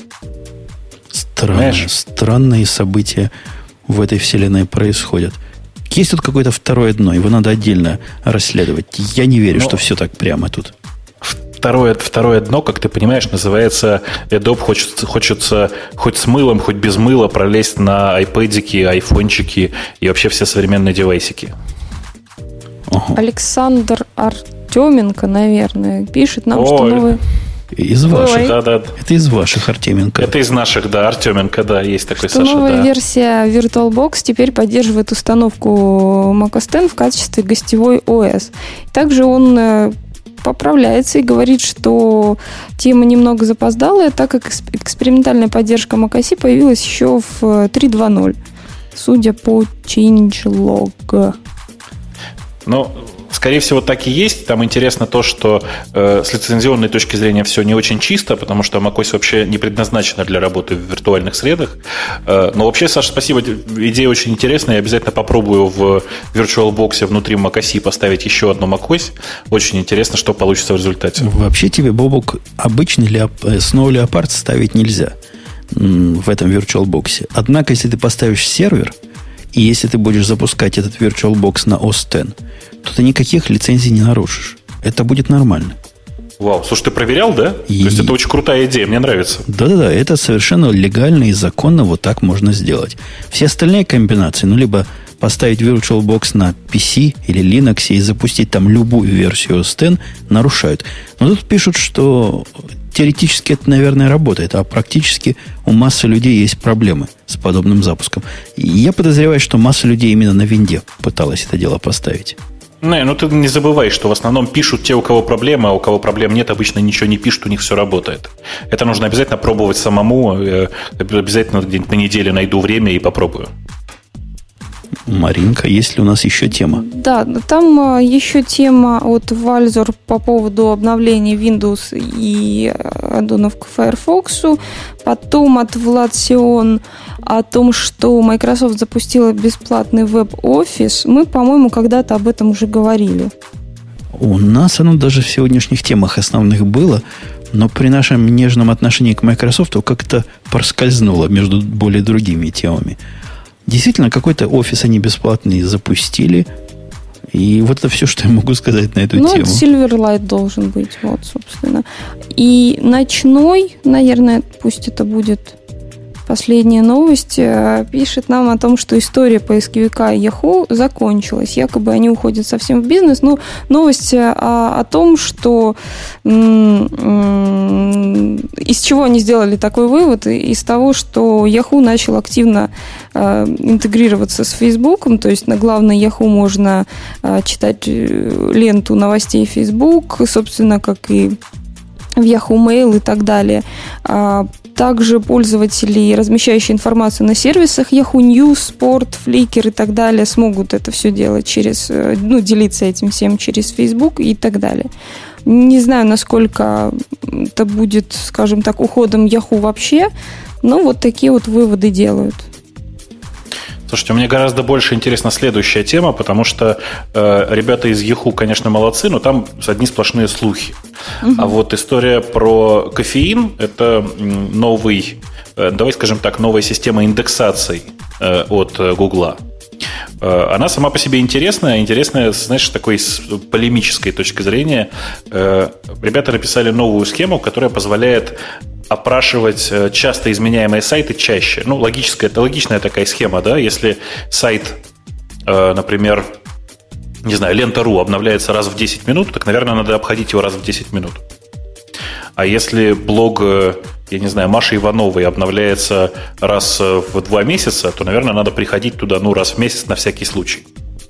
Странные события в этой вселенной происходят. Есть тут какое-то второе дно, его надо отдельно расследовать. Я не верю, что все так прямо тут. Второе дно, как ты понимаешь, называется Adobe хочется хоть с мылом, хоть без мыла пролезть на айпэдики, айфончики и вообще все современные девайсики. Александр Артеменко, наверное, пишет нам, что новые... Из ваших. Да. Это из ваших, Артеменко. Это из наших, да, Артеменко, да, есть такой что Саша. Новая версия VirtualBox теперь поддерживает установку Mac OS X в качестве гостевой ОС. Также он поправляется и говорит, что тема немного запоздалая, так как экспериментальная поддержка macOS появилась еще в 3.2.0, судя по changelog. Скорее всего, так и есть. Там интересно то, что с лицензионной точки зрения все не очень чисто, потому что macOS вообще не предназначена для работы в виртуальных средах. Но вообще, Саша, спасибо. Идея очень интересная. Я обязательно попробую в VirtualBox внутри macOS поставить еще одну macOS. Очень интересно, что получится в результате. Вообще тебе, Бобук, обычный Snow Leopard ставить нельзя в этом VirtualBox. Однако, если ты поставишь сервер, и если ты будешь запускать этот VirtualBox на OS X, то ты никаких лицензий не нарушишь. Это будет нормально. Вау, слушай, ты проверял, да? То есть это очень крутая идея, мне нравится. Да, это совершенно легально и законно вот так можно сделать. Все остальные комбинации, либо поставить VirtualBox на PC или Linux и запустить там любую версию OS X, нарушают. Но тут пишут, что теоретически это, наверное, работает, а практически у массы людей есть проблемы с подобным запуском. И я подозреваю, что масса людей именно на винде пыталась это дело поставить. Ты не забывай, что в основном пишут те, у кого проблемы, а у кого проблем нет, обычно ничего не пишут, у них все работает. Это нужно обязательно пробовать самому, обязательно где-нибудь на неделе найду время и попробую. Маринка, есть ли у нас еще тема? Да, там еще тема от Valzor по поводу обновления Windows и аддонов к Firefox. Потом от Влад Сион о том, что Microsoft запустила бесплатный веб-офис. Мы, по-моему, когда-то об этом уже говорили. У нас оно даже в сегодняшних темах основных было, но при нашем нежном отношении к Microsoft как-то проскользнуло между более другими темами. Действительно, какой-то офис они бесплатный запустили. И вот это все, что я могу сказать на эту тему. Это Silverlight должен быть, собственно. И ночной, наверное, пусть это будет последняя новость, пишет нам о том, что история поисковика Yahoo закончилась. Якобы они уходят совсем в бизнес. Но новость о том, что из чего они сделали такой вывод? Из того, что Yahoo начал активно интегрироваться с Фейсбуком, то есть на главной Yahoo можно читать ленту новостей Facebook, собственно, как и в Yahoo Mail и так далее. Также пользователи, размещающие информацию на сервисах Yahoo News, Sport, Flickr и так далее, смогут это все делать делиться этим всем через Facebook и так далее. Не знаю, насколько это будет, скажем так, уходом Yahoo вообще, но вот такие вот выводы делают. Слушайте, мне гораздо больше интересна следующая тема, потому что ребята из Yahoo, конечно, молодцы, но там одни сплошные слухи. Угу. А вот история про кофеин – это новая система индексаций от Гугла. Она сама по себе интересная, знаешь, с такой полемической точки зрения. Ребята написали новую схему, которая позволяет опрашивать часто изменяемые сайты чаще. Это логичная такая схема, да? Если сайт, например, не знаю, Лента.ру обновляется раз в 10 минут, так, наверное, надо обходить его раз в 10 минут. А если блог, я не знаю, Маши Ивановой обновляется раз в 2 месяца, то, наверное, надо приходить туда, раз в месяц на всякий случай.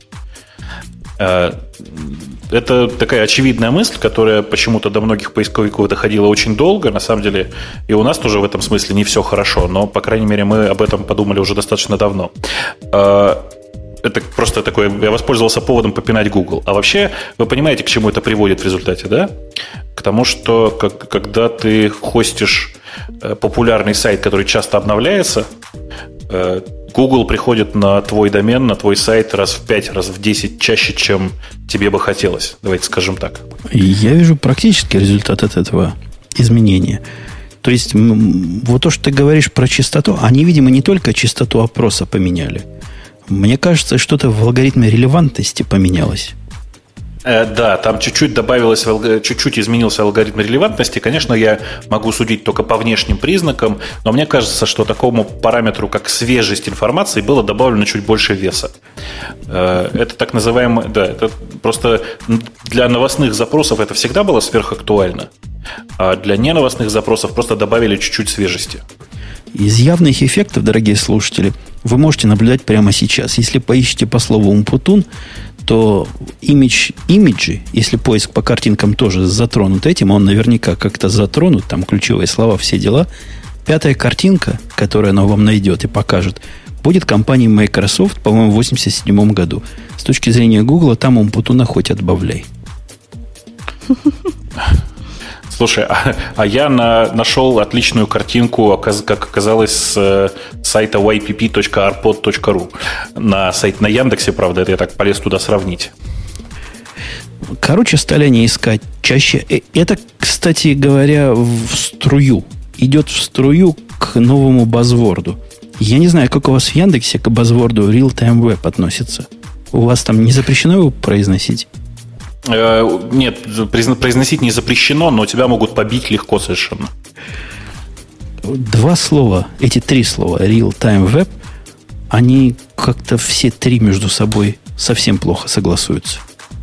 Это такая очевидная мысль, которая почему-то до многих поисковиков доходила очень долго. На самом деле и у нас тоже в этом смысле не все хорошо, но, по крайней мере, мы об этом подумали уже достаточно давно. Это просто такое, я воспользовался поводом попинать Google. А вообще, вы понимаете, к чему это приводит в результате, да? К тому, что когда ты хостишь популярный сайт, который часто обновляется, Google приходит на твой домен, на твой сайт раз в 5, раз в 10 чаще, чем тебе бы хотелось. Давайте скажем так. Я вижу практический результат от этого. изменения. То есть, вот то, что ты говоришь про частоту, они, видимо, не только частоту опроса поменяли. Мне кажется, что-то в алгоритме релевантности поменялось. Да, там чуть-чуть изменился алгоритм релевантности. Конечно, я могу судить только по внешним признакам, но мне кажется, что такому параметру, как свежесть информации, было добавлено чуть больше веса. Это так называемое, да, это просто для новостных запросов это всегда было сверхактуально, а для неновостных запросов просто добавили чуть-чуть свежести. Из явных эффектов, дорогие слушатели, вы можете наблюдать прямо сейчас. Если поищете по слову «Умпутун», то имиджи, если поиск по картинкам тоже затронут этим, он наверняка как-то затронут, там ключевые слова, все дела. 5-я картинка, которую она вам найдет и покажет, будет компании Microsoft, по-моему, в 1987 году. С точки зрения Google, там Умпутуна хоть отбавляй. Слушай, а я нашел отличную картинку, как оказалось, с сайта ypp.arpod.ru. На сайт на Яндексе, правда, это я так полез туда сравнить. Короче, стали они искать чаще. Это, кстати говоря, в струю. Идет в струю к новому базворду. Я не знаю, как у вас в Яндексе к базворду Real-Time Web относится. У вас там не запрещено его произносить? Нет, произносить не запрещено, но тебя могут побить легко совершенно. 2 слова, эти 3 слова Real-Time Web, они как-то все 3 между собой совсем плохо согласуются.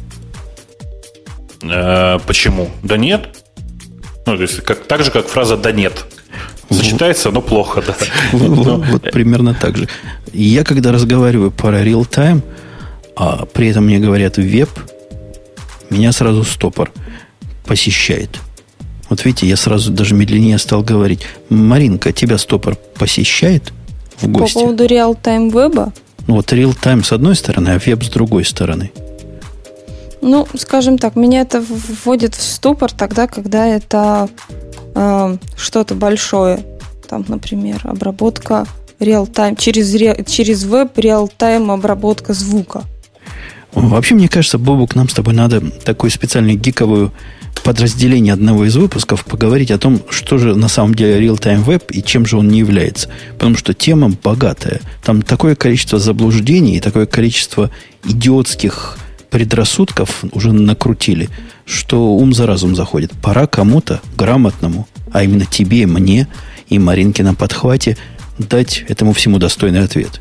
Почему? Да нет. Ну, то есть, так же, как фраза «да нет». Сочетается, но плохо, да. Вот примерно так же. Я, когда разговариваю про Real-Time, а при этом мне говорят «веб», меня сразу стопор посещает. Вот видите, я сразу даже медленнее стал говорить. Маринка, тебя стопор посещает в гости? По поводу реал-тайм веба? Вот реал-тайм с одной стороны, а веб с другой стороны. Ну, скажем так, меня это вводит в ступор тогда, когда это что-то большое. Там, например, обработка реал-тайм. Через веб реал-тайм обработка звука. Вообще, мне кажется, Бобук, нам с тобой надо такую специальную гиковую подразделение одного из выпусков поговорить о том, что же на самом деле Real-Time Web и чем же он не является. Потому что тема богатая. Там такое количество заблуждений и такое количество идиотских предрассудков уже накрутили, что ум за разум заходит. Пора кому-то грамотному, а именно тебе, мне и Маринке на подхвате дать этому всему достойный ответ.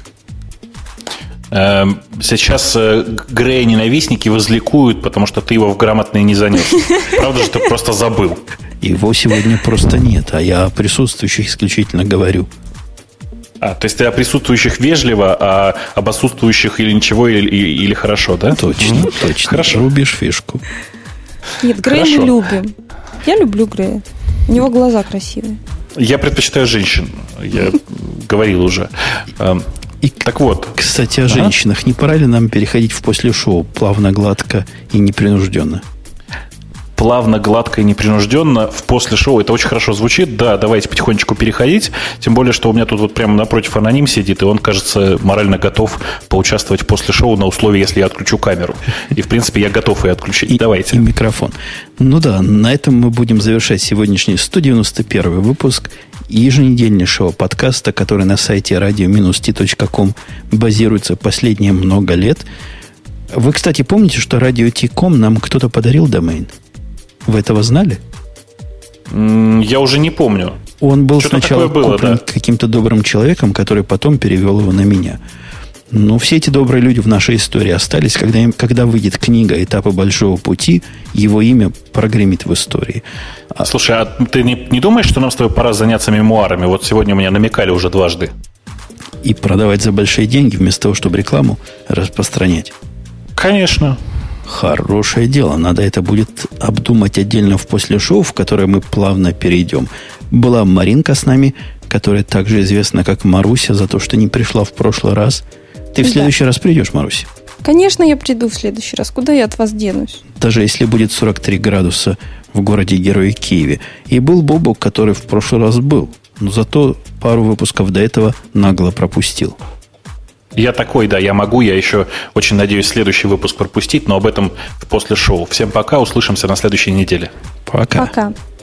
Сейчас Грея-ненавистники возликуют, потому что ты его в грамотные не занес. Правда же, ты просто забыл? Его сегодня просто нет, а я о присутствующих исключительно говорю. То есть ты о присутствующих вежливо, а об отсутствующих или ничего, или хорошо, да? Точно, точно. Хорошо. Рубишь фишку. Нет, Грея мы любим. Я люблю Грея. У него глаза красивые. Я предпочитаю женщин. Я говорил уже. И, так вот. Кстати, о женщинах. Не пора ли нам переходить в после шоу плавно, гладко и непринужденно? Плавно, гладко и непринужденно в после шоу. Это очень хорошо звучит. Да, давайте потихонечку переходить. Тем более, что у меня тут вот прямо напротив аноним сидит, и он, кажется, морально готов поучаствовать в после шоу на условии, если я отключу камеру. И, в принципе, я готов ее отключить. Давайте. И микрофон. Ну да, на этом мы будем завершать сегодняшний 191 выпуск еженедельнейшего подкаста, который на сайте radio-t.com базируется последние много лет. Вы, кстати, помните, что radio.t.com нам кто-то подарил домен? Вы этого знали? Я уже не помню. Он был Что-то сначала было, куплен каким-то добрым человеком, который потом перевел его на меня. Но все эти добрые люди в нашей истории остались. Когда выйдет книга «Этапы большого пути», его имя прогремит в истории. Слушай, а ты не думаешь, что нам с тобой пора заняться мемуарами? Вот сегодня меня намекали уже дважды. И продавать за большие деньги, вместо того, чтобы рекламу распространять? Конечно. Хорошее дело. Надо это будет обдумать отдельно в после шоу, в которое мы плавно перейдем. Была Маринка с нами, которая также известна как Маруся за то, что не пришла в прошлый раз. Ты в следующий раз придешь, Маруся? Конечно, я приду в следующий раз. Куда я от вас денусь? Даже если будет 43 градуса в городе-герое Киеве. И был Бобок, который в прошлый раз был. Но зато пару выпусков до этого нагло пропустил. Я такой, да, я могу. Я еще очень надеюсь следующий выпуск пропустить, но об этом после шоу. Всем пока, услышимся на следующей неделе. Пока. Пока.